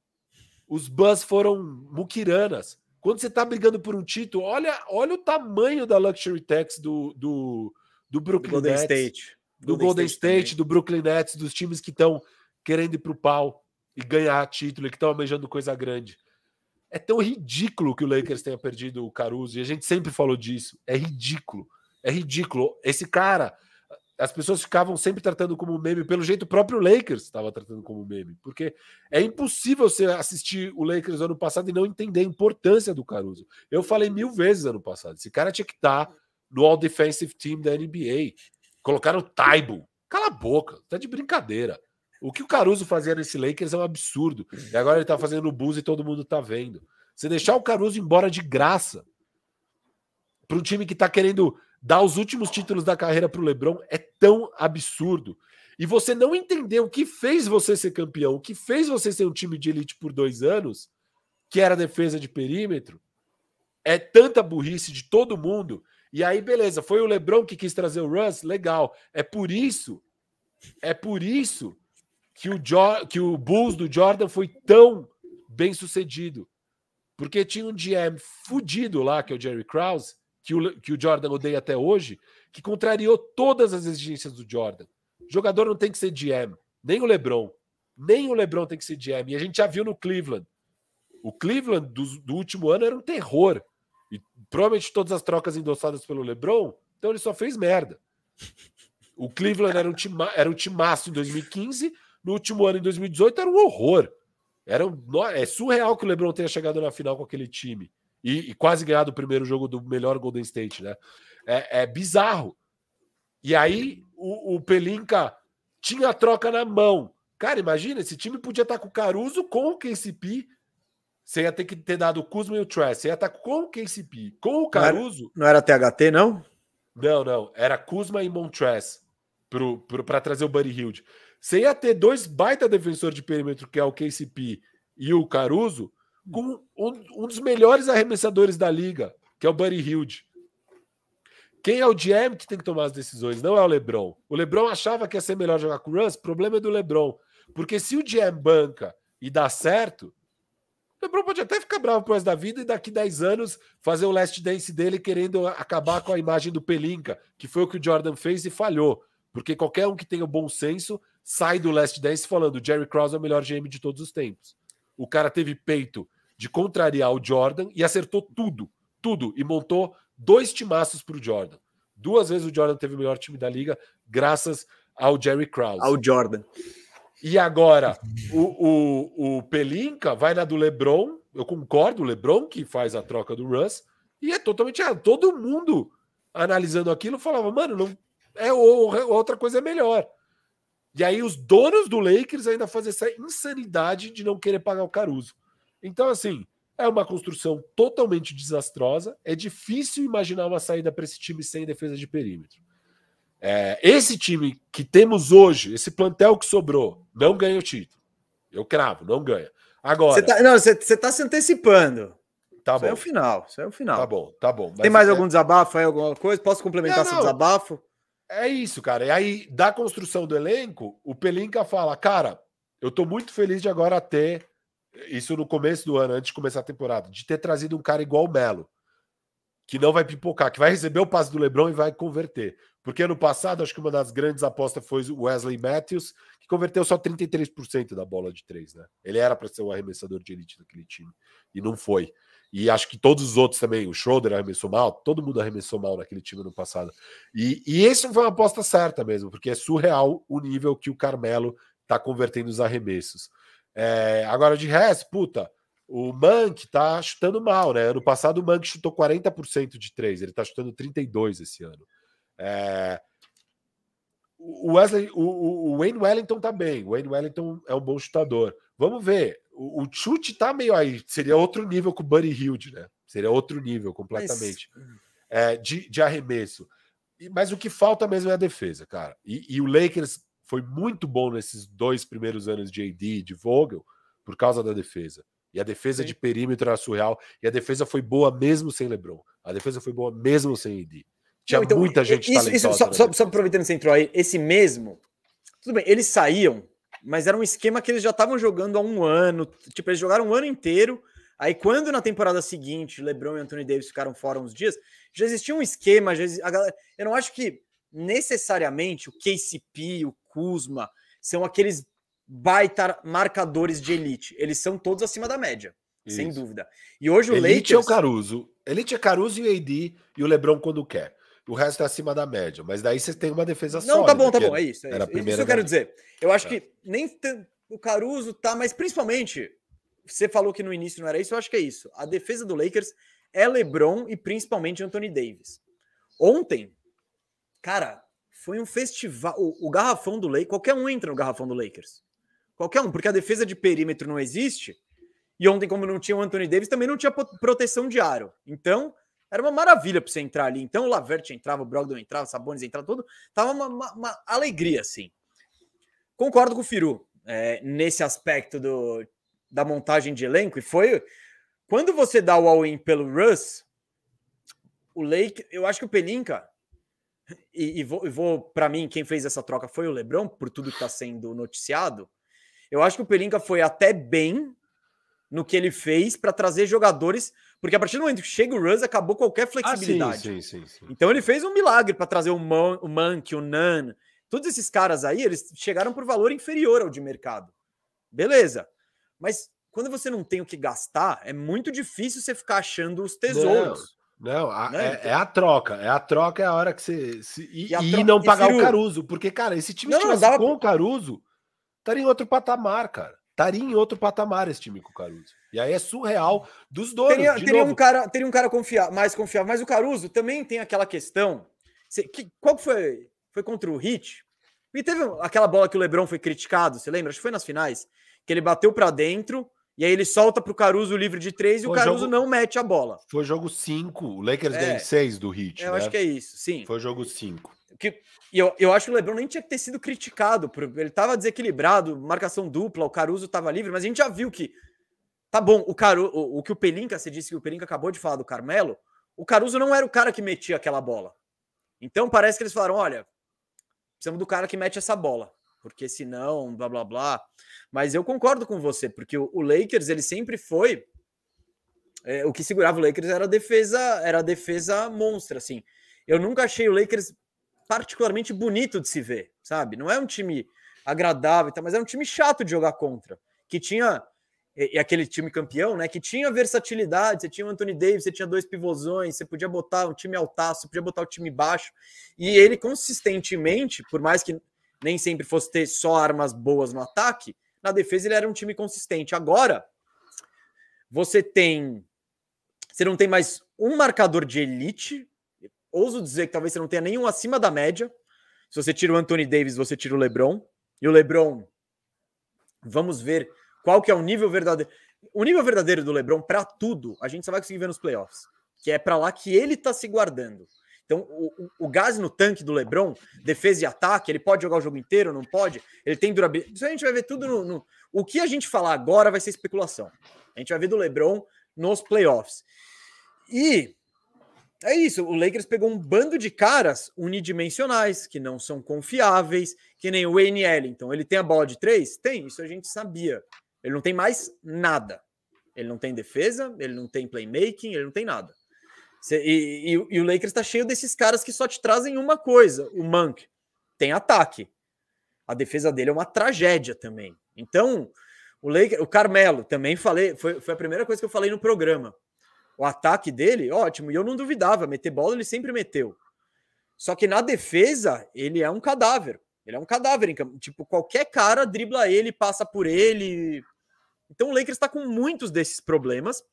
Os Bucks foram muquiranas. Quando você está brigando por um título, olha, olha o tamanho da luxury tax do, do, do Brooklyn do Golden Nets, State. do Golden, Golden State, State do Brooklyn Nets, dos times que estão querendo ir para o pau e ganhar título, e que estão almejando coisa grande. É tão ridículo que o Lakers tenha perdido o Caruso, e a gente sempre falou disso. É ridículo. É ridículo. Esse cara, as pessoas ficavam sempre tratando como meme, pelo jeito o próprio Lakers estava tratando como meme, porque é impossível você assistir o Lakers ano passado e não entender a importância do Caruso. Eu falei mil vezes ano passado, esse cara tinha que estar no All Defensive Team da N B A. Colocaram o Taibo. Cala a boca, tá de brincadeira. O que o Caruso fazia nesse Lakers é um absurdo. E agora ele tá fazendo no Bulls e todo mundo tá vendo. Você deixar o Caruso embora de graça para um time que tá querendo dar os últimos títulos da carreira pro LeBron é tão absurdo. E você não entender o que fez você ser campeão, o que fez você ser um time de elite por dois anos, que era a defesa de perímetro, é tanta burrice de todo mundo. E aí, beleza, foi o LeBron que quis trazer o Russ, legal. É por isso, é por isso que o, jo- que o Bulls do Jordan foi tão bem sucedido. Porque tinha um G M fudido lá, que é o Jerry Krause, que o, que o Jordan odeia até hoje, que contrariou todas as exigências do Jordan. O jogador não tem que ser G M, nem o LeBron. Nem o LeBron tem que ser G M. E a gente já viu no Cleveland. O Cleveland do, do último ano era um terror. E provavelmente todas as trocas endossadas pelo LeBron, então ele só fez merda. O Cleveland era um, tima, era um timaço em dois mil e quinze, no último ano, em dois mil e dezoito, era um horror. Era um, é surreal que o LeBron tenha chegado na final com aquele time e, e quase ganhado o primeiro jogo do melhor Golden State, né? É, é bizarro. E aí o, o Pelinka tinha a troca na mão. Cara, imagina, esse time podia estar com o Caruso, com o K C P. Você ia ter que ter dado o Kuzma e o Trash. Você ia estar com o K C P, com o Caruso. Não era, não era T H T, não? Não, não. Era Kuzma e Montrezl para trazer o Buddy Hield. Você ia ter dois baita defensores de perímetro, que é o K C P e o Caruso, com um, um dos melhores arremessadores da liga, que é o Buddy Hield. Quem é o G M que tem que tomar as decisões? Não é o LeBron. O LeBron achava que ia ser melhor jogar com o Russ. O problema é do LeBron. Porque se o G M banca e dá certo, o LeBron pode até ficar bravo pro resto da vida e daqui dez anos fazer o last dance dele querendo acabar com a imagem do Pelinka, que foi o que o Jordan fez e falhou. Porque qualquer um que tenha o bom senso sai do last dance falando o Jerry Krause é o melhor G M de todos os tempos. O cara teve peito de contrariar o Jordan e acertou tudo, tudo, e montou dois timaços pro Jordan. Duas vezes o Jordan teve o melhor time da liga graças ao Jerry Krause. Ao Jordan. E agora, o, o, o Pelinka vai na do LeBron, eu concordo, o LeBron que faz a troca do Russ, e é totalmente errado. Todo mundo analisando aquilo falava, mano, não, é, outra coisa é melhor. E aí os donos do Lakers ainda fazem essa insanidade de não querer pagar o Caruso. Então, assim, é uma construção totalmente desastrosa, é difícil imaginar uma saída para esse time sem defesa de perímetro. É, esse time que temos hoje, esse plantel que sobrou, não ganha o título. Eu cravo, não ganha. Agora. Você tá, não, você, você tá se antecipando. Tá isso bom. é o final. Isso é o final. Tá bom, tá bom. Tem mais é... algum desabafo aí, alguma coisa? Posso complementar não, esse não. desabafo? É isso, cara. E aí, da construção do elenco, o Pelinka fala: cara, eu tô muito feliz de agora ter. Isso no começo do ano, antes de começar a temporada, de ter trazido um cara igual o Melo, que não vai pipocar, que vai receber o passe do LeBron e vai converter. Porque ano passado, acho que uma das grandes apostas foi o Wesley Matthews, que converteu só trinta e três por cento da bola de três, né? Ele era para ser um arremessador de elite daquele time, e não foi. E acho que todos os outros também, o Schroeder arremessou mal, todo mundo arremessou mal naquele time ano passado. E, e esse foi uma aposta certa mesmo, porque é surreal o nível que o Carmelo tá convertendo os arremessos. É, agora, de resto, puta, o Monk tá chutando mal, né? Ano passado o Monk chutou quarenta por cento de três, ele tá chutando trinta e dois por cento esse ano. É... O Wesley, o, o Wayne Wellington tá bem. O Wayne Wellington é um bom chutador. Vamos ver. O, o chute tá meio aí. Seria outro nível com o Buddy Hield, né? Seria outro nível completamente Mas... é, de, de arremesso. E, mas o que falta mesmo é a defesa, cara. E, e o Lakers foi muito bom nesses dois primeiros anos de A D e de Vogel por causa da defesa. E a defesa Sim. de perímetro era surreal. E a defesa foi boa mesmo sem LeBron. A defesa foi boa mesmo sem A D. Tinha não, então, muita gente isso, talentosa. Isso, só, só, só aproveitando que você entrou aí, esse mesmo, tudo bem, eles saíam, mas era um esquema que eles já estavam jogando há um ano, tipo, eles jogaram um ano inteiro, aí quando na temporada seguinte LeBron e Anthony Davis ficaram fora uns dias, já existia um esquema, já existia, a galera, eu não acho que necessariamente o K C P, o Kuzma, são aqueles baita marcadores de elite, eles são todos acima da média. Isso. Sem dúvida. E hoje o elite Lakers... é o Caruso. Elite é Caruso e o A D e o LeBron quando quer. o resto é acima da média. Mas daí você tem uma defesa Não, sólida. tá bom, tá que bom, era- é isso. É era a isso. primeira Isso eu quero da- dizer. Eu acho É. que nem tan- o Caruso tá, mas principalmente, você falou que no início não era isso, eu acho que é isso. A defesa do Lakers é LeBron e principalmente Anthony Davis. Ontem, cara, foi um festival. O, o garrafão do Lakers, qualquer um entra no garrafão do Lakers. Qualquer um, porque a defesa de perímetro não existe. E ontem, como não tinha o Anthony Davis, também não tinha po- proteção de aro. Então, era uma maravilha para você entrar ali. Então, o Lavert entrava, o Brogdon entrava, o Sabonis entrava, tudo. Tava uma, uma- uma alegria, assim. Concordo com o Firu é, nesse aspecto do, da montagem de elenco. E foi... Quando você dá o all-in pelo Russ, o Lake... Eu acho que o Pelinka... E, e vou, e vou para mim, quem fez essa troca foi o LeBron, por tudo que está sendo noticiado. Eu acho que o Pelinka foi até bem no que ele fez para trazer jogadores, porque a partir do momento que chega o Russ, acabou qualquer flexibilidade. Ah, sim, sim, sim, sim. Então ele fez um milagre para trazer o, Man, o Monk, o Nan, todos esses caras aí, eles chegaram por valor inferior ao de mercado. Beleza. Mas quando você não tem o que gastar, é muito difícil você ficar achando os tesouros. Não, a- Né? é, é a troca. É a troca, é a hora que você. Se, e, E a e tro- não e, pagar Firu- o Caruso. Porque, cara, esse time Não, se não, tivesse dava com o Caruso, estaria em outro patamar, cara. Estaria em outro patamar esse time com o Caruso. E aí é surreal dos donos. Teria, de teria novo. um cara, teria um cara confiar, mais confiável. Mas o Caruso também tem aquela questão. Cê- que, qual que foi? Foi contra o Heat? E teve aquela bola que o LeBron foi criticado, você lembra? Acho que foi nas finais. Que ele bateu pra dentro e aí ele solta pro Caruso livre de três e Foi o Caruso jogo- não mete a bola. Foi jogo cinco. O Lakers É. ganhou seis do Heat. Eu né? acho que é isso, sim. Foi jogo cinco. Que, e eu, eu acho que o LeBron nem tinha que ter sido criticado. Por, ele tava desequilibrado, marcação dupla, o Caruso tava livre, mas a gente já viu que. Tá bom, o, Caru, o, o que o Pelinka, você disse que o Pelinka acabou de falar do Carmelo, o Caruso não era o cara que metia aquela bola. Então parece que eles falaram: olha, precisamos do cara que mete essa bola, porque senão, blá blá blá. Mas eu concordo com você, porque o, o Lakers, ele sempre foi. É, o que segurava o Lakers era a defesa, era a defesa monstra, assim. Eu nunca achei o Lakers particularmente bonito de se ver, sabe? Não é um time agradável, mas é um time chato de jogar contra, que tinha e, e aquele time campeão, né? Que tinha versatilidade. Você tinha o Anthony Davis, você tinha dois pivôzões, você podia botar um time altaço, você podia botar o time baixo, e ele consistentemente, por mais que nem sempre fosse ter só armas boas no ataque, na defesa ele era um time consistente. Agora você tem você não tem mais um marcador de elite. Ouso dizer que talvez você não tenha nenhum acima da média. Se você tira o Anthony Davis, você tira o LeBron. E o LeBron, vamos ver qual que é o nível verdadeiro. O nível verdadeiro do LeBron para tudo, a gente só vai conseguir ver nos playoffs. Que é para lá que ele tá se guardando. Então, o, o, o gás no tanque do LeBron, defesa e ataque, ele pode jogar o jogo inteiro, não pode? Ele tem durabilidade. Isso a gente vai ver tudo no, no... O que a gente falar agora vai ser especulação. A gente vai ver do LeBron nos playoffs. E é isso, o Lakers pegou um bando de caras unidimensionais, que não são confiáveis, que nem o Wayne Ellington. Ele tem a bola de três? Tem, isso a gente sabia. Ele não tem mais nada. Ele não tem defesa, ele não tem playmaking, ele não tem nada. E, e, e o Lakers está cheio desses caras que só te trazem uma coisa. O Monk tem ataque. A defesa dele é uma tragédia também. Então, o, Lakers, o Carmelo, também falei, foi, foi a primeira coisa que eu falei no programa. O ataque dele, ótimo, e eu não duvidava, meter bola ele sempre meteu. Só que na defesa, ele é um cadáver. Ele é um cadáver em campo. Tipo, qualquer cara dribla ele, passa por ele. Então o Lakers está com muitos desses problemas.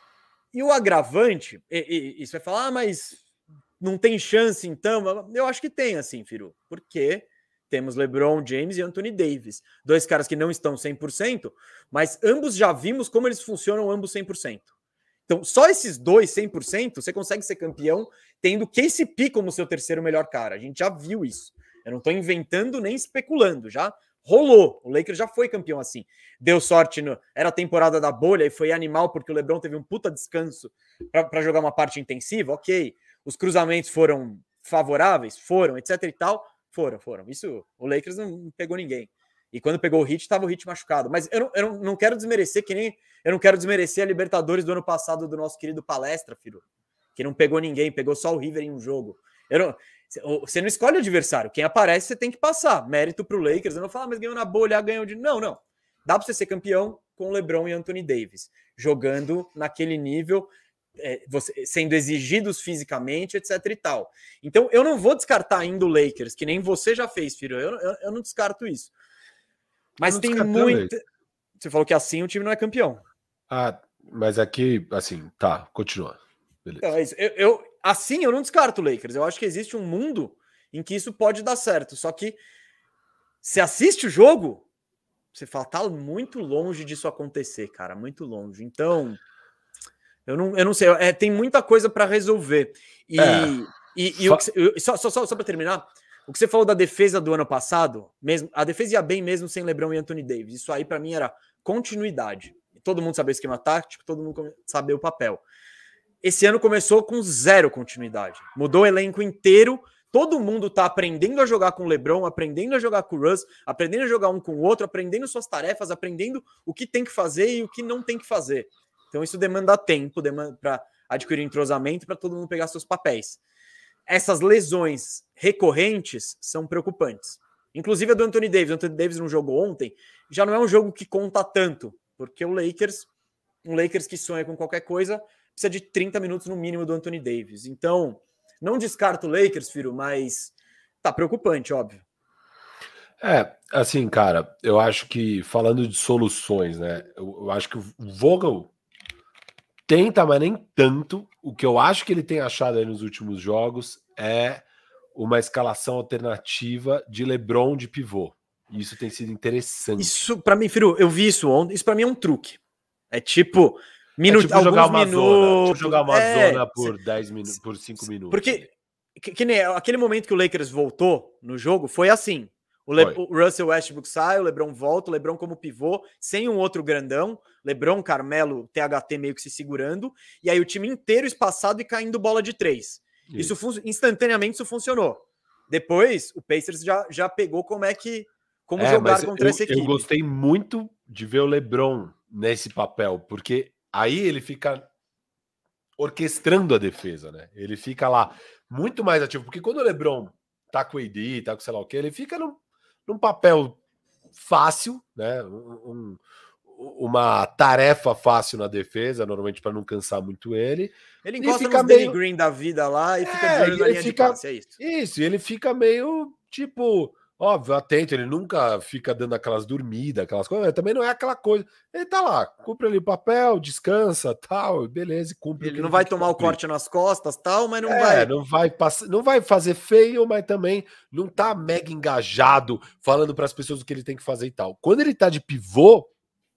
E o agravante, e, e, e você vai falar, ah, mas não tem chance então? Eu acho que tem, assim, Firu. Porque temos LeBron James e Anthony Davis. Dois caras que não estão cem por cento, mas ambos já vimos como eles funcionam, ambos cem por cento. Então, só esses dois cem por cento, você consegue ser campeão tendo K C P como seu terceiro melhor cara. A gente já viu isso. Eu não estou inventando nem especulando, já rolou. O Lakers já foi campeão assim. Deu sorte, no... era a temporada da bolha e foi animal porque o LeBron teve um puta descanso para jogar uma parte intensiva, ok. Os cruzamentos foram favoráveis? Foram, etc e tal. Foram, foram. Isso, o Lakers não pegou ninguém. E quando pegou o Heat, estava o Heat machucado. Mas eu não, eu não quero desmerecer, que nem eu não quero desmerecer a Libertadores do ano passado do nosso querido Palestra, filho, que não pegou ninguém, pegou só o River em um jogo. Eu não, você não escolhe o adversário. Quem aparece, você tem que passar. Mérito pro Lakers. Eu não falo, ah, mas ganhou na bolha, ganhou de... Não, não. Dá para você ser campeão com LeBron e Anthony Davis, jogando naquele nível. é, você, sendo exigidos fisicamente, etc e tal. Então, eu não vou descartar ainda o Lakers, que nem você já fez, filho. Eu, eu, eu não descarto isso. Mas tem muita... Você falou que assim o time não é campeão. Ah, mas aqui, assim, tá, continua. Beleza. Então, é isso. Eu, eu, assim, eu não descarto o Lakers. Eu acho que existe um mundo em que isso pode dar certo. Só que você assiste o jogo, você fala, tá muito longe disso acontecer, cara. Muito longe. Então... Eu não, eu não sei, é, tem muita coisa para resolver. E, é. e, e o que, eu, só, só, só, só para terminar, o que você falou da defesa do ano passado, mesmo a defesa ia bem mesmo sem LeBron e Anthony Davis. Isso aí para mim era continuidade. Todo mundo sabia o esquema tático, todo mundo sabia o papel. Esse ano começou com zero continuidade. Mudou o elenco inteiro. Todo mundo tá aprendendo a jogar com o LeBron, aprendendo a jogar com o Russ, aprendendo a jogar um com o outro, aprendendo suas tarefas, aprendendo o que tem que fazer e o que não tem que fazer. Então isso demanda tempo demanda para adquirir entrosamento para todo mundo pegar seus papéis. Essas lesões recorrentes são preocupantes. Inclusive a do Anthony Davis. O Anthony Davis não jogou ontem. Já não é um jogo que conta tanto, porque o Lakers, um Lakers que sonha com qualquer coisa, precisa de trinta minutos no mínimo do Anthony Davis. Então, não descarto o Lakers, filho, mas tá preocupante, óbvio. É, assim, cara, eu acho que, falando de soluções, né, eu, eu acho que o Vogel tenta, mas nem tanto. O que eu acho que ele tem achado aí nos últimos jogos é uma escalação alternativa de LeBron de pivô. E isso tem sido interessante. Isso, pra mim, filho, eu vi isso ontem, isso pra mim é um truque. É tipo... Minut... É tipo jogar uma minutos, zona, tipo jogar uma é, zona por dez minutos, por cinco minutos. Porque que, que nem aquele momento que o Lakers voltou no jogo foi assim. O, Le... o Russell Westbrook sai, o LeBron volta, o LeBron como pivô, sem um outro grandão, LeBron, Carmelo, T H T meio que se segurando, e aí o time inteiro espaçado e caindo bola de três. Isso, isso fun... instantaneamente isso funcionou. Depois o Pacers já, já pegou como é que como é, jogar contra eu, essa equipe. Eu gostei muito de ver o LeBron nesse papel, porque aí ele fica orquestrando a defesa, né? Ele fica lá muito mais ativo, porque quando o LeBron tá com o A D, tá com sei lá o que, ele fica num, num papel fácil, né? Um, uma tarefa fácil na defesa, normalmente para não cansar muito ele. Ele encosta no meio... Danny Green da vida lá e fica é, de olho na linha fica... de passe, é isso. Isso, e ele fica meio, tipo... Óbvio, atento, ele nunca fica dando aquelas dormidas, aquelas coisas, também não é aquela coisa. Ele tá lá, cumpre ali o papel, descansa, tal, beleza, cumpre. Ele, ele não vai tomar cumprir. o corte nas costas, tal, mas não é, vai. Não vai, pass... não vai fazer feio, mas também não tá mega engajado, falando para as pessoas o que ele tem que fazer e tal. Quando ele tá de pivô,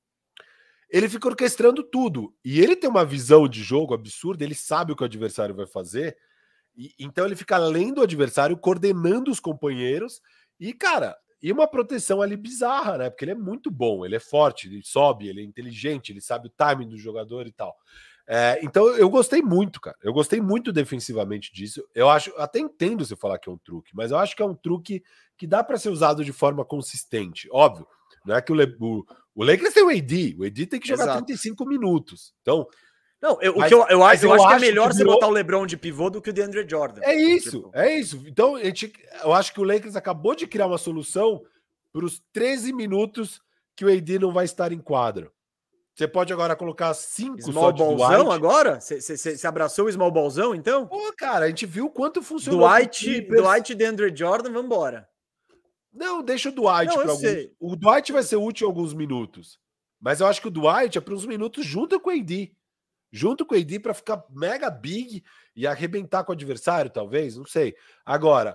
ele fica orquestrando tudo. E ele tem uma visão de jogo absurda, ele sabe o que o adversário vai fazer, e, então ele fica lendo o adversário, coordenando os companheiros. E, cara, e uma proteção ali bizarra, né? Porque ele é muito bom, ele é forte, ele sobe, ele é inteligente, ele sabe o timing do jogador e tal. É, então eu gostei muito, cara. Eu gostei muito defensivamente disso. Eu acho, até entendo você falar que é um truque, mas eu acho que é um truque que dá para ser usado de forma consistente. Óbvio, não é que o, Le, o, o Lakers tem o A D, o A D tem que jogar Exato. trinta e cinco minutos. Então. Não, eu, mas, o que eu, eu, eu, acho, eu acho que é melhor que você virou... botar o LeBron de pivô do que o DeAndre Jordan. É isso, tipo. é isso. Então, a gente, eu acho que o Lakers acabou de criar uma solução para os treze minutos que o A D não vai estar em quadro. Você pode agora colocar cinco small ballzão agora? Você abraçou o small ballzão, então? Pô, cara, a gente viu quanto funcionou. Dwight, Dwight e DeAndre Jordan, vambora. Não, deixa o Dwight para alguns. Sei. O Dwight vai ser útil em alguns minutos. Mas eu acho que o Dwight é para uns minutos junto com o A D. Junto com o A D para ficar mega big e arrebentar com o adversário, talvez, não sei. Agora,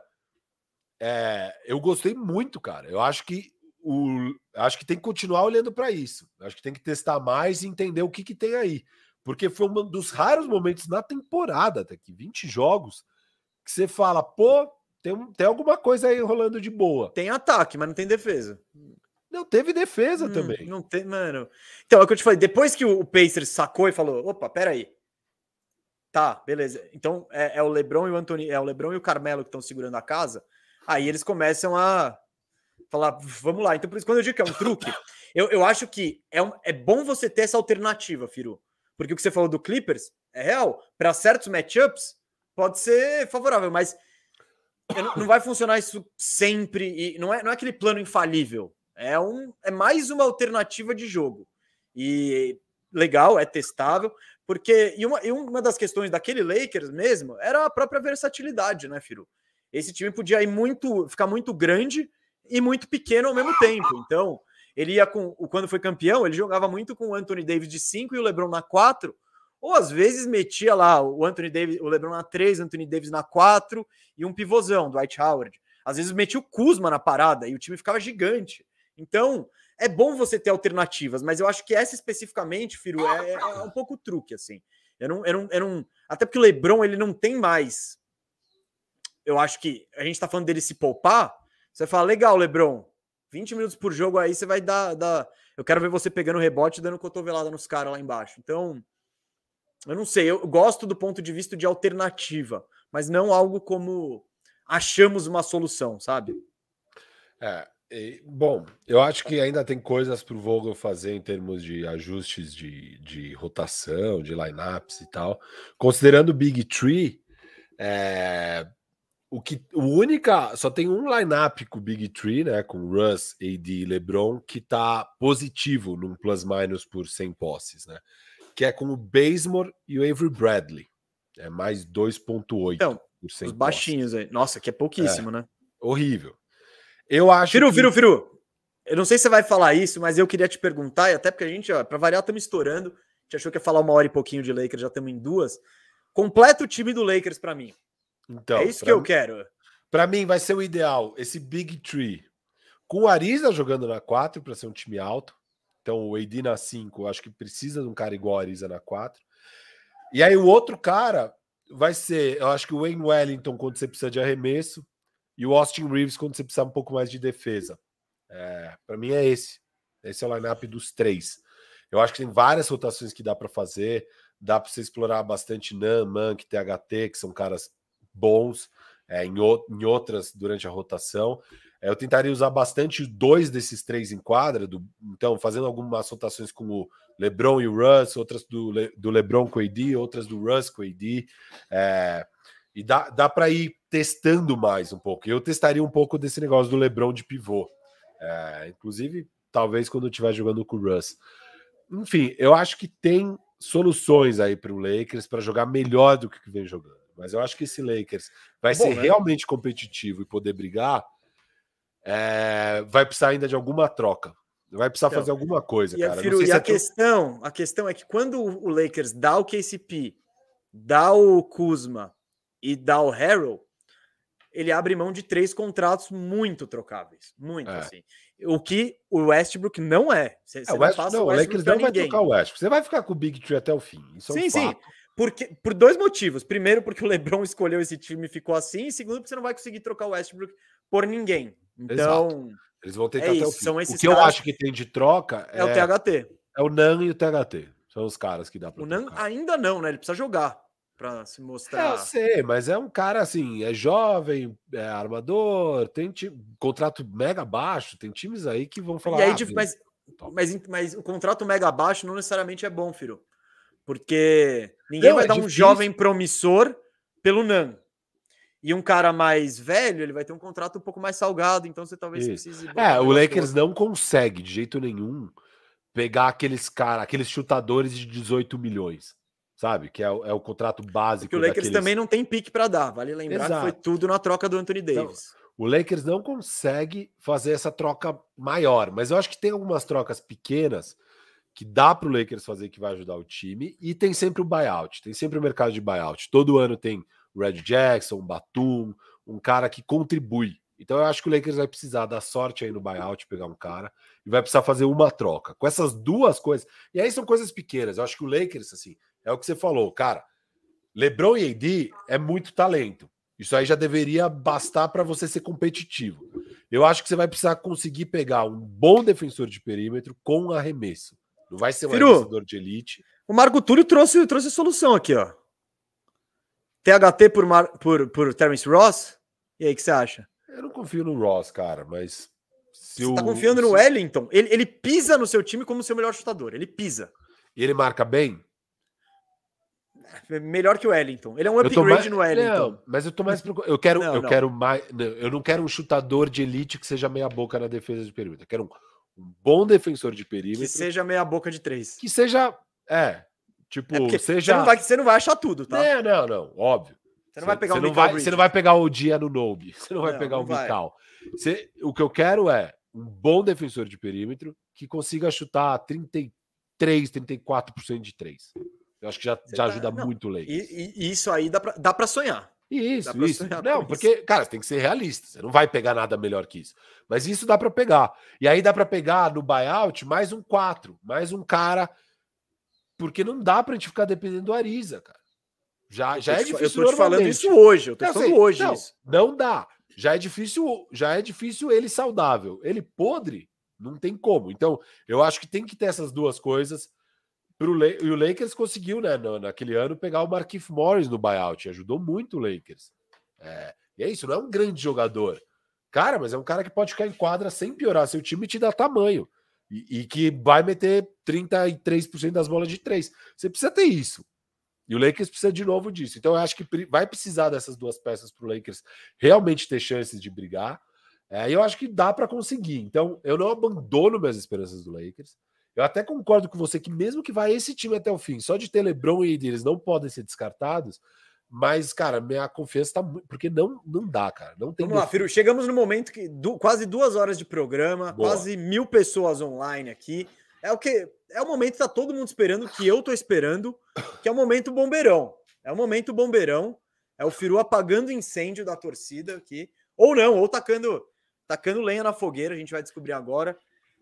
é, eu gostei muito, cara. Eu acho que o, acho que tem que continuar olhando para isso. Acho que tem que testar mais e entender o que, que tem aí. Porque foi um dos raros momentos na temporada, até aqui, vinte jogos, que você fala, pô, tem, tem alguma coisa aí rolando de boa. Tem ataque, mas não tem defesa. Não, teve defesa hum, também. Não tem, mano. Então, é o que eu te falei. Depois que o Pacers sacou e falou: opa, peraí. Tá, beleza. Então é, é o LeBron e o Anthony, é o LeBron e o Carmelo que estão segurando a casa. Aí eles começam a falar: vamos lá. Então, por isso, quando eu digo que é um truque, eu, eu acho que é, um, é bom você ter essa alternativa, Firu. Porque o que você falou do Clippers é real. Para certos matchups, pode ser favorável, mas não, não vai funcionar isso sempre. E não é, não é aquele plano infalível. É, um, é mais uma alternativa de jogo. E legal, é testável. Porque, e uma, e uma das questões daquele Lakers mesmo era a própria versatilidade, né, Firu? Esse time podia ir muito, ficar muito grande e muito pequeno ao mesmo tempo. Então, ele ia com, quando foi campeão, ele jogava muito com o Anthony Davis de cinco e o LeBron na quatro, ou às vezes metia lá o Anthony Davis, o LeBron na três, o Anthony Davis na quatro e um pivôzão, Dwight Howard. Às vezes metia o Kuzma na parada e o time ficava gigante. Então, é bom você ter alternativas, mas eu acho que essa especificamente, Firu, é, é um pouco truque, assim. Eu não, eu não, eu não, até porque o LeBron, ele não tem mais... Eu acho que a gente tá falando dele se poupar, você fala, legal, LeBron, vinte minutos por jogo aí, você vai dar... dar... Eu quero ver você pegando rebote e dando cotovelada nos caras lá embaixo. Então, eu não sei, eu gosto do ponto de vista de alternativa, mas não algo como achamos uma solução, sabe? É, e, bom, eu acho que ainda tem coisas para o Vogel fazer em termos de ajustes de, de rotação, de lineups e tal. Considerando o Big Three, é, o que o única só tem um lineup com o Big Three, né, com Russ, A D e LeBron, que tá positivo num plus minus por cem posses, né? Que é com o Bazemore e o Avery Bradley. É mais dois vírgula oito então, por cento. Os baixinhos aí. Nossa, que é pouquíssimo, é, né? Horrível. Eu acho Firu, que... Firu, Firu. Eu não sei se você vai falar isso, mas eu queria te perguntar, e até porque a gente, ó, pra variar, estamos estourando. A gente achou que ia falar uma hora e pouquinho de Lakers, já estamos em duas. Completa o time do Lakers pra mim. Então, é isso que eu mim, quero. Pra mim vai ser o ideal, esse Big Three. Com o Ariza jogando na quatro para ser um time alto. Então o A D na cinco, eu acho que precisa de um cara igual a Ariza na quatro. E aí o outro cara vai ser, eu acho que o Wayne Wellington quando você precisa de arremesso e o Austin Reeves quando você precisa um pouco mais de defesa. É, para mim é esse. Esse é o lineup dos três. Eu acho que tem várias rotações que dá para fazer. Dá para você explorar bastante Nan, Monk, T H T, que são caras bons é, em, o, em outras durante a rotação. É, eu tentaria usar bastante dois desses três em quadra, do, então fazendo algumas rotações com o LeBron e o Russ, outras do, Le, do LeBron com o A D, outras do Russ com o A D. É, e dá, dá para ir testando mais um pouco. Eu testaria um pouco desse negócio do LeBron de pivô. É, inclusive, talvez quando eu estiver jogando com o Russ. Enfim, eu acho que tem soluções aí para o Lakers para jogar melhor do que vem jogando. Mas eu acho que esse Lakers vai Bom, ser né? realmente competitivo e poder brigar, é, vai precisar ainda de alguma troca. Vai precisar então, fazer alguma coisa, e cara. Firu, e se a, é questão, a questão é que quando o Lakers dá o K C P, dá o Kuzma e dá o Harrell, ele abre mão de três contratos muito trocáveis. Muito, é. assim. O que o Westbrook não é. Você, é o Westbrook, não, o Lakers não vai trocar o Westbrook. Você vai ficar com o Big Tree até o fim. Isso sim, é um sim. fato. Porque, por dois motivos. Primeiro, porque o LeBron escolheu esse time e ficou assim. E segundo, porque você não vai conseguir trocar o Westbrook por ninguém. Então, exato. Eles vão tentar é até isso, o fim. São esses o que eu acho que tem de troca é, é o T H T. É o Nan e o T H T. São os caras que dá pra O trocar. Nan ainda não, né? Ele precisa jogar pra se mostrar. É, eu sei, mas é um cara assim, é jovem, é armador, tem time, contrato mega baixo, tem times aí que vão falar. E aí, ah, mas, mas, mas o contrato mega baixo não necessariamente é bom, Firo. Porque ninguém não, vai é dar difícil. Um jovem promissor pelo Nan. E um cara mais velho, ele vai ter um contrato um pouco mais salgado, então você talvez Isso. precise... É, o Lakers não consegue, de jeito nenhum, pegar aqueles caras, aqueles chutadores de dezoito milhões, sabe? Que é o, é o contrato básico. Porque o Lakers daqueles... também não tem pique para dar, vale lembrar Exato. Que foi tudo na troca do Anthony Davis. Então, o Lakers não consegue fazer essa troca maior, mas eu acho que tem algumas trocas pequenas que dá para o Lakers fazer que vai ajudar o time, e tem sempre o buyout, tem sempre o mercado de buyout. Todo ano tem o Red Jackson, o Batum, um cara que contribui. Então eu acho que o Lakers vai precisar dar sorte aí no buyout, pegar um cara, e vai precisar fazer uma troca. Com essas duas coisas, e aí são coisas pequenas, eu acho que o Lakers, assim, é o que você falou, cara, LeBron e A D é muito talento. Isso aí já deveria bastar para você ser competitivo. Eu acho que você vai precisar conseguir pegar um bom defensor de perímetro com arremesso. Não vai ser um Firu, arremessador de elite. O Marco Túlio trouxe, trouxe a solução aqui, ó. T H T por, Mar, por, por Terence Ross? E aí, o que você acha? Eu não confio no Ross, cara, mas... Se você o, tá confiando se... no Wellington? Ele, ele pisa no seu time como seu melhor chutador. Ele pisa. E ele marca bem? Melhor que o Wellington. Ele é um upgrade mais... no Wellington. Não, mas eu tô mais preocupado. Eu quero, não, eu não. quero mais. Não, eu não quero um chutador de elite que seja meia boca na defesa de perímetro. Eu quero um, um bom defensor de perímetro. Que seja meia boca de três. Que seja. É. Tipo, É porque seja... você, não vai, você não vai achar tudo, tá? Não, não, não, óbvio. Você não vai pegar você o não Mikal vai, Bridges. Você não vai pegar o dia no Nobe. Você não vai Não, pegar não o vai. Mikal. Você, o que eu quero é um bom defensor de perímetro que consiga chutar trinta e três, trinta e quatro por cento de três. Eu acho que já, já tá... ajuda não, muito o Lakers. E, e isso aí dá pra, dá pra sonhar. Isso, dá isso. Pra não, porque, isso. cara, você tem que ser realista. Você não vai pegar nada melhor que isso. Mas isso dá pra pegar. E aí dá pra pegar no buyout mais um quatro, mais um cara... Porque não dá pra gente ficar dependendo do Ariza, cara. Já, já é te, difícil. Eu tô te falando isso hoje. Eu tô eu falando sei, hoje não, isso. Não dá. Já é difícil, já é difícil ele saudável. Ele podre, não tem como. Então, eu acho que tem que ter essas duas coisas. Pro Le... E o Lakers conseguiu, né, no, naquele ano, pegar o Markieff Morris no buyout. Ajudou muito o Lakers. É, e é isso, não é um grande jogador. Cara, mas é um cara que pode ficar em quadra sem piorar seu time e te dar tamanho. E, e que vai meter trinta e três por cento das bolas de três. Você precisa ter isso. E o Lakers precisa de novo disso. Então eu acho que vai precisar dessas duas peças para o Lakers realmente ter chances de brigar. É, e eu acho que dá para conseguir. Então eu não abandono minhas esperanças do Lakers. Eu até concordo com você que mesmo que vá esse time até o fim, só de ter LeBron e A D, eles não podem ser descartados. Mas, cara, minha confiança tá muito... Porque não, não dá, cara. Não tem. Vamos lá, Firu. Chegamos no momento que du... quase duas horas de programa, Boa. Quase mil pessoas online aqui. É o que é o momento que tá todo mundo esperando, que eu tô esperando, que é o momento bombeirão. É o momento bombeirão. É o Firu apagando incêndio da torcida aqui. Ou não, ou tacando, tacando lenha na fogueira, a gente vai descobrir agora.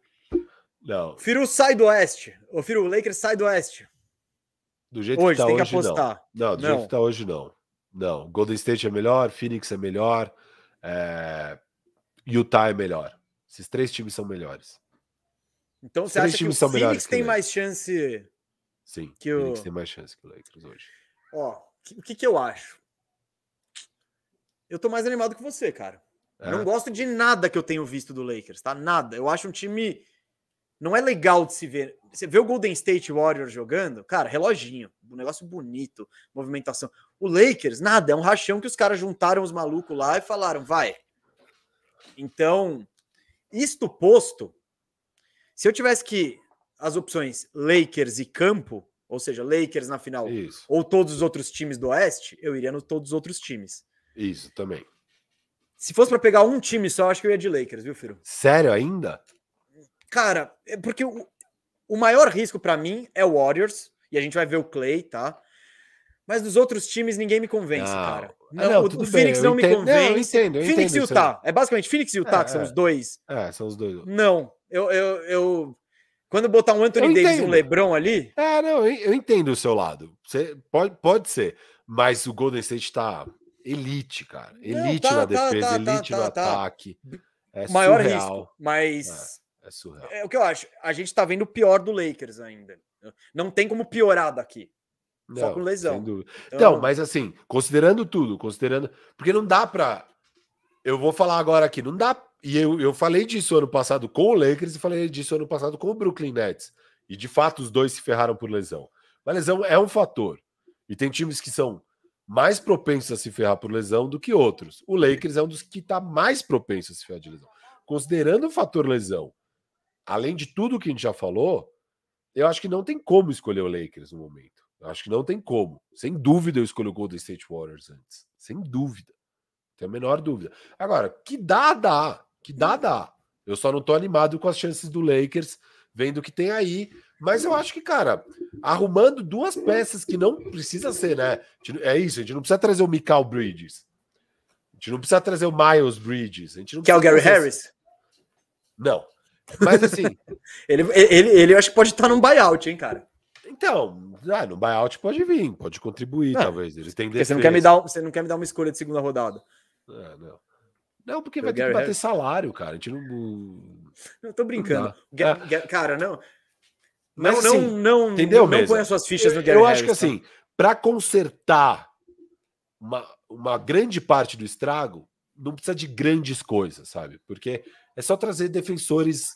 Não. Firu sai do oeste. O Firu, o Lakers sai do oeste. Do jeito hoje, que tá tem hoje, que apostar. Não. Não, do não. jeito que tá hoje, não. Não. Golden State é melhor, Phoenix é melhor, é... Utah é melhor. Esses três times são melhores. Então você acha que o Phoenix tem mais chance? Sim, que o Phoenix o... tem mais chance que o Lakers hoje. Ó, o que, que eu acho? Eu tô mais animado que você, cara. É? Não gosto de nada que eu tenho visto do Lakers, tá? Nada. Eu acho um time... Não é legal de se ver. Você vê o Golden State Warriors jogando, cara, reloginho, um negócio bonito, movimentação. O Lakers, nada, é um rachão que os caras juntaram os malucos lá e falaram, vai. Então, isto posto, se eu tivesse que as opções Lakers e campo, ou seja, Lakers na final, Isso. ou todos os outros times do Oeste, eu iria no todos os outros times. Isso, também. Se fosse para pegar um time só, acho que eu ia de Lakers, viu, Firo? Sério ainda? Cara, é porque o, o maior risco para mim é o Warriors, e a gente vai ver o Clay, tá? Mas dos outros times ninguém me convence, não. cara. Não, não, o, o Phoenix não entendo, me convence. Não, eu entendo, eu Phoenix entendo e Utah. É basicamente Phoenix e Utah, é, que são é. os dois. É, são os dois. Não, eu, eu, eu... Quando botar um Anthony eu Davis e um LeBron ali... É, não, eu, eu entendo o seu lado. Você, pode, pode ser. Mas o Golden State tá elite, cara. Elite não, tá, na defesa, tá, tá, elite tá, no tá, ataque. É maior surreal. risco, mas... É, é surreal. É o que eu acho. A gente tá vendo o pior do Lakers ainda. Não tem como piorar daqui. Não, só com lesão. Então... então, mas assim, considerando tudo, considerando... Porque não dá pra... Eu vou falar agora aqui, não dá... E eu, eu falei disso ano passado com o Lakers e falei disso ano passado com o Brooklyn Nets. E de fato os dois se ferraram por lesão. Mas lesão é um fator. E tem times que são mais propensos a se ferrar por lesão do que outros. O Lakers é um dos que está mais propenso a se ferrar de lesão. Considerando o fator lesão, além de tudo que a gente já falou, eu acho que não tem como escolher o Lakers no momento. Eu acho que não tem como. Sem dúvida eu escolho o Golden State Warriors antes. Sem dúvida. Tenho a menor dúvida. Agora, que dá, dá. Que dá, dá. Eu só não tô animado com as chances do Lakers, vendo o que tem aí. Mas eu acho que, cara, arrumando duas peças que não precisa ser, né? É isso, a gente não precisa trazer o Mikal Bridges. A gente não precisa trazer o Miles Bridges. A gente não que é o Gary trazer... Harris? Não. Mas assim... ele, ele, ele eu acho que pode estar num buyout, hein, cara? Então, ah, no buyout pode vir, pode contribuir, não, talvez. Ele tem você não quer me dar, você não quer me dar uma escolha de segunda rodada? É, não. Não, porque vai ter Gary que bater Harris. Salário, cara. A gente não. Não, tô brincando. Não é. Cara, não. Mas, não, assim, não, não, entendeu não, mesmo? não põe as suas fichas eu, no Gary Eu Harris, acho que, tá? assim, para consertar uma, uma grande parte do estrago, não precisa de grandes coisas, sabe? Porque é só trazer defensores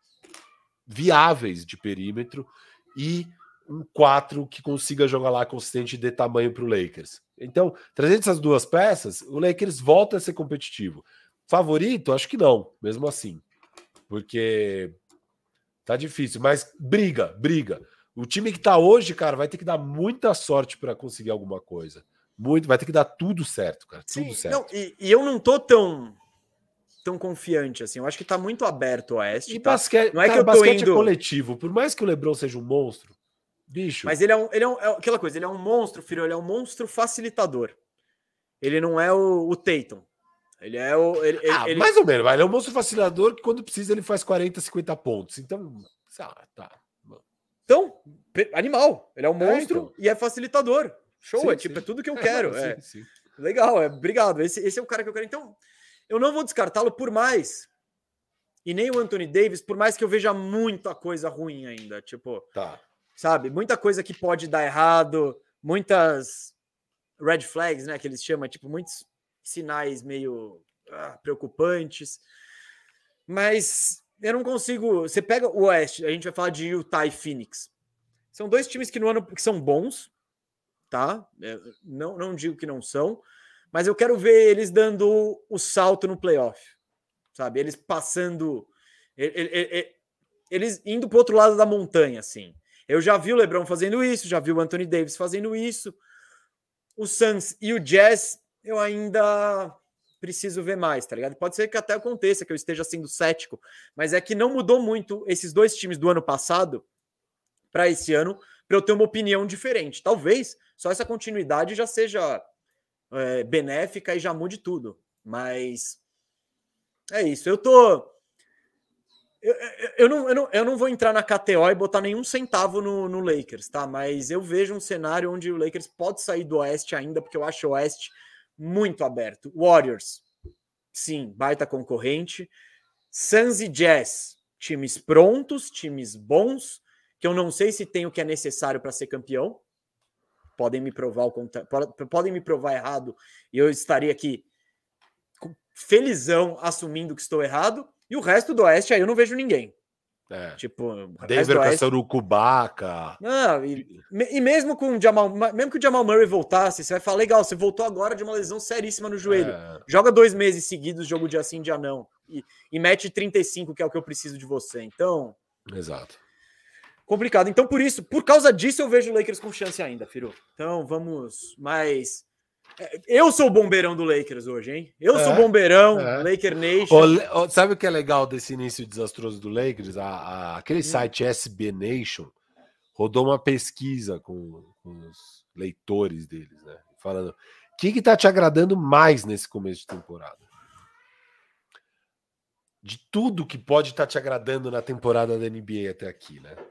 viáveis de perímetro e um quatro que consiga jogar lá consistente e dê tamanho para o Lakers. Então, trazendo essas duas peças, o Lakers volta a ser competitivo. Favorito? Acho que não, mesmo assim. Porque tá difícil, mas briga, briga. O time que tá hoje, cara, vai ter que dar muita sorte para conseguir alguma coisa. Muito, vai ter que dar tudo certo, cara. Tudo Sim, certo. não, e, e eu não tô tão, tão confiante assim. Eu acho que tá muito aberto o Oeste. E Tá? basquete, Não é cara, que eu tô basquete indo. é coletivo. Por mais que o LeBron seja um monstro, bicho. Mas ele é, um, ele é, um, é aquela coisa, ele é um monstro, filho. Ele é um monstro facilitador. Ele não é o, o Tatum. Ele é o. Ele, ah, ele... mais ou menos. Ele é um monstro facilitador que quando precisa ele faz quarenta, cinquenta pontos. Então, ah, tá. Então, animal. Ele é um monstro é, então. e é facilitador. Show, Sim, é tipo, sim. é tudo que eu É, quero. não, é. sim, sim. Legal, é, obrigado. Esse, esse é o cara que eu quero. Então, eu não vou descartá-lo por mais. E nem o Anthony Davis, por mais que eu veja muita coisa ruim ainda. Tipo, tá. Sabe? Muita coisa que pode dar errado, muitas red flags, né? Que eles chamam, tipo, muitos sinais meio ah, preocupantes. Mas eu não consigo. Você pega o Oeste, a gente vai falar de Utah e Phoenix. São dois times que no ano que são bons, tá? Não, não digo que não são, mas eu quero ver eles dando o salto no playoff, sabe? Eles passando, eles indo para o outro lado da montanha, assim. Eu já vi o LeBron fazendo isso, já vi o Anthony Davis fazendo isso. O Suns e o Jazz, eu ainda preciso ver mais, tá ligado? Pode ser que até aconteça, que eu esteja sendo cético, mas é que não mudou muito esses dois times do ano passado para esse ano, para eu ter uma opinião diferente. Talvez só essa continuidade já seja é, benéfica e já mude tudo. Mas é isso. Eu tô. Eu, eu, eu, não, eu, não, eu não vou entrar na K T O e botar nenhum centavo no, no Lakers, tá? Mas eu vejo um cenário onde o Lakers pode sair do Oeste ainda, porque eu acho o Oeste muito aberto. Warriors, sim, baita concorrente. Suns e Jazz, times prontos, times bons, que eu não sei se tem o que é necessário para ser campeão. Podem me provar o contra... podem me provar errado e eu estaria aqui felizão assumindo que estou errado. E o resto do Oeste aí eu não vejo ninguém. É. Tipo, Denver com Oeste... essa Urucubaca. Não, e, e mesmo com o Jamal, mesmo que o Jamal Murray voltasse, você vai falar, legal, você voltou agora de uma lesão seríssima no joelho. É. Joga dois meses seguidos, jogo dia sim, dia não. E, e mete trinta e cinco, que é o que eu preciso de você. Então... Exato. Complicado. Então, por isso, por causa disso, eu vejo o Lakers com chance ainda, Firu. Então, vamos mais... Eu sou o bombeirão do Lakers hoje, hein? Eu é, sou o bombeirão, é. Laker Nation. O, o, sabe o que é legal desse início desastroso do Lakers? A, a, aquele hum. site S B Nation rodou uma pesquisa com, com os leitores deles, né? Falando, o que que tá te agradando mais nesse começo de temporada? De tudo que pode estar tá te agradando na temporada da N B A até aqui, né?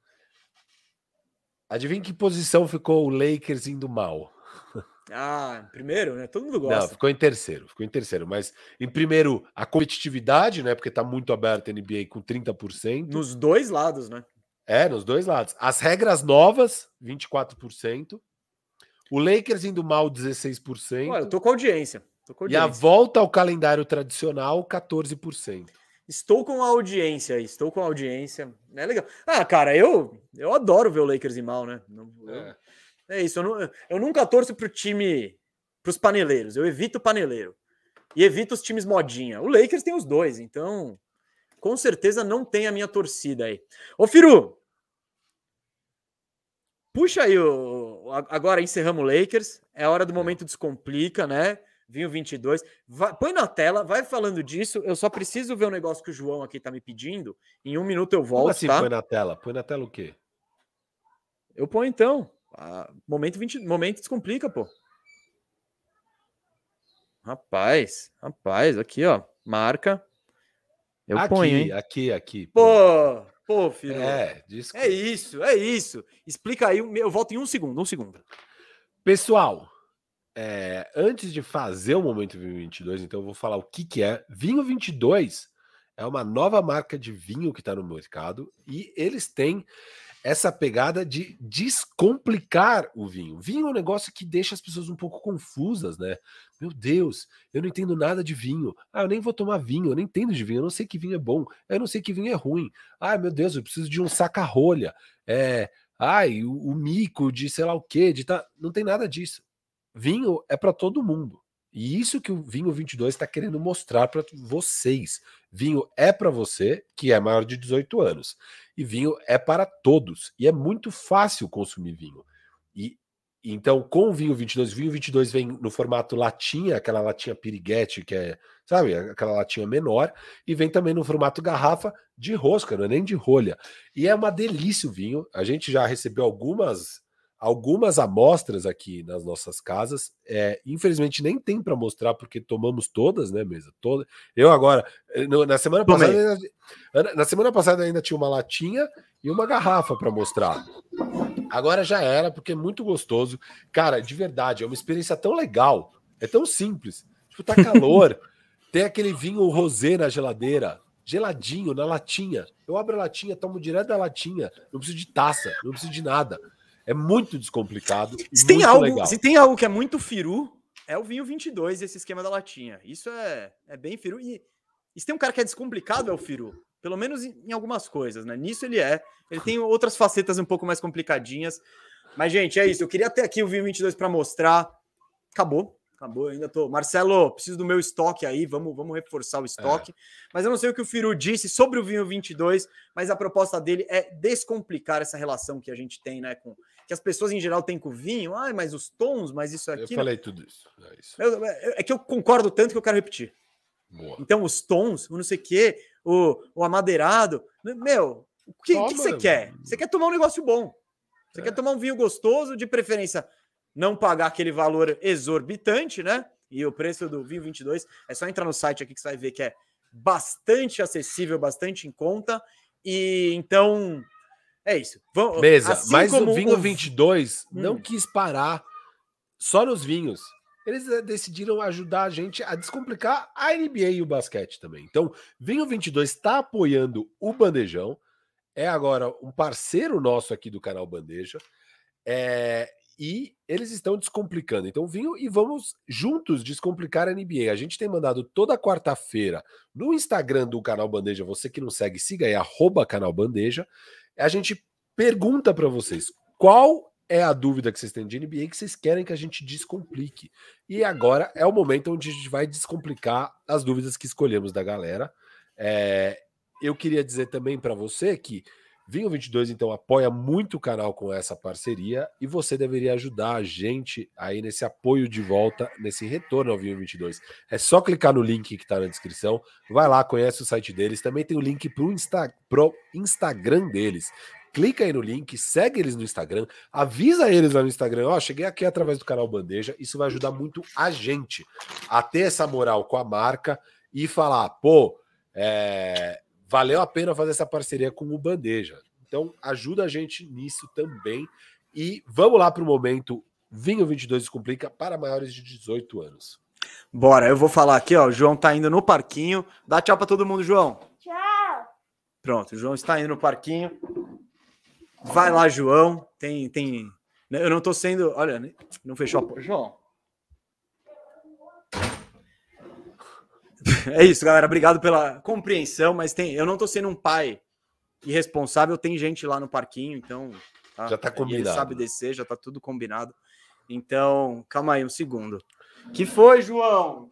Adivinha que posição ficou o Lakers indo mal? Ah, primeiro, né? Todo mundo gosta. Não, ficou em terceiro, ficou em terceiro. Mas em primeiro, a competitividade, né? Porque tá muito aberta a N B A com trinta por cento. Nos dois lados, né? É, nos dois lados. As regras novas, vinte e quatro por cento. O Lakers indo mal, dezesseis por cento. Ué, eu tô com audiência. Tô com audiência. E a volta ao calendário tradicional, quatorze por cento. Estou com a audiência aí, estou com a audiência. É legal. Ah, cara, eu, eu adoro ver o Lakers ir mal, né? Eu, é. é isso, eu, não, eu nunca torço pro time, pros paneleiros. Eu evito o paneleiro. E evito os times modinha. O Lakers tem os dois, então com certeza não tem a minha torcida aí. Ô, Firu, puxa aí, o, agora encerramos o Lakers. É hora do momento Descomplica, né? Vinho vinte e dois. Vai, põe na tela, vai falando disso. Eu só preciso ver um negócio que o João aqui tá me pedindo. Em um minuto eu volto, Como assim, tá? Põe na tela? Põe na tela o quê? Eu ponho então. Ah, momento, vinte, momento Descomplica, pô. Rapaz, rapaz, aqui, ó. Marca. Eu aqui, ponho, hein? Aqui, aqui. Pô, pô, filho. É, desculpa. É isso, é isso. Explica aí, eu volto em um segundo, um segundo. Pessoal, É, antes de fazer o Momento Vinho vinte e dois, então eu vou falar o que, que é. Vinho vinte e dois é uma nova marca de vinho que está no mercado e eles têm essa pegada de descomplicar o vinho. Vinho é um negócio que deixa as pessoas um pouco confusas, né? Meu Deus, eu não entendo nada de vinho. Ah, eu nem vou tomar vinho, eu nem entendo de vinho, eu não sei que vinho é bom, eu não sei que vinho é ruim. Ah, meu Deus, eu preciso de um saca-rolha. É, ai, o, o mico de sei lá o quê, de tá... não tem nada disso. Vinho é para todo mundo. E isso que o Vinho vinte e dois está querendo mostrar para vocês. Vinho é para você que é maior de dezoito anos. E vinho é para todos. E é muito fácil consumir vinho. E então, com o Vinho vinte e dois, o Vinho vinte e dois vem no formato latinha, aquela latinha piriguete, que é, sabe, aquela latinha menor, e vem também no formato garrafa de rosca, não é nem de rolha. E é uma delícia o vinho. A gente já recebeu algumas algumas amostras aqui nas nossas casas. É, infelizmente nem tem para mostrar porque tomamos todas, né, mesa toda. Eu agora no, na semana passada ainda, na semana passada ainda tinha uma latinha e uma garrafa para mostrar. Agora já era, porque é muito gostoso. Cara, de verdade, é uma experiência tão legal. É tão simples. Tipo, tá calor. Tem aquele vinho rosé na geladeira. Geladinho, na latinha. Eu abro a latinha, tomo direto da latinha. Não preciso de taça, não preciso de nada. É muito descomplicado. Se tem, algo, se tem algo que é muito firu, é o Vinho vinte e dois, esse esquema da latinha. Isso é, é bem firu. E, e se tem um cara que é descomplicado, é o firu. Pelo menos em, em algumas coisas, né? Nisso ele é. Ele tem outras facetas um pouco mais complicadinhas. Mas, gente, é isso. Eu queria ter aqui o Vinho vinte e dois para mostrar. Acabou. Acabou. Eu ainda tô. Marcelo, preciso do meu estoque aí. Vamos, vamos reforçar o estoque. É. Mas eu não sei o que o Firu disse sobre o Vinho vinte e dois, mas a proposta dele é descomplicar essa relação que a gente tem, né? Com, que as pessoas em geral têm com o vinho. Ah, mas os tons, mas isso aqui. Eu falei tudo isso. É, isso. Eu, é que eu concordo tanto que eu quero repetir. Boa. Então, os tons, o não sei o quê, o, o amadeirado. Meu, o que, que você quer? Você quer tomar um negócio bom. Você é. quer tomar um vinho gostoso, de preferência não pagar aquele valor exorbitante, né? E o preço do Vinho vinte e dois, é só entrar no site aqui que você vai ver que é bastante acessível, bastante em conta. E então, é isso. Vamos, Mesa, assim mas o Vinho o... vinte e dois hum. não quis parar só nos vinhos. Eles decidiram ajudar a gente a descomplicar a N B A e o basquete também. Então, Vinho vinte e dois está apoiando o Bandejão. É agora um parceiro nosso aqui do canal Bandeja. É... E eles estão descomplicando. Então, vinho e vamos juntos descomplicar a N B A. A gente tem mandado toda quarta-feira no Instagram do Canal Bandeja. Você que não segue, siga aí, arroba Canal Bandeja. A gente pergunta para vocês qual é a dúvida que vocês têm de N B A que vocês querem que a gente descomplique. E agora é o momento onde a gente vai descomplicar as dúvidas que escolhemos da galera. É... Eu queria dizer também para você que Vinho vinte e dois, então, apoia muito o canal com essa parceria e você deveria ajudar a gente aí nesse apoio de volta, nesse retorno ao Vinho vinte e dois. É só clicar no link que está na descrição, vai lá, conhece o site deles, também tem o link para o Insta, pro Instagram deles. Clica aí no link, segue eles no Instagram, avisa eles lá no Instagram, ó, oh, cheguei aqui através do canal Bandeja, isso vai ajudar muito a gente a ter essa moral com a marca e falar, pô, é... valeu a pena fazer essa parceria com o Bandeja. Então, ajuda a gente nisso também. E vamos lá para o momento Vinho vinte e dois Descomplica para maiores de dezoito anos. Bora, eu vou falar aqui, ó. O João tá indo no parquinho. Dá tchau para todo mundo, João. Tchau. Pronto, o João está indo no parquinho. Vai lá, João. Tem, tem... Eu não tô sendo... Olha, não fechou a porta. João. É isso, galera. Obrigado pela compreensão, mas tem, eu não tô sendo um pai irresponsável, tem gente lá no parquinho, então... Tá? Já tá combinado. Ele sabe descer, já tá tudo combinado. Então, calma aí um segundo. Que foi, João?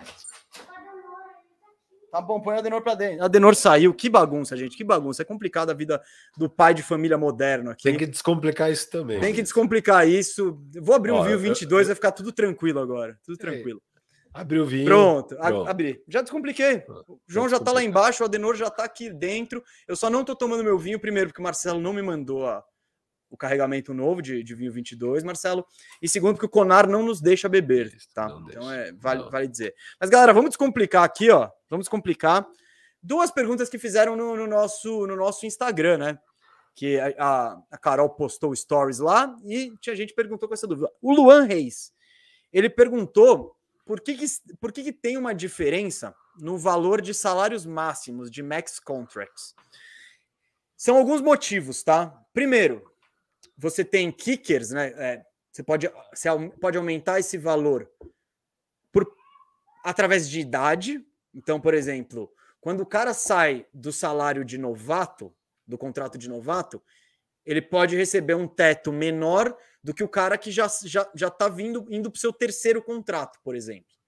Tá bom, põe a Adenor pra dentro. A Adenor saiu. Que bagunça, gente, que bagunça. É complicado a vida do pai de família moderno aqui. Tem que descomplicar isso também. Tem que descomplicar isso. Vou abrir um Vinho vinte e dois, eu... vai ficar tudo tranquilo agora. Tudo tranquilo. Abriu o vinho. Pronto, Pronto. abri. Já descompliquei. O João já tá lá embaixo, o Adenor já tá aqui dentro. Eu só não tô tomando meu vinho, primeiro, porque o Marcelo não me mandou a, o carregamento novo de, de vinho vinte e dois, Marcelo. E segundo, porque o Conar não nos deixa beber, tá? Não então deixa. é vale, vale dizer. Mas, galera, vamos descomplicar aqui, ó. Vamos descomplicar. Duas perguntas que fizeram no, no, nosso, no nosso Instagram, né? Que a, a, a Carol postou stories lá e tinha gente que perguntou com essa dúvida. O Luan Reis, ele perguntou... Por que, que, por que, que tem uma diferença no valor de salários máximos de max contracts? São alguns motivos, tá? Primeiro, você tem kickers, né? É, você, pode, você pode aumentar esse valor por, através de idade. Então, por exemplo, quando o cara sai do salário de novato, do contrato de novato, ele pode receber um teto menor do que o cara que já já já está vindo indo para o seu terceiro contrato, por exemplo.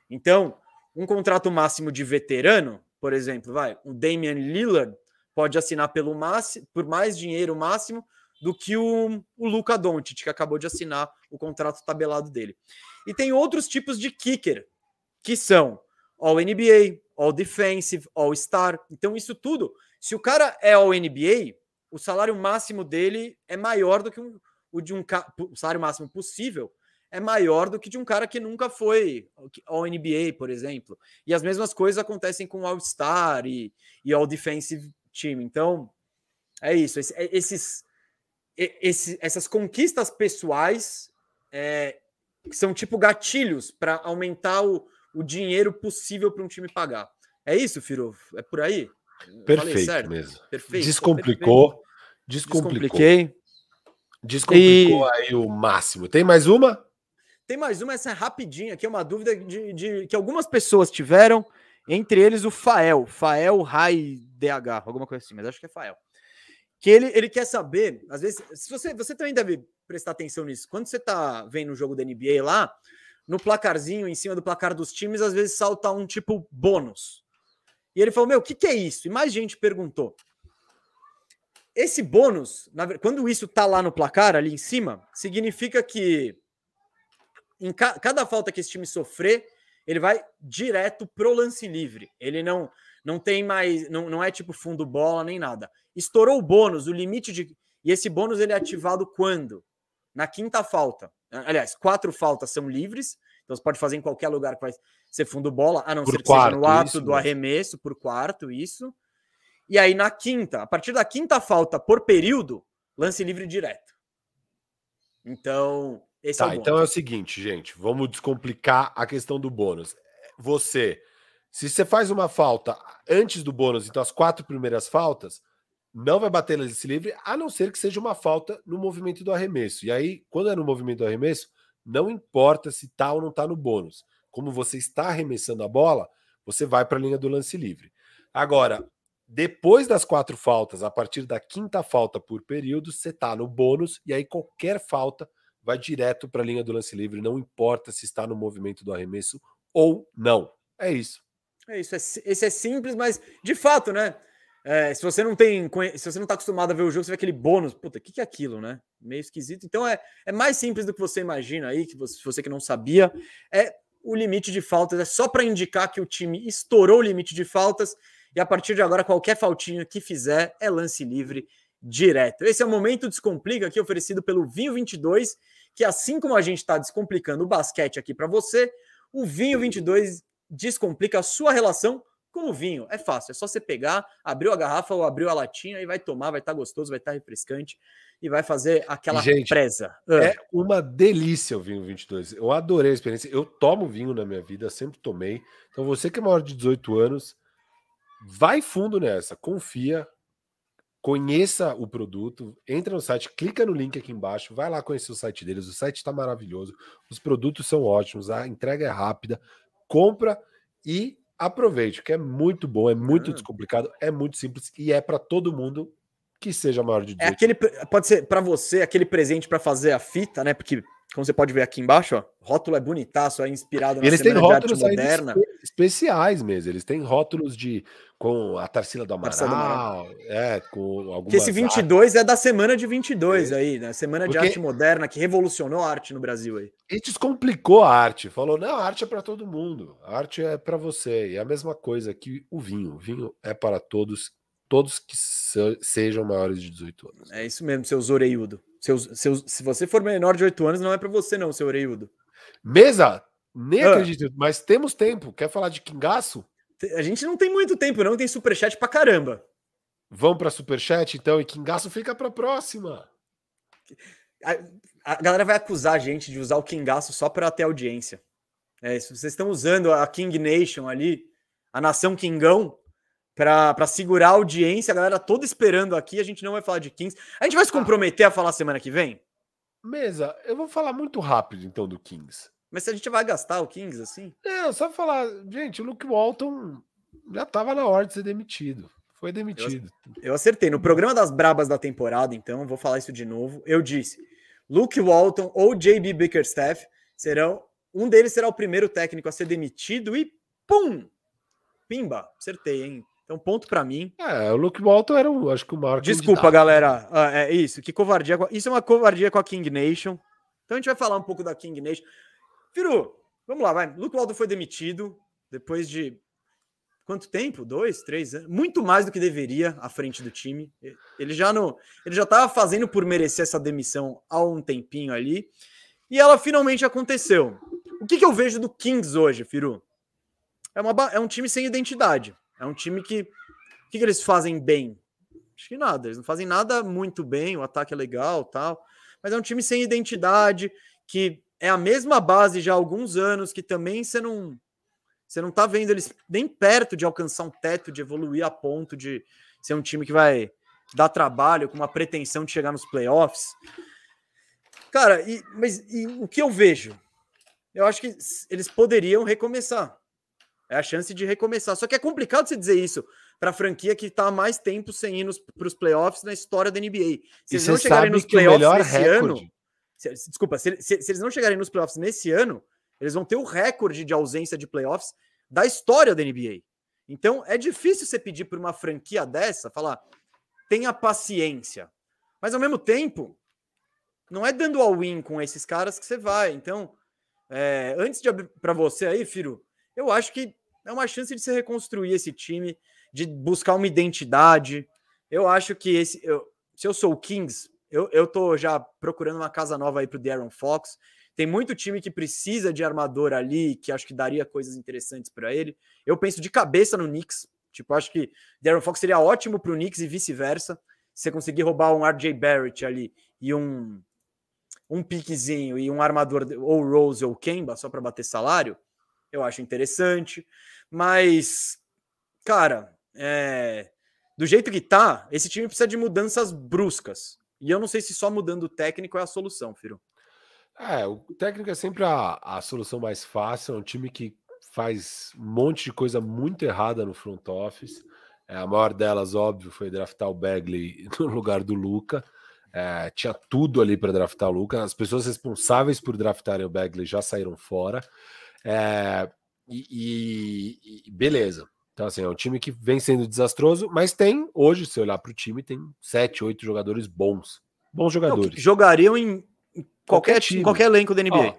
Então, um contrato máximo de veterano, por exemplo, vai, o Damian Lillard pode assinar pelo máximo, por mais dinheiro máximo do que o, o Luka Doncic, que acabou de assinar o contrato tabelado dele. E tem outros tipos de kicker, que são All N B A, All Defensive, All Star. Então, isso tudo, se o cara é All N B A, o salário máximo dele é maior do que um, o de um o salário máximo possível é maior do que de um cara que nunca foi All N B A, por exemplo. E as mesmas coisas acontecem com All Star e, e All Defensive Team. Então, é isso. Esse, esses, esse, essas conquistas pessoais é, são tipo gatilhos para aumentar o, o dinheiro possível para um time pagar. É isso, Firo? É por aí? Perfeito mesmo. Perfeito. Descomplicou. Perfeito. Descomplicou. Descompliquei. Descomplicou E... aí o máximo. Tem mais uma? Tem mais uma, essa é rapidinha aqui, é uma dúvida de, de, que algumas pessoas tiveram, entre eles o Fael, Fael Rai D H, alguma coisa assim, mas acho que é Fael. Que ele, ele quer saber, às vezes, se você, você também deve prestar atenção nisso, quando você tá vendo um jogo da N B A lá, no placarzinho, em cima do placar dos times, às vezes salta um tipo bônus. E ele falou, meu, o que, que é isso? E mais gente perguntou. Esse bônus, na, quando isso tá lá no placar, ali em cima, significa que em ca, cada falta que esse time sofrer, ele vai direto pro lance livre. Ele não, não tem mais, não, não é tipo fundo bola nem nada. Estourou o bônus, o limite de... E esse bônus ele é ativado quando? Na quinta falta. Aliás, quatro faltas são livres, então você pode fazer em qualquer lugar que vai ser fundo bola, a não por ser que quarto, seja no ato isso, do né? arremesso, por quarto, isso. E aí na quinta, a partir da quinta falta por período, lance livre direto. Então, esse tá, é o bônus. Então é o seguinte, gente, vamos descomplicar a questão do bônus. Você, se você faz uma falta antes do bônus, então as quatro primeiras faltas, não vai bater lance livre, a não ser que seja uma falta no movimento do arremesso. E aí, quando é no movimento do arremesso, não importa se tá ou não tá no bônus. Como você está arremessando a bola, você vai para a linha do lance livre. Agora, depois das quatro faltas, a partir da quinta falta por período, você tá no bônus, e aí qualquer falta vai direto para a linha do lance livre, não importa se está no movimento do arremesso ou não. É isso. É isso, é, esse é simples, mas de fato, né? É, se você não tem, se você não tá acostumado a ver o jogo, você vê aquele bônus, puta, o que, que é aquilo, né? Meio esquisito. Então é, é mais simples do que você imagina aí, que você, você que não sabia. É o limite de faltas, é só para indicar que o time estourou o limite de faltas e a partir de agora qualquer faltinha que fizer é lance livre direto. Esse é o Momento Descomplica aqui oferecido pelo Vinho vinte e dois, que assim como a gente está descomplicando o basquete aqui para você, o Vinho vinte e dois descomplica a sua relação com o vinho. É fácil, é só você pegar, abriu a garrafa ou abriu a latinha e vai tomar, vai estar tá gostoso, vai estar tá refrescante e vai fazer aquela Gente, presa. É uma delícia o Vinho vinte e dois. Eu adorei a experiência. Eu tomo vinho na minha vida, sempre tomei. Então você que é maior de dezoito anos, vai fundo nessa, confia, conheça o produto, entra no site, clica no link aqui embaixo, vai lá conhecer o site deles. O site está maravilhoso, os produtos são ótimos, a entrega é rápida. Compra e aproveite, que é muito bom, é muito ah. descomplicado, é muito simples e é para todo mundo que seja maior de dezoito. É aquele, pode ser para você aquele presente para fazer a fita, né? Porque como você pode ver aqui embaixo, ó, rótulo é bonitaço, é inspirado na eles têm rótulos de arte moderna. Especiais mesmo, eles têm rótulos de com a Tarsila do Amaral, Tarsila do Amaral. É, com algumas. Que esse vinte e dois artes. É da semana de vinte e dois é. aí, né? Semana Porque de arte moderna que revolucionou a arte no Brasil aí. E descomplicou a arte, falou: "Não, a arte é para todo mundo. A arte é para você". E é a mesma coisa que o vinho. O vinho é para todos, todos que se, sejam maiores de dezoito anos. É isso mesmo, seus oreiudo. Seus, seus, se você for menor de oito anos, não é para você não, seu oreiudo. Mesa, nem ah. acredito, mas temos tempo. Quer falar de quingaço? A gente não tem muito tempo, não. Tem superchat pra caramba. Vamos para superchat, então, e quingaço fica para próxima. A, a galera vai acusar a gente de usar o quingaço só para ter audiência. É, se vocês estão usando a King Nation ali, a nação Kingão, para segurar a audiência, a galera toda esperando aqui, a gente não vai falar de Kings. A gente vai se comprometer ah. a falar semana que vem? Mesa, eu vou falar muito rápido, então, do Kings. Mas se a gente vai gastar o Kings assim? É, só falar, gente, o Luke Walton já tava na hora de ser demitido. Foi demitido. Eu, eu acertei. No programa das brabas da temporada, então, vou falar isso de novo. Eu disse, Luke Walton ou J B Bickerstaff serão um deles será o primeiro técnico a ser demitido e pum! Pimba! Acertei, hein? Então, ponto para mim. É, o Luke Walton era, o, acho que o maior Desculpa, candidato. galera. Ah, é isso, que covardia. Isso é uma covardia com a King Nation. Então, a gente vai falar um pouco da King Nation. Firu, vamos lá, vai. Luke Walton foi demitido depois de quanto tempo? Dois, três anos? Muito mais do que deveria à frente do time. Ele já não, ele já estava fazendo por merecer essa demissão há um tempinho ali. E ela finalmente aconteceu. O que, que eu vejo do Kings hoje, Firu? É, uma, é um time sem identidade. É um time que... O que, que eles fazem bem? Acho que nada. Eles não fazem nada muito bem. O ataque é legal, tal. Mas é um time sem identidade, que é a mesma base já há alguns anos, que também você não... Você não tá vendo eles nem perto de alcançar um teto, de evoluir a ponto de ser um time que vai dar trabalho, com uma pretensão de chegar nos playoffs. Cara, e, mas e o que eu vejo? Eu acho que eles poderiam recomeçar. É a chance de recomeçar. Só que é complicado você dizer isso para a franquia que está há mais tempo sem ir para os playoffs na história da N B A. Se eles não chegarem nos playoffs nesse ano... Se, desculpa, se, se, se eles não chegarem nos playoffs nesse ano, eles vão ter o recorde de ausência de playoffs da história da N B A. Então, é difícil você pedir para uma franquia dessa, falar, tenha paciência. Mas, ao mesmo tempo, não é dando all-in com esses caras que você vai. Então, é, antes de abrir para você aí, Firu, eu acho que é uma chance de você reconstruir esse time, de buscar uma identidade. Eu acho que esse, eu, se eu sou o Kings, eu, eu tô já procurando uma casa nova aí pro De'Aaron Fox. Tem muito time que precisa de armador ali, que acho que daria coisas interessantes para ele. Eu penso de cabeça no Knicks. Tipo, acho que De'Aaron Fox seria ótimo pro Knicks e vice-versa. Se você conseguir roubar um R J Barrett ali e um, um piquezinho e um armador, ou Rose ou Kemba, só para bater salário, eu acho interessante. Mas, cara, é... do jeito que tá, esse time precisa de mudanças bruscas. E eu não sei se só mudando o técnico é a solução, Firu. É, o técnico é sempre a, a solução mais fácil. É um time que faz um monte de coisa muito errada no front office. É, a maior delas, óbvio, foi draftar o Bagley no lugar do Luka. É, tinha tudo ali para draftar o Luka. As pessoas responsáveis por draftarem o Bagley já saíram fora. É, e, e, e beleza. Então, assim, é um time que vem sendo desastroso, mas tem, hoje, se olhar para o time, tem sete, oito jogadores bons. Bons jogadores. Não, jogariam em qualquer, qualquer time, qualquer elenco da N B A. Ó,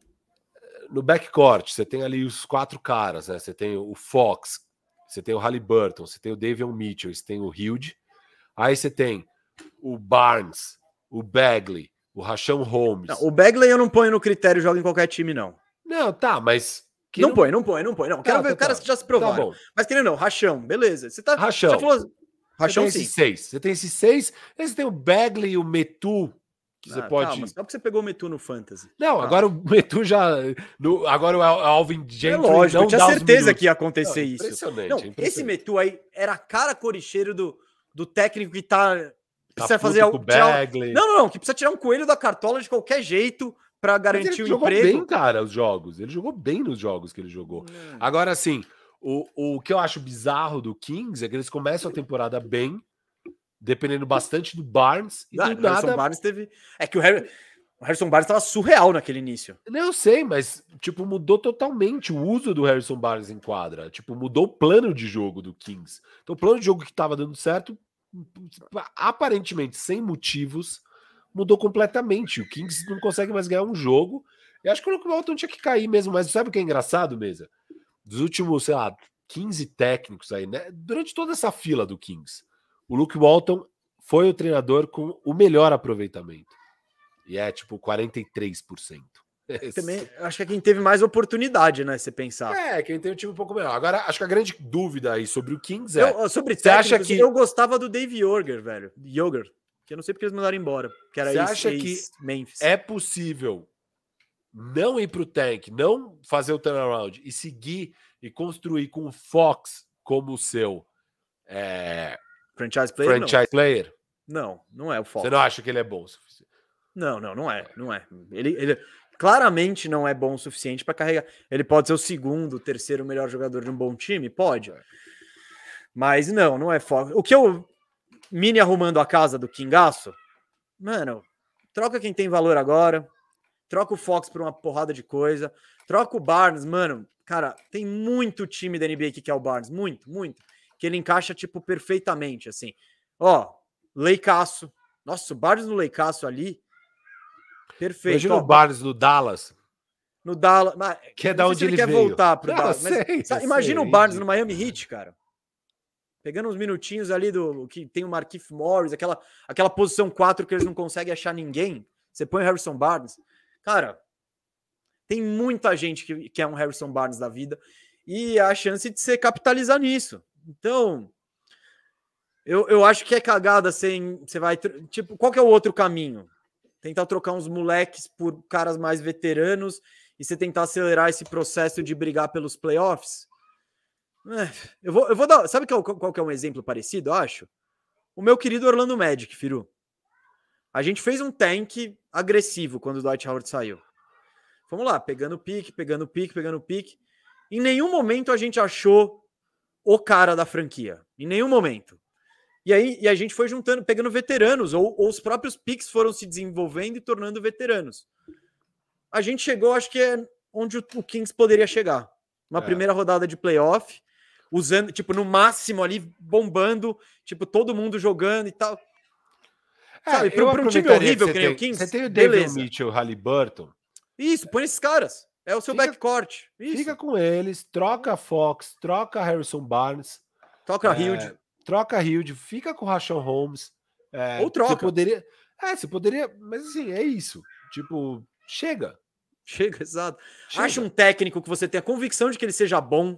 no backcourt, você tem ali os quatro caras, né? Você tem o Fox, você tem o Haliburton, você tem o Davion Mitchell, você tem o Hield. Aí você tem o Barnes, o Bagley, o Rashawn Holmes. Não, o Bagley eu não ponho no critério joga em qualquer time, não. Não, tá, mas... Não, não põe, não põe, não põe. Não. Quero tá, ver tá, caras tá. que já se provaram. Tá, mas querendo não, Rachão, beleza. Você tá. Rachão. Já falou... Rachão, você tem sim. Esses seis. Você tem esses seis. Aí você tem o Bagley e o Metu, que ah, você pode. Calma, só porque você pegou o Metu no Fantasy. Não, ah. agora o Metu já. No, agora o Alvin Gentry. É lógico, não eu tinha certeza que ia acontecer não, isso. Impressionante, não, impressionante. Esse Metu aí era a cara coricheiro do, do técnico que tá. Precisa tá fazer algo. Bagley. Não, não, não. Que precisa tirar um coelho da cartola de qualquer jeito para garantir o jogou emprego. Ele jogou bem, cara, os jogos. Ele jogou bem nos jogos que ele jogou. Hum. Agora, assim, o, o que eu acho bizarro do Kings é que eles começam a temporada bem, dependendo bastante do Barnes. E ah, do o nada... Harrison Barnes teve... É que o, Harry... o Harrison Barnes estava surreal naquele início. Não, eu sei, mas, tipo, mudou totalmente o uso do Harrison Barnes em quadra. Tipo, mudou o plano de jogo do Kings. Então, o plano de jogo que estava dando certo, aparentemente, sem motivos... mudou completamente. O Kings não consegue mais ganhar um jogo. Eu acho que o Luke Walton tinha que cair mesmo. Mas sabe o que é engraçado, Mesa? Dos últimos, sei lá, quinze técnicos aí, né? Durante toda essa fila do Kings, o Luke Walton foi o treinador com o melhor aproveitamento. E é tipo quarenta e três por cento. Também acho que é quem teve mais oportunidade, né? Você pensar. É, quem tem um time um pouco melhor. Agora, acho que a grande dúvida aí sobre o Kings é. Eu, sobre você acha que eu gostava do Dave Joerger, velho? Joerger. Que eu não sei porque eles mandaram embora. Que era Você acha que Memphis. É possível não ir para o tank, não fazer o turnaround e seguir e construir com o Fox como o seu é... franchise player? Franchise não. player? Não, não é o Fox. Você não acha que ele é bom o suficiente? Não, não, não é. Não é. Ele, ele claramente não é bom o suficiente para carregar. Ele pode ser o segundo, terceiro melhor jogador de um bom time? Pode. Mas não, não é Fox. O que eu... Mini arrumando a casa do Kingaço, mano, troca quem tem valor agora, troca o Fox por uma porrada de coisa, troca o Barnes, mano, cara, tem muito time da N B A que quer o Barnes, muito, muito, que ele encaixa, tipo, perfeitamente, assim. Ó, Leicaço, nossa, o Barnes no Leicaço ali, perfeito. Imagina ó, o Barnes no Dallas. No Dallas, mas, que é da onde se ele, ele quer veio. voltar pro Não, Dallas, sei, mas, sabe, sei, imagina é o Barnes ridículo. no Miami Heat, cara. Pegando uns minutinhos ali do que tem o Markieff Morris, aquela, aquela posição quatro que eles não conseguem achar ninguém. Você põe o Harrison Barnes. Cara, tem muita gente que quer um Harrison Barnes da vida e a chance de você capitalizar nisso. Então, eu, eu acho que é cagada sem você vai tipo, qual que é o outro caminho? Tentar trocar uns moleques por caras mais veteranos e você tentar acelerar esse processo de brigar pelos playoffs? Eu vou, eu vou dar. Sabe qual, qual que é um exemplo parecido, eu acho? O meu querido Orlando Magic, Firu. A gente fez um tank agressivo quando o Dwight Howard saiu. Vamos lá, pegando pique, pegando pique, pegando pique. Em nenhum momento a gente achou o cara da franquia. Em nenhum momento. E aí e a gente foi juntando, pegando veteranos, ou, ou os próprios piques foram se desenvolvendo e tornando veteranos. A gente chegou, acho que é onde o, o Kings poderia chegar. Uma é. primeira rodada de playoff, usando, tipo, no máximo ali, bombando, tipo, todo mundo jogando e tal. É, sabe, para um time horrível que, que nem tem, o Kings, você tem o David beleza. Mitchell, Haliburton. Isso, põe esses caras. É o seu fica, backcourt. Isso. Fica com eles, troca Fox, troca Harrison Barnes. Troca é, Hield. Troca Hield, fica com o Rashawn Holmes. É, Ou troca. Você poderia... É, você poderia... Mas assim, é isso. Tipo, chega. Chega, exato. Chega. Acha um técnico que você tenha convicção de que ele seja bom.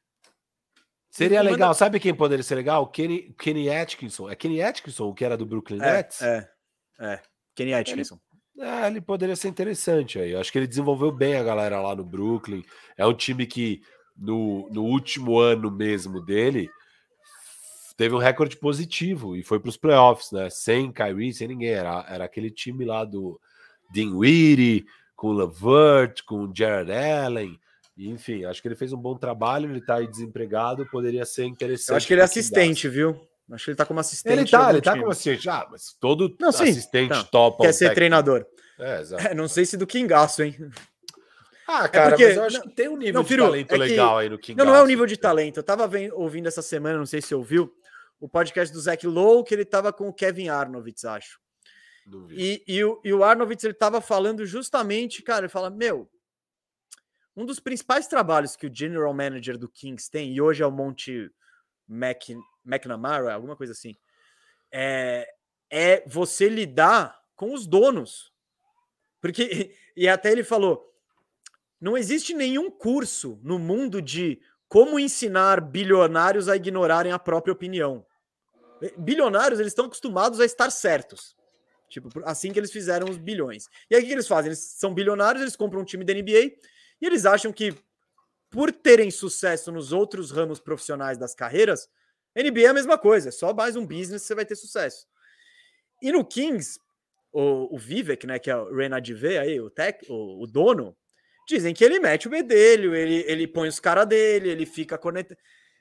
Seria legal, manda... sabe quem poderia ser legal? Kenny, Kenny Atkinson. É Kenny Atkinson, o que era do Brooklyn é, Nets? É, é. Kenny Atkinson. Ele, é, ele poderia ser interessante aí. Eu acho que ele desenvolveu bem a galera lá no Brooklyn. É um time que, no, no último ano mesmo dele, teve um recorde positivo e foi para os playoffs, né? Sem Kyrie, sem ninguém. Era, era aquele time lá do Dinwiddie, com o LeVert, com o Jared Allen. Enfim, acho que ele fez um bom trabalho, ele tá aí desempregado, poderia ser interessante. Eu acho que ele é assistente, viu? Acho que ele tá como assistente. Ele tá, ele tá como assistente. Ah, mas todo não, sim, assistente tá. topa. Quer ser técnico. Treinador. É, exato. É, não sei se do Kingaço, hein? Ah, cara, é porque, mas eu acho não, que tem um nível não, Firu, de talento é legal que, aí no Kingaço. Não, não é o nível de talento. Eu tava vendo, ouvindo essa semana, não sei se você ouviu, o podcast do Zach Lowe, que ele tava com o Kevin Arnovitz, acho. E, e, o, e o Arnovitz, ele tava falando justamente, cara, ele fala, meu, um dos principais trabalhos que o general manager do Kings tem, e hoje é o Monte Mac, McNamara, alguma coisa assim, é, é você lidar com os donos. Porque, e até ele falou, não existe nenhum curso no mundo de como ensinar bilionários a ignorarem a própria opinião. Bilionários, eles estão acostumados a estar certos. Tipo, assim que eles fizeram os bilhões. E aí o que eles fazem? Eles são bilionários, eles compram um time da N B A, e eles acham que, por terem sucesso nos outros ramos profissionais das carreiras, N B A é a mesma coisa, é só mais um business que você vai ter sucesso. E no Kings, o, o Vivek, né, que é o Renadive, aí, o, tech, o, o dono, dizem que ele mete o bedelho, ele, ele põe os caras dele, ele fica conectado.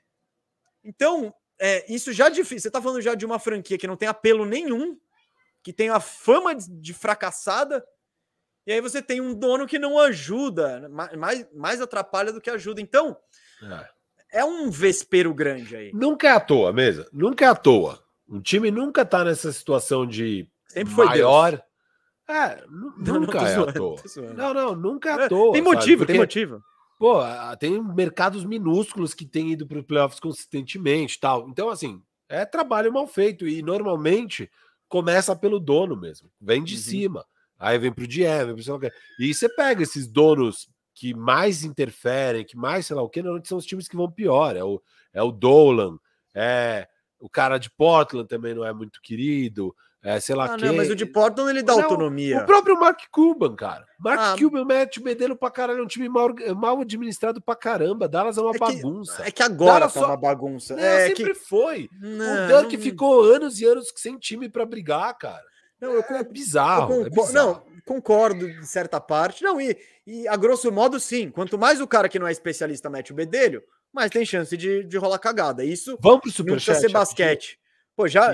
Então, é, isso já é difícil. Você tá falando já de uma franquia que não tem apelo nenhum, que tem a fama de, de fracassada, e aí você tem um dono que não ajuda, mais, mais atrapalha do que ajuda. Então, é, é um vespeiro grande aí. Nunca é à toa, mesa. Nunca é à toa. Um time nunca tá nessa situação de sempre foi maior... Deus. É, não, nunca não, é zoando, à toa. Não, não, nunca é à toa. Tem motivo, Porque, tem motivo. Pô, tem mercados minúsculos que têm ido para os playoffs consistentemente e tal. Então, assim, é trabalho mal feito e normalmente começa pelo dono mesmo. Vem de uhum. cima. Aí vem pro G M, vem pro... E você pega esses donos que mais interferem, que mais, sei lá o que, normalmente são os times que vão pior. É o, é o Dolan, é o cara de Portland também não é muito querido, é, sei lá ah, quem. Não, mas o de Portland ele dá não, autonomia. O próprio Mark Cuban, cara. Mark ah, Cuban mete o bedelho pra caralho, é um time mal, mal administrado pra caramba. Dallas é uma é bagunça. Que, é que agora Dallas tá só... uma bagunça. Não, é sempre que... foi. Não, o Dunk não... ficou anos e anos sem time pra brigar, cara. Não, eu é bizarro, eu é bizarro. Não, concordo de certa parte. Não, e, e a grosso modo, sim. Quanto mais o cara que não é especialista mete o bedelho, mais tem chance de, de rolar cagada. Isso Vamos pro não superchat. precisa ser basquete. Pô, já, que...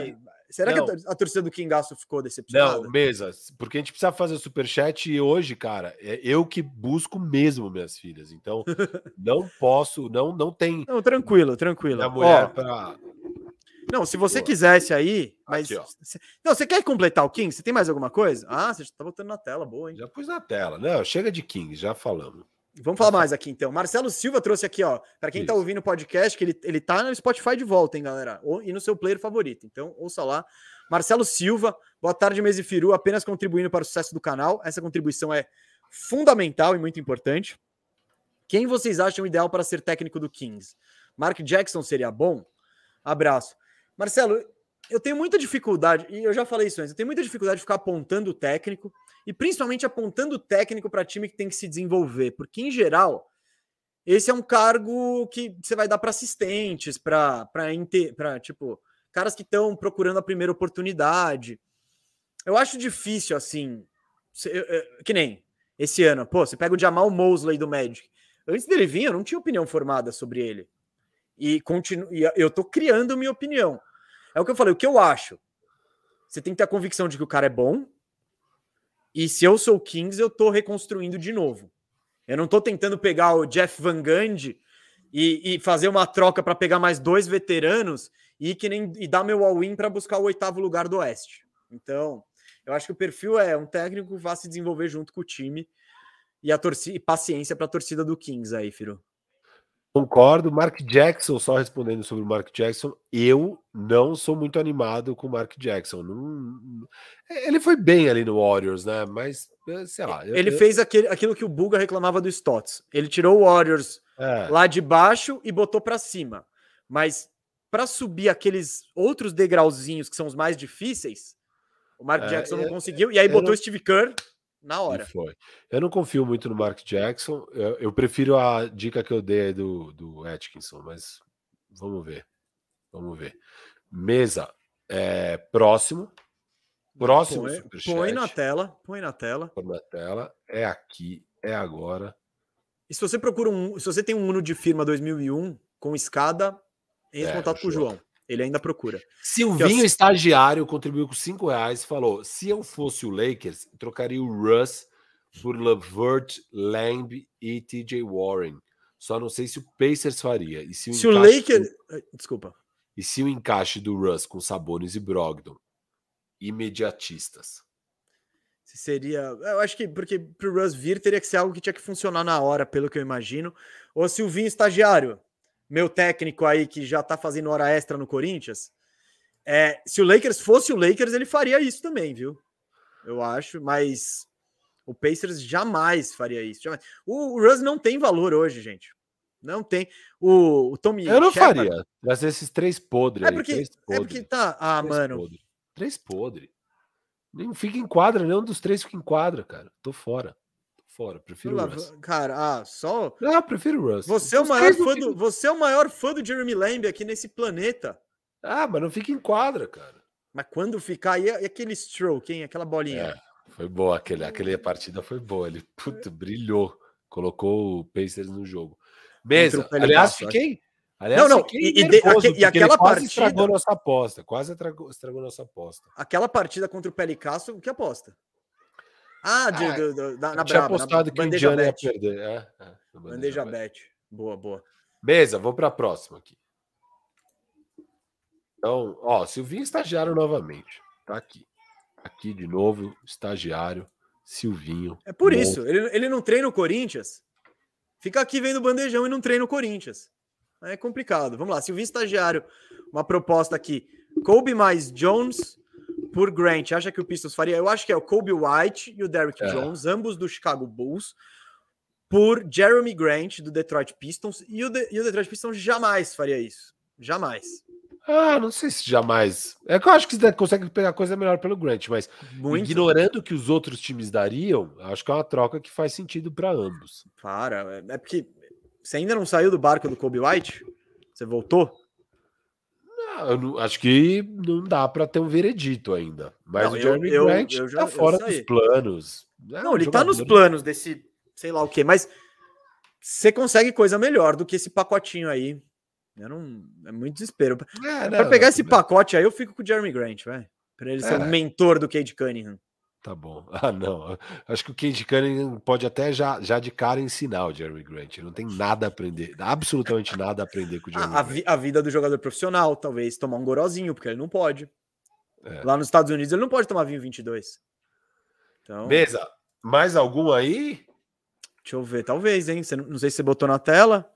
Será Não. que a, tor- a torcida do Kingaço ficou decepcionada? Não, mesa, porque a gente precisa fazer o superchat e hoje, cara, é eu que busco mesmo minhas filhas. Então, não posso, não, não tem Não, tranquilo, tranquilo. minha mulher Ó, pra. não, se você Boa. quisesse aí, mas... Aqui, ó. cê- não, você quer completar o King? Você tem mais alguma coisa? Ah, você já tá botando na tela, boa, hein? Já pus na tela. Não, chega de King, já falamos. Vamos falar mais aqui, então. Marcelo Silva trouxe aqui, ó, para quem tá Isso. ouvindo o podcast, que ele, ele tá no Spotify de volta, hein, galera? Ou, e no seu player favorito. Então, ouça lá. Marcelo Silva, boa tarde, Mesifiru, apenas contribuindo para o sucesso do canal. Essa contribuição é fundamental e muito importante. Quem vocês acham ideal para ser técnico do Kings? Mark Jackson seria bom? Abraço. Marcelo, eu tenho muita dificuldade, e eu já falei isso antes, eu tenho muita dificuldade de ficar apontando o técnico, e principalmente apontando o técnico para time que tem que se desenvolver, porque em geral, esse é um cargo que você vai dar para assistentes, para para tipo, caras que estão procurando a primeira oportunidade. Eu acho difícil, assim, que nem esse ano, pô, você pega o Jamal Mosley do Magic. Antes dele vir, eu não tinha opinião formada sobre ele. E, continu... e eu tô criando minha opinião. É o que eu falei, o que eu acho. Você tem que ter a convicção de que o cara é bom. E se eu sou o Kings, eu tô reconstruindo de novo. Eu não tô tentando pegar o Jeff Van Gundy e, e fazer uma troca para pegar mais dois veteranos e, que nem, e dar meu all-in para buscar o oitavo lugar do Oeste. Então, eu acho que o perfil é um técnico que vá se desenvolver junto com o time e a torcida, e paciência para a torcida do Kings aí, Firo. Concordo. Mark Jackson, só respondendo sobre o Mark Jackson, eu não sou muito animado com o Mark Jackson. Não, ele foi bem ali no Warriors, né? Mas, sei lá. Ele eu, fez aquele, aquilo que o Buga reclamava do Stotts. Ele tirou o Warriors é. lá de baixo e botou para cima. Mas para subir aqueles outros degrauzinhos que são os mais difíceis, o Mark é, Jackson não eu, conseguiu. E aí botou o não... Steve Kerr na hora. E foi. Eu não confio muito no Mark Jackson. Eu, eu prefiro a dica que eu dei do, do Atkinson, mas vamos ver. Vamos ver. Mesa, é, próximo. Próximo põe, superchat. Põe na tela. Põe na tela. Põe na tela. É aqui. É agora. E se você procura um. Se você tem um Uno de firma dois mil e um com escada, entre em é, contato com o João. Ele ainda procura. Silvinho, estagiário, contribuiu com cinco reais e falou: se eu fosse o Lakers, trocaria o Russ por LeVert, Lamb e T J Warren. Só não sei se o Pacers faria. E se o, se o Lakers. Do... Desculpa. E se o encaixe do Russ com Sabonis e Brogdon? Imediatistas. Seria. Eu acho que porque pro Russ vir teria que ser algo que tinha que funcionar na hora, pelo que eu imagino. Ou Silvinho, estagiário. Meu técnico aí que já tá fazendo hora extra no Corinthians, é, se o Lakers fosse o Lakers, ele faria isso também, viu? Eu acho, mas o Pacers jamais faria isso. Jamais. O, o Russ não tem valor hoje, gente. Não tem. O, o Tommy Eu não Shepard, faria. Trazer esses três podres é porque, aí. Três podres. É porque tá. Ah, três mano. Podre. Três podres. Nem fica em quadra, nenhum dos três fica em quadra, cara. Tô fora. Fora, prefiro o Russ. Cara, ah, só. Não, eu prefiro o Russ. Você é o maior fã do, você é o maior fã do Jeremy Lamb aqui nesse planeta. Ah, mas não fica em quadra, cara. Mas quando ficar, e aquele stroke, hein? Aquela bolinha. É, foi boa, aquele, aquele partida foi boa. Ele puto, brilhou. Colocou o Pacers no jogo. Mesa, aliás, fiquei. Aliás, não, não, fiquei e, nervoso, e, e aquela quase partida. Estragou nossa aposta. Quase estragou, estragou nossa aposta. Aquela partida contra o Pelicasso, o que aposta? Ah, de, ah do, do, da, na tinha Brava, apostado na que o Indiana ia perder. É, é, bandeja, bandeja bet. Boa, boa. Beleza, vou para a próxima aqui. Então, ó, Silvinho estagiário novamente. Tá aqui. Aqui de novo, estagiário, Silvinho. É por monstro. Isso, ele, ele não treina o Corinthians. Fica aqui vendo o bandejão e não treina o Corinthians. É complicado. Vamos lá, Silvinho estagiário. Uma proposta aqui. Kobe mais Jones por Grant. Acha que o Pistons faria? Eu acho que é o Kobe White e o Derrick é. Jones, ambos do Chicago Bulls, por Jeremy Grant, do Detroit Pistons. E o, de, e o Detroit Pistons jamais faria isso. Jamais. Ah, não sei se jamais. É que eu acho que você consegue pegar coisa melhor pelo Grant, mas muito. Ignorando o que os outros times dariam, acho que é uma troca que faz sentido para ambos. Para, é porque você ainda não saiu do barco do Kobe White? Você voltou? Não, eu não, acho que não dá para ter um veredito ainda. Mas não, o Jeremy eu, Grant eu, eu já, tá fora dos planos. É não, um ele jogador... tá nos planos desse, sei lá o quê, mas você consegue coisa melhor do que esse pacotinho aí. Eu não, é muito desespero. É, Para pegar esse pacote aí, eu fico com o Jeremy Grant, vai. Para ele ser É. o mentor do Cade Cunningham. Tá bom. Ah, não. Acho que o Cade Cunningham pode até já, já de cara ensinar o Jeremy Grant. Ele não tem nada a aprender, absolutamente nada a aprender com o Jeremy A, a, Grant. vi- a vida do jogador profissional, talvez tomar um gorozinho, porque ele não pode. É. Lá nos Estados Unidos ele não pode tomar vinho vinte e dois. Então, Mesa, mais algum aí? deixa eu ver, talvez, hein? Você não, não sei se você botou na tela.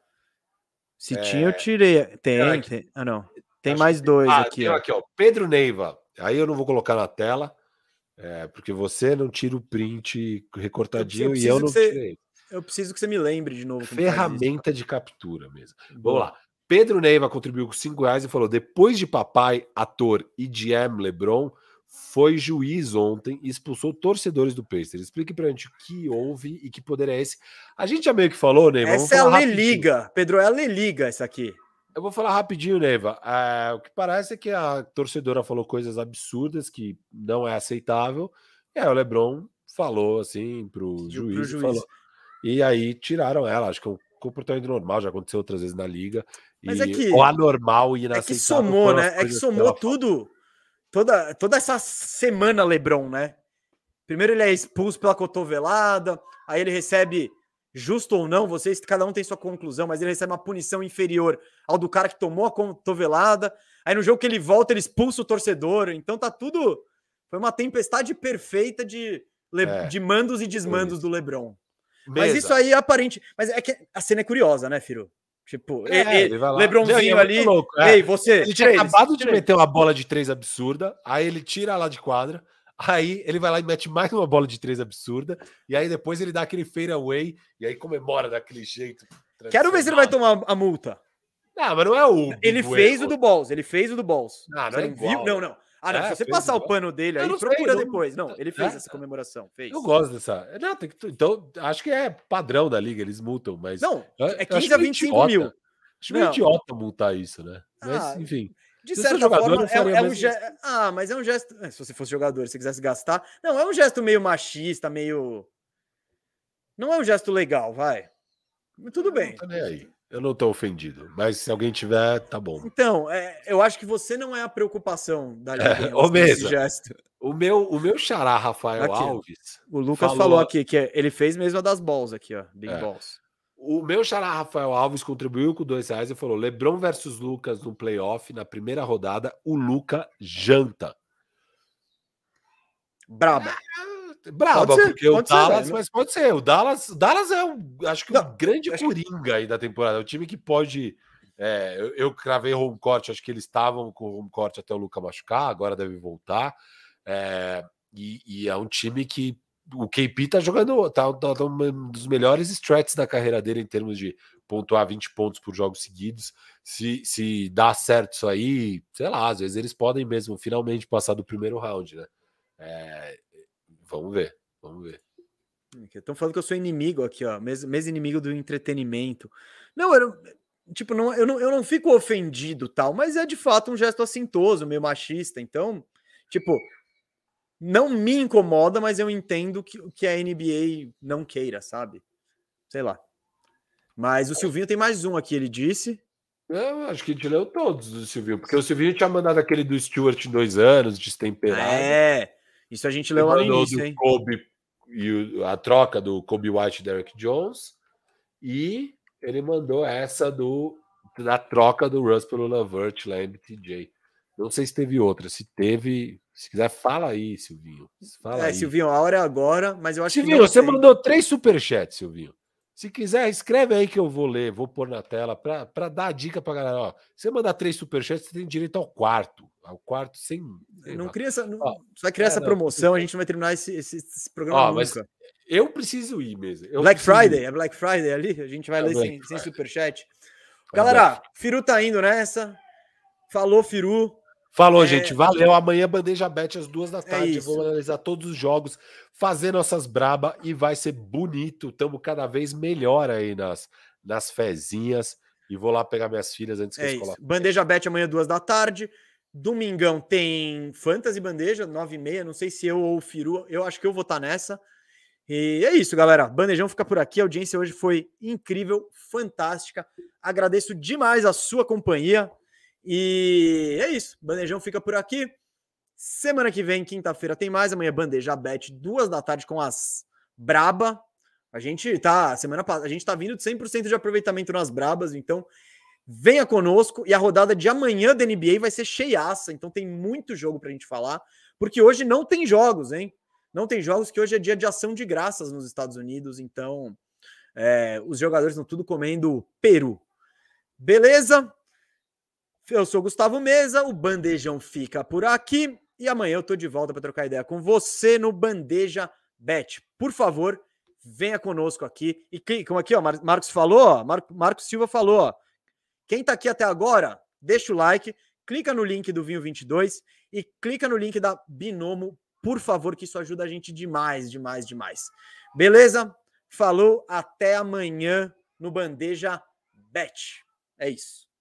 Se É, tinha, eu tirei. Tem, será que- tem. Ah, não. Tem Acho mais que- dois ah, aqui, tem ó. aqui, ó. Pedro Neiva. Aí eu não vou colocar na tela, é, porque você não tira o print recortadinho Eu e eu preciso não que você- tirei. Eu preciso que você me lembre de novo. como faz isso. Ferramenta de captura mesmo. Boa. Vamos lá. Pedro Neiva contribuiu com cinco reais e falou: depois de papai, ator e G M LeBron, foi juiz ontem e expulsou torcedores do Pacers. Explique pra gente o que houve e que poder é esse. A gente já meio que falou, Neiva. vamos Essa é a falar rapidinho. Leliga. Pedro, é a Leliga essa aqui. Eu vou falar rapidinho, Neiva. É, o que parece é que a torcedora falou coisas absurdas que não é aceitável. E aí o LeBron falou assim pro E juiz, pro e juiz. falou. E aí tiraram ela. Acho que é um comportamento normal, já aconteceu outras vezes na liga. Mas e é que- o anormal e É que inaceitável. somou, foram as né? É que coisas somou ela falou. tudo. Toda, toda essa semana, LeBron, né? Primeiro ele é expulso pela cotovelada, aí ele recebe, justo ou não, vocês, cada um tem sua conclusão, mas ele recebe uma punição inferior ao do cara que tomou a cotovelada. Aí no jogo que ele volta, ele expulsa o torcedor. Então tá tudo. Foi uma tempestade perfeita de, Le- É, de mandos e desmandos isso. do LeBron. Mas Mesa. isso aí é aparente. Mas é que a cena é curiosa, né, Firo? Tipo, É, ele, ele vai lá. LeBronzinho Não, e é muito ali. louco, é. Ei, você. Ele tinha tira acabado de tira ele. meter uma bola de três absurda, aí ele tira lá de quadra, aí ele vai lá e mete mais uma bola de três absurda, e aí depois ele dá aquele fade away, e aí comemora daquele jeito. Quero ver se ele vai tomar a multa. Não, mas não é o. Ele Big fez Whale. o do Balls, ele fez o do Balls. Ah, não Você é não igual, viu? Não, né? não. Ah, não, É, se você fez passar o igual. pano dele Eu aí, não sei, procura não- depois. Não, ele fez É? essa comemoração, fez. Eu gosto dessa. Não, tem que... Então, acho que é padrão da liga, eles multam, mas. Não, eu- é eu acho quinze a meio vinte e cinco mil. idiota. Acho meio Não. idiota multar isso, né? Mas, Ah, enfim. De Se eu sou certa jogador, forma, eu faria é, é a um mesma gesto. Ah, mas é um gesto. é, Se você fosse jogador, se quisesse gastar. Não, é um gesto meio machista, meio. Não é um gesto legal, vai. Mas tudo bem. Não tô nem aí. Eu não tô ofendido, mas se alguém tiver, tá bom. Então, é, eu acho que você não é a preocupação da liga em É, relação ô, a esse Mesa. gesto. O meu, o meu xará, Rafael Aqui. Alves. O Lucas falou- falou aqui que ele fez mesmo a das balls aqui, ó. Big É. balls. O meu xará, Rafael Alves, contribuiu com dois reais e falou: LeBron versus Lucas no playoff, na primeira rodada, o Luca janta. Braba. Braba, Pode ser, porque o pode ser, Dallas, velho. mas pode ser. O Dallas, o Dallas é, um, acho que, Não, o grande acho que- coringa aí da temporada. É o time que pode. é, eu, eu cravei home court, acho que eles estavam com home court até o Luca machucar, agora deve voltar. É, e, e é um time que o K P tá jogando, tá, tá, tá um dos melhores stretches da carreira dele em termos de pontuar vinte pontos por jogos seguidos. Se, se dá certo isso aí, sei lá, às vezes eles podem mesmo finalmente passar do primeiro round, né? É, vamos ver, vamos ver. Estão falando que eu sou inimigo aqui, ó. Mês, mês inimigo do entretenimento. Não, eu não, tipo, não, eu, não, eu não fico ofendido, tal, mas é de fato um gesto assintoso, meio machista. Então, tipo, não me incomoda, mas eu entendo que, que a N B A não queira, sabe? Sei lá. Mas o Silvinho tem mais um aqui, ele disse. Eu acho que a gente leu todos do Silvinho, porque o Silvinho tinha mandado aquele do Stewart em dois anos, destemperado. É, isso a gente Ele leu lá no mandou início, do hein? Kobe e o- a troca do Kobe White e Derrick Jones, e ele mandou essa do da troca do Russ pelo LeVert, lá em M T J. Não sei se teve outra, se teve, se quiser fala aí, Silvinho. Fala É, aí. Silvinho, a hora é agora, mas eu acho Silvinho, que não você tem. mandou três superchats, Silvinho. Se quiser, escreve aí que eu vou ler, vou pôr na tela para dar a dica pra galera. Ó, você mandar três superchats, você tem direito ao quarto. Ao quarto sem. sei Não lá. cria essa, não, Ó, você vai criar é, essa não, promoção, a gente não vai terminar esse, esse, esse programa Ó, nunca. mas eu preciso ir mesmo. Eu Black preciso Friday, ir. é Black Friday ali? A gente vai É ler Black sem, sem Friday. superchat. É Galera, Firu tá indo nessa. Falou, Firu. Falou, É- gente. Valeu. Amanhã, Bandeja Bet, às duas da tarde. isso. Vamos analisar todos os jogos, fazer nossas braba e vai ser bonito. Estamos cada vez melhor aí nas, nas fezinhas. E vou lá pegar minhas filhas antes que a É escola. isso. Bandeja Bet amanhã, duas da tarde. Domingão tem Fantasy Bandeja, nove e meia. Não sei se eu ou o Firu. Eu acho que eu vou estar nessa. E é isso, galera. Bandejão fica por aqui. A audiência hoje foi incrível, fantástica. Agradeço demais a sua companhia. E é isso. Bandejão fica por aqui. Semana que vem, quinta-feira, tem mais. Amanhã, Bandeja Bet, duas da tarde com as Braba. A gente tá, semana a gente tá vindo de cem por cento de aproveitamento nas Brabas, então venha conosco. E a rodada de amanhã da N B A vai ser cheiaça, então tem muito jogo pra gente falar, porque hoje não tem jogos, hein? Não tem jogos, que hoje é dia de ação de graças nos Estados Unidos, então é, os jogadores estão tudo comendo peru. Beleza? Eu sou o Gustavo Meza, o Bandejão fica por aqui e amanhã eu tô de volta para trocar ideia com você no Bandeja Bet. Por favor, venha conosco aqui e clique, como aqui, ó, Mar- Marcos falou, ó, Mar- Marcos Silva falou, ó, quem tá aqui até agora, deixa o like, clica no link do Vinho vinte e dois e clica no link da Binomo, por favor, que isso ajuda a gente demais, demais, demais. Beleza? Falou, até amanhã no Bandeja Bet. É isso.